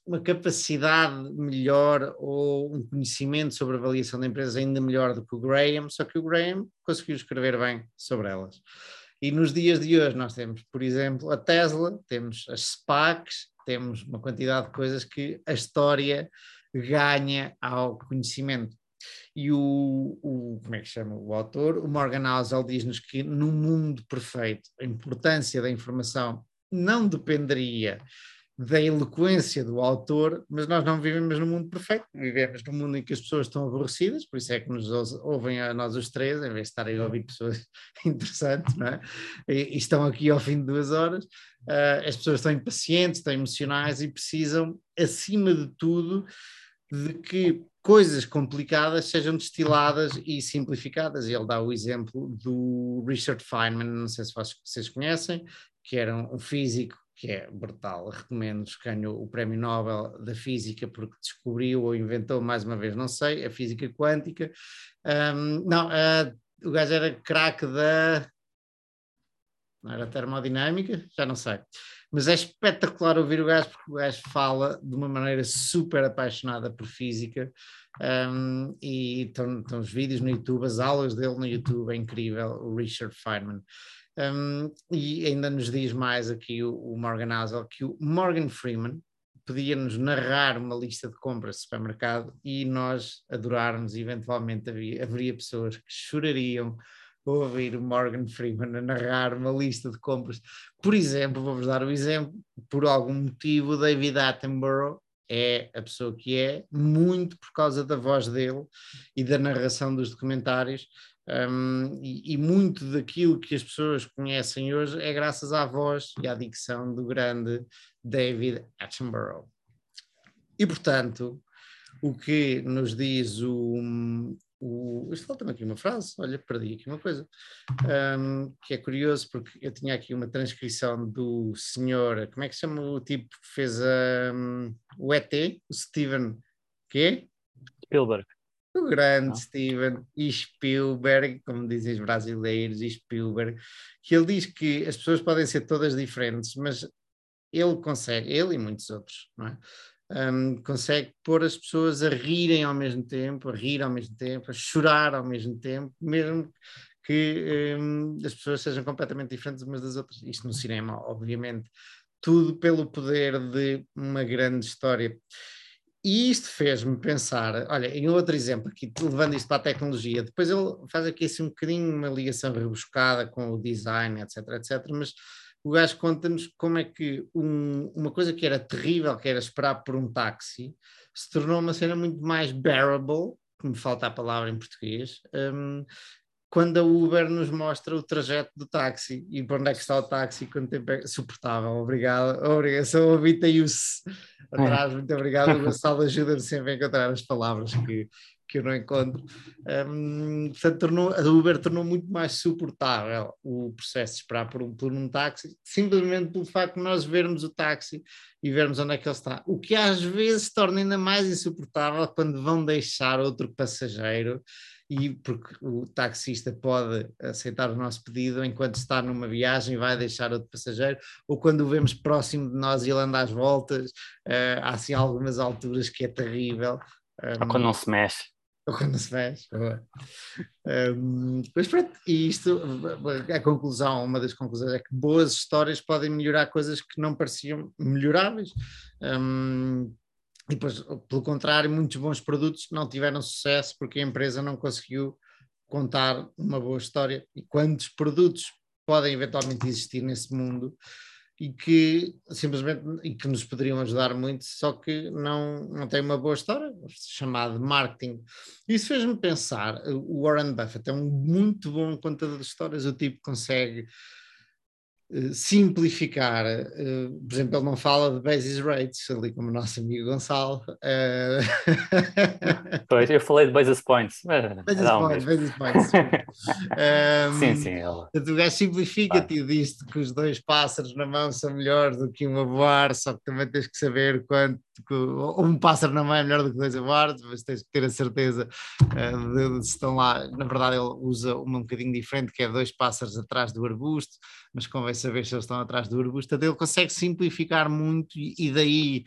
[SPEAKER 1] uma capacidade melhor ou um conhecimento sobre a avaliação de empresas ainda melhor do que o Graham, só que o Graham conseguiu escrever bem sobre elas. E nos dias de hoje nós temos, por exemplo, a Tesla, temos as SPACs, temos uma quantidade de coisas que a história ganha ao conhecimento. E o, o como é que chama o autor? O Morgan Housel diz-nos que no mundo perfeito a importância da informação não dependeria da eloquência do autor, mas nós não vivemos no mundo perfeito, vivemos num mundo em que as pessoas estão aborrecidas, por isso é que nos ouvem a nós os três, em vez de estarem a ouvir pessoas interessantes, não é? E, e estão aqui ao fim de duas horas, uh, as pessoas estão impacientes, estão emocionais e precisam, acima de tudo, de que coisas complicadas sejam destiladas e simplificadas. E ele dá o exemplo do Richard Feynman, não sei se vocês conhecem, que era um físico que é brutal, recomendo, ganhou o Prémio Nobel da Física porque descobriu ou inventou, mais uma vez, não sei, a física quântica. Um, não, uh, o gajo era craque da... não era termodinâmica? Já não sei. Mas é espetacular ouvir o gajo, porque o gajo fala de uma maneira super apaixonada por física, um, e estão, estão os vídeos no YouTube, as aulas dele no YouTube, é incrível, o Richard Feynman. Um, e ainda nos diz mais aqui o, o Morgan Housel que o Morgan Freeman podia-nos narrar uma lista de compras de supermercado e nós adorarmos, e eventualmente havia, haveria pessoas que chorariam ouvir o Morgan Freeman a narrar uma lista de compras. Por exemplo, vou-vos dar o exemplo, por algum motivo David Attenborough é a pessoa que é, muito por causa da voz dele e da narração dos documentários. Um, e, e muito daquilo que as pessoas conhecem hoje é graças à voz e à dicção do grande David Attenborough. E, portanto, o que nos diz o... o isto falta-me aqui uma frase, olha, perdi aqui uma coisa, um, que é curioso, porque eu tinha aqui uma transcrição do senhor, como é que se chama o tipo que fez um, o E T, o Steven, quê?
[SPEAKER 2] Spielberg.
[SPEAKER 1] O grande
[SPEAKER 2] Não?
[SPEAKER 1] Steven Spielberg, como dizem os brasileiros, Spielberg, que ele diz que as pessoas podem ser todas diferentes, mas ele consegue, ele e muitos outros, não é? Um, consegue pôr as pessoas a rirem ao mesmo tempo, a rir ao mesmo tempo, a chorar ao mesmo tempo, mesmo que um, as pessoas sejam completamente diferentes umas das outras. Isto no cinema, obviamente, tudo pelo poder de uma grande história. E isto fez-me pensar, olha, em outro exemplo aqui, levando isto para a tecnologia, depois ele faz aqui assim um bocadinho uma ligação rebuscada com o design, etc, etc, mas o gajo conta-nos como é que um, uma coisa que era terrível, que era esperar por um táxi, se tornou uma cena muito mais bearable, que me falta a palavra em português, um, quando a Uber nos mostra o trajeto do táxi e para onde é que está o táxi, quanto tempo é suportável. Obrigado, obrigado. Sou o Vitaius atrás, muito obrigado. O Gonçalo ajuda-me sempre a encontrar as palavras que, que eu não encontro. Um, portanto, tornou, a Uber tornou muito mais suportável o processo de esperar por um, por um táxi, simplesmente pelo facto de nós vermos o táxi e vermos onde é que ele está. O que às vezes torna ainda mais insuportável quando vão deixar outro passageiro, e porque o taxista pode aceitar o nosso pedido enquanto está numa viagem e vai deixar outro passageiro, ou quando o vemos próximo de nós e ele anda às voltas, uh, há assim algumas alturas que é terrível. Um,
[SPEAKER 2] ou quando não se mexe.
[SPEAKER 1] Ou quando se mexe. Um, mas pronto, e isto, a conclusão, uma das conclusões é que boas histórias podem melhorar coisas que não pareciam melhoráveis. Um, E depois, pelo contrário, muitos bons produtos não tiveram sucesso porque a empresa não conseguiu contar uma boa história. E quantos produtos podem eventualmente existir nesse mundo e que simplesmente e que nos poderiam ajudar muito, só que não, não tem uma boa história, chamado marketing. Isso fez-me pensar, o Warren Buffett é um muito bom contador de histórias, o tipo consegue simplificar, uh, por exemplo, ele não fala de basis rates, ali como o nosso amigo Gonçalo. Uh...
[SPEAKER 2] Pois, eu falei de basis points.
[SPEAKER 1] Basis points, basis points. um,
[SPEAKER 2] sim, sim. Ela...
[SPEAKER 1] O gajo simplifica-te e diz-te que os dois pássaros na mão são melhores do que um a voar, só que também tens que saber quanto, que um pássaro na mão é melhor do que dois a voar, mas tens que ter a certeza uh, de, de se estão lá. Na verdade ele usa uma um bocadinho diferente, que é dois pássaros atrás do arbusto, mas convém saber se eles estão atrás do arbusto. Ele consegue simplificar muito e, e daí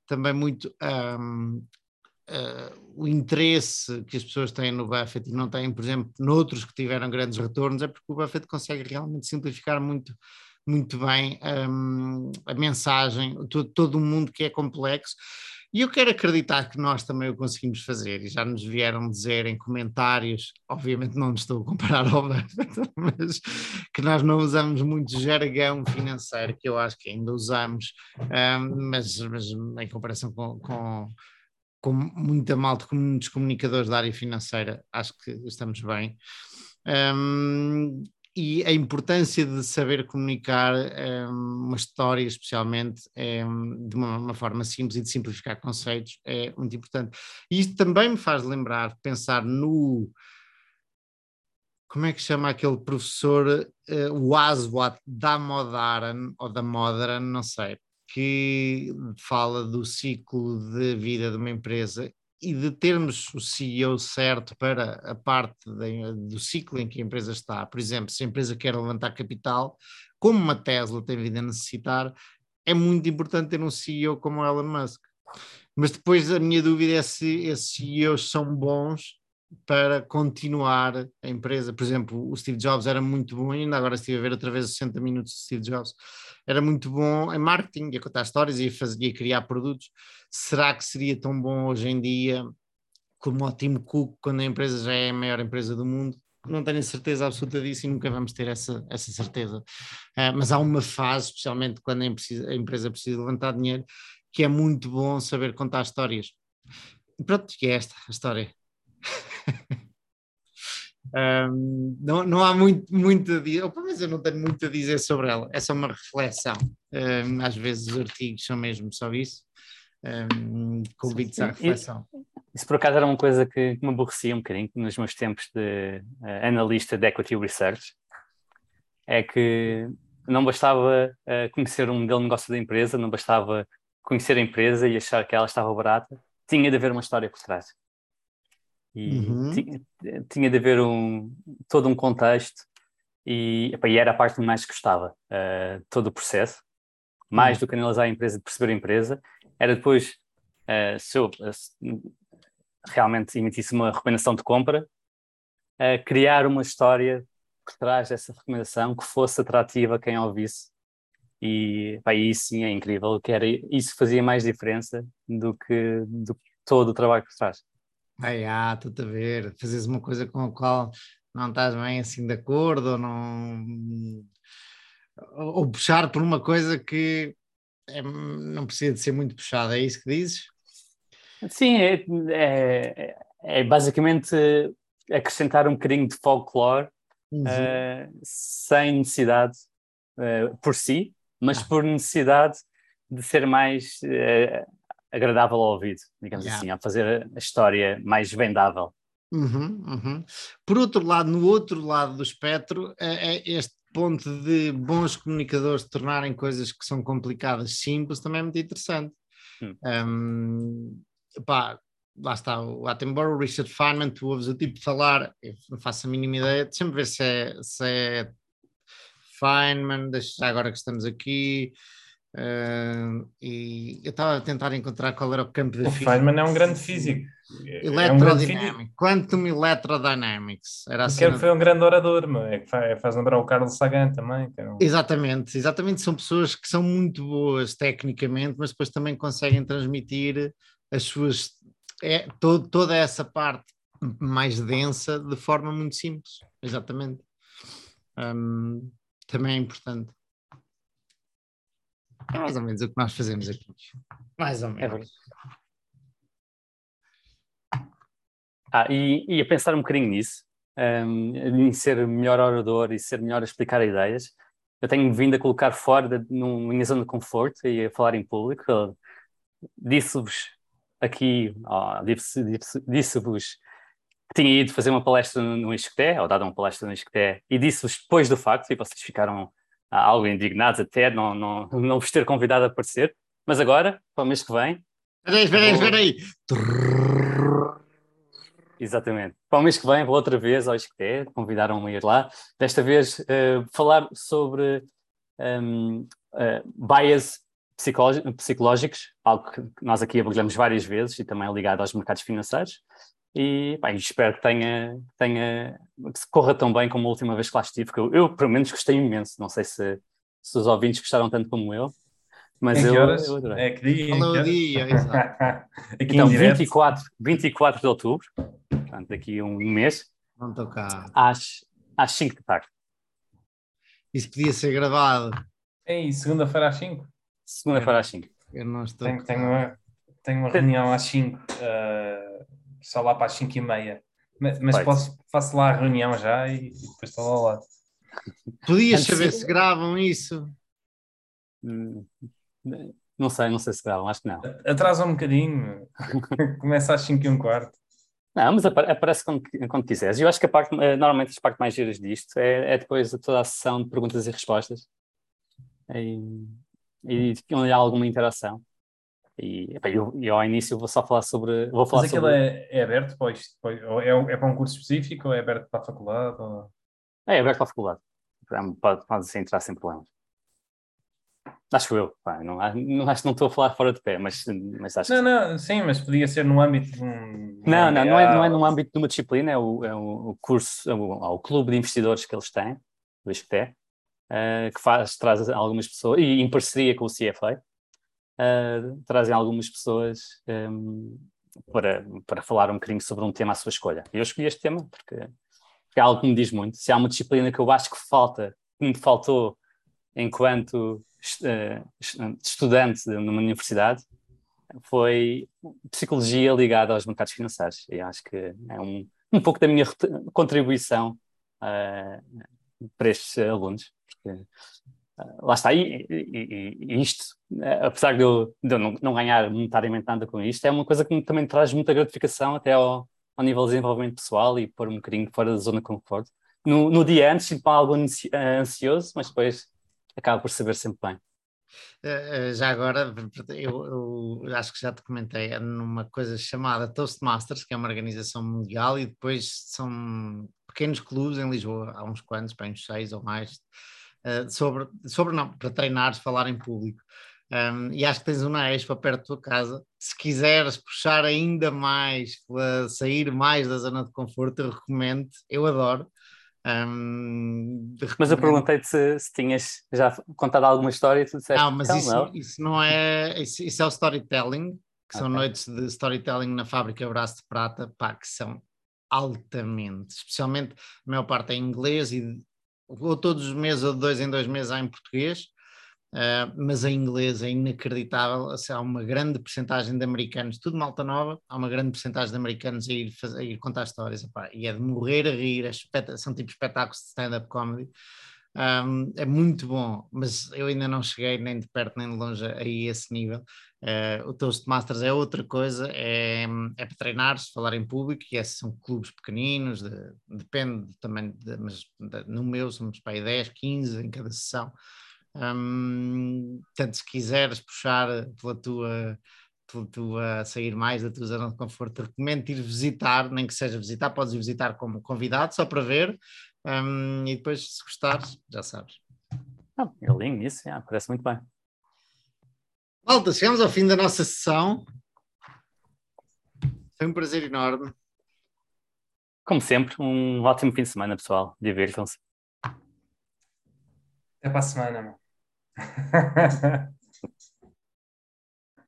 [SPEAKER 1] também muito um, uh, o interesse que as pessoas têm no Buffett e não têm, por exemplo, noutros que tiveram grandes retornos, é porque o Buffett consegue realmente simplificar muito, muito bem um, a mensagem, todo, todo um mundo que é complexo. E eu quero acreditar que nós também o conseguimos fazer, e já nos vieram dizer em comentários, obviamente não nos estou a comparar ao Buffett, mas que nós não usamos muito jargão financeiro, que eu acho que ainda usamos, um, mas, mas em comparação com, com, com muita malta, com muitos comunicadores da área financeira, acho que estamos bem. Um, E a importância de saber comunicar um, uma história, especialmente, um, de uma, uma forma simples e de simplificar conceitos, é muito importante. E isto também me faz lembrar, pensar no... Como é que chama aquele professor, uh, o Aswat Damodaran, ou Damodaran, não sei, que fala do ciclo de vida de uma empresa e de termos o C E O certo para a parte de, do ciclo em que a empresa está. Por exemplo, se a empresa quer levantar capital, como uma Tesla tem vindo a necessitar, é muito importante ter um C E O como o Elon Musk. Mas depois a minha dúvida é se esses C E Os são bons para continuar a empresa. Por exemplo, o Steve Jobs era muito bom, ainda agora estive a ver outra vez os sessenta minutos de Steve Jobs, era muito bom em marketing, ia contar histórias e ia, ia criar produtos. Será que seria tão bom hoje em dia como o Tim Cook, quando a empresa já é a maior empresa do mundo? Não tenho a certeza absoluta disso e nunca vamos ter essa, essa certeza. Uh, mas há uma fase, especialmente quando a empresa, a empresa precisa levantar dinheiro, que é muito bom saber contar histórias. E pronto, que é esta a história. Um, não, não há muito, muito a dizer, mas eu não tenho muito a dizer sobre ela, é só uma reflexão. Um, às vezes os artigos são mesmo só isso, um, convites à reflexão.
[SPEAKER 2] Isso por acaso era uma coisa que, que me aborrecia um bocadinho nos meus tempos de uh, analista de Equity Research, é que não bastava uh, conhecer um modelo de negócio da empresa, não bastava conhecer a empresa e achar que ela estava barata, tinha de haver uma história por trás. E
[SPEAKER 1] Uhum.
[SPEAKER 2] tinha, tinha de haver um, todo um contexto e, epa, e era a parte que mais gostava, uh, todo o processo, mais
[SPEAKER 1] uhum.
[SPEAKER 2] do que analisar a empresa, de perceber a empresa, era depois, uh, se eu uh, realmente emitisse uma recomendação de compra, uh, criar uma história por trás dessa recomendação que fosse atrativa a quem a ouvisse. E epa, isso sim é incrível, que era, isso fazia mais diferença do que, do que todo o trabalho por trás.
[SPEAKER 1] Ai, ah, estou-te a ver, fazes uma coisa com a qual não estás bem assim de acordo, ou não, ou, ou puxar por uma coisa que é, não precisa de ser muito puxada, é isso que dizes?
[SPEAKER 2] Sim, é, é, é basicamente acrescentar um bocadinho de folclore
[SPEAKER 1] Uhum.
[SPEAKER 2] uh, sem necessidade uh, por si, mas
[SPEAKER 1] Ah.
[SPEAKER 2] por necessidade de ser mais uh, agradável ao ouvido, digamos
[SPEAKER 1] Yeah.
[SPEAKER 2] assim, a fazer a história mais vendável.
[SPEAKER 1] Uhum, uhum. Por outro lado, no outro lado do espectro, é, é este ponto de bons comunicadores tornarem coisas que são complicadas simples também é muito interessante.
[SPEAKER 2] Hum.
[SPEAKER 1] Um, pá, lá está o Attenborough, o Richard Feynman, tu ouves o tipo de falar, eu não faço a mínima ideia, deixa-me ver se é, se é Feynman, deixa agora que estamos aqui. Uh, e eu estava a tentar encontrar qual era o campo da
[SPEAKER 3] O
[SPEAKER 1] física.
[SPEAKER 3] Feynman é um grande físico. É um grande físico.
[SPEAKER 1] Quantum Electrodynamics. Era a
[SPEAKER 3] Que
[SPEAKER 1] cena
[SPEAKER 3] foi um grande orador, mas é que faz, faz lembrar o Carlos Sagan também. Que é um...
[SPEAKER 1] Exatamente, exatamente. São pessoas que são muito boas tecnicamente, mas depois também conseguem transmitir as suas. É, todo, toda essa parte mais densa de forma muito simples. Exatamente. Um, também é importante. É mais ou menos o que nós fazemos aqui. Mais ou menos.
[SPEAKER 2] É ah, e, e a pensar um bocadinho nisso, um, em ser melhor orador e ser melhor a explicar ideias, eu tenho vindo a colocar fora da minha zona de conforto e a falar em público. Disse-vos aqui, oh, disse-vos disse que tinha ido fazer uma palestra no ISCTE, ou dado uma palestra no ISCTE, e disse-vos depois do facto, e vocês ficaram ah, algo indignados até não, não, não vos ter convidado a aparecer, mas agora, para o mês que vem...
[SPEAKER 1] Espera aí, espera aí, espera aí.
[SPEAKER 2] Exatamente. Para o mês que vem vou outra vez ao ISCTE, convidaram-me a ir lá, desta vez uh, falar sobre um, uh, bias psicológicos, algo que nós aqui abordamos várias vezes e também é ligado aos mercados financeiros. E pá, espero que tenha, tenha, que se corra tão bem como a última vez que lá estive, que eu, eu pelo menos gostei imenso. Não sei se, se os ouvintes gostaram tanto como eu, mas
[SPEAKER 3] Em que
[SPEAKER 2] eu,
[SPEAKER 3] horas?
[SPEAKER 2] eu adorei.
[SPEAKER 3] É que dia? Em
[SPEAKER 1] Qual é
[SPEAKER 3] que
[SPEAKER 1] o
[SPEAKER 3] horas?
[SPEAKER 1] dia? Exato.
[SPEAKER 3] Aqui
[SPEAKER 2] Então,
[SPEAKER 3] em direto.
[SPEAKER 2] vinte e quatro, vinte e quatro de outubro, portanto, daqui a um mês,
[SPEAKER 1] Não estou cá.
[SPEAKER 2] às, às cinco da tarde.
[SPEAKER 1] Isso podia ser gravado.
[SPEAKER 3] Ei, segunda-feira às cinco.
[SPEAKER 2] Segunda-feira às cinco.
[SPEAKER 1] Eu não estou
[SPEAKER 3] Tenho,
[SPEAKER 1] cá.
[SPEAKER 3] tenho, uma, tenho uma reunião às cinco, uh, só lá para as cinco e meia. Mas, mas posso, faço lá a reunião já e, e depois estou lá. lá.
[SPEAKER 1] Podias
[SPEAKER 2] Antes-
[SPEAKER 1] saber se gravam isso.
[SPEAKER 2] Hum, Não sei, não sei se gravam, acho que não.
[SPEAKER 3] Atrasa um bocadinho. Começa às cinco e um quarto.
[SPEAKER 2] Não, mas apa- aparece quando, quando quiseres. Eu acho que a parte, eh, normalmente as partes mais giras disto é, é depois de toda a sessão de perguntas e respostas. E, e onde há alguma interação. E, epá, eu, eu ao início vou só falar sobre. Vou falar
[SPEAKER 3] Mas aquilo
[SPEAKER 2] sobre.
[SPEAKER 3] é, é aberto para, isto, para- ou é, é para um curso específico ou é aberto para a faculdade? Ou...
[SPEAKER 2] É, aberto à faculdade. Pode, pode assim, entrar sem problemas. Acho eu. Pá, não, não, acho que não estou a falar fora de pé, mas, mas acho
[SPEAKER 3] Não,
[SPEAKER 2] que.
[SPEAKER 3] não, sim, mas podia ser no âmbito de um, um
[SPEAKER 2] Não, não, não é, não é
[SPEAKER 3] M B A.
[SPEAKER 2] no âmbito de uma disciplina, é o, é o curso, é o, o clube de investidores que eles têm, o ISCTE, uh, que faz, traz algumas pessoas, e em parceria com o C F A, uh, trazem algumas pessoas um, para, para falar um bocadinho sobre um tema à sua escolha. Eu escolhi este tema porque, porque é algo que me diz muito. Se há uma disciplina que eu acho que falta, que me faltou enquanto uh, estudante numa universidade, foi psicologia ligada aos mercados financeiros. E acho que é um, um pouco da minha contribuição uh, para estes alunos. Porque, uh, lá está. E, e, e isto, uh, apesar de eu, de eu não, não ganhar monetariamente nada com isto, é uma coisa que me também traz muita gratificação até ao, ao nível de desenvolvimento pessoal e pôr um bocadinho fora da zona de conforto. No, no dia antes, sinto algo ansioso, mas depois acabo por saber sempre bem.
[SPEAKER 1] Uh, já agora, eu, eu acho que já te comentei, é numa coisa chamada Toastmasters, que é uma organização mundial, e depois são pequenos clubes em Lisboa, há uns quantos, bem uns seis ou mais, uh, sobre, sobre não, para treinar, falar em público. Um, e acho que tens uma Expo perto da tua casa. Se quiseres puxar ainda mais, para sair mais da zona de conforto, eu recomendo, eu adoro. Um,
[SPEAKER 2] mas eu
[SPEAKER 1] recomendo...
[SPEAKER 2] perguntei-te se, se tinhas já contado alguma história e tu disseste
[SPEAKER 1] não, mas
[SPEAKER 2] então,
[SPEAKER 1] isso,
[SPEAKER 2] não.
[SPEAKER 1] isso não é, isso, isso é o storytelling, que são
[SPEAKER 2] Okay.
[SPEAKER 1] noites de storytelling na Fábrica Braço de Prata, pá, que são altamente, especialmente a maior parte é em inglês e ou todos os meses ou de dois em dois meses há em português. Uh, mas em inglês é inacreditável, assim, há uma grande percentagem de americanos, tudo malta nova, há uma grande percentagem de americanos a ir, fazer, a ir contar histórias, epá, e é de morrer a rir, é são tipo espetáculos de stand-up comedy, um, é muito bom, mas eu ainda não cheguei nem de perto nem de longe a, a esse nível. Uh, o Toastmasters é outra coisa, é, é para treinar-se, falar em público, e esses são clubes pequeninos, de, depende também, de, mas de, no meu somos para aí dez, quinze em cada sessão. Um, portanto, se quiseres puxar pela tua, pela tua sair mais da tua zona de conforto, recomendo ir visitar, nem que seja visitar, podes ir visitar como convidado, só para ver, um, e depois, se gostares, já sabes.
[SPEAKER 2] Ah, eu alinho nisso, yeah, parece muito bem.
[SPEAKER 1] Malta, chegamos ao fim da nossa sessão. Foi um prazer enorme.
[SPEAKER 2] Como sempre, um ótimo fim de semana, pessoal. Divirtam-se.
[SPEAKER 3] Até para a semana, meu.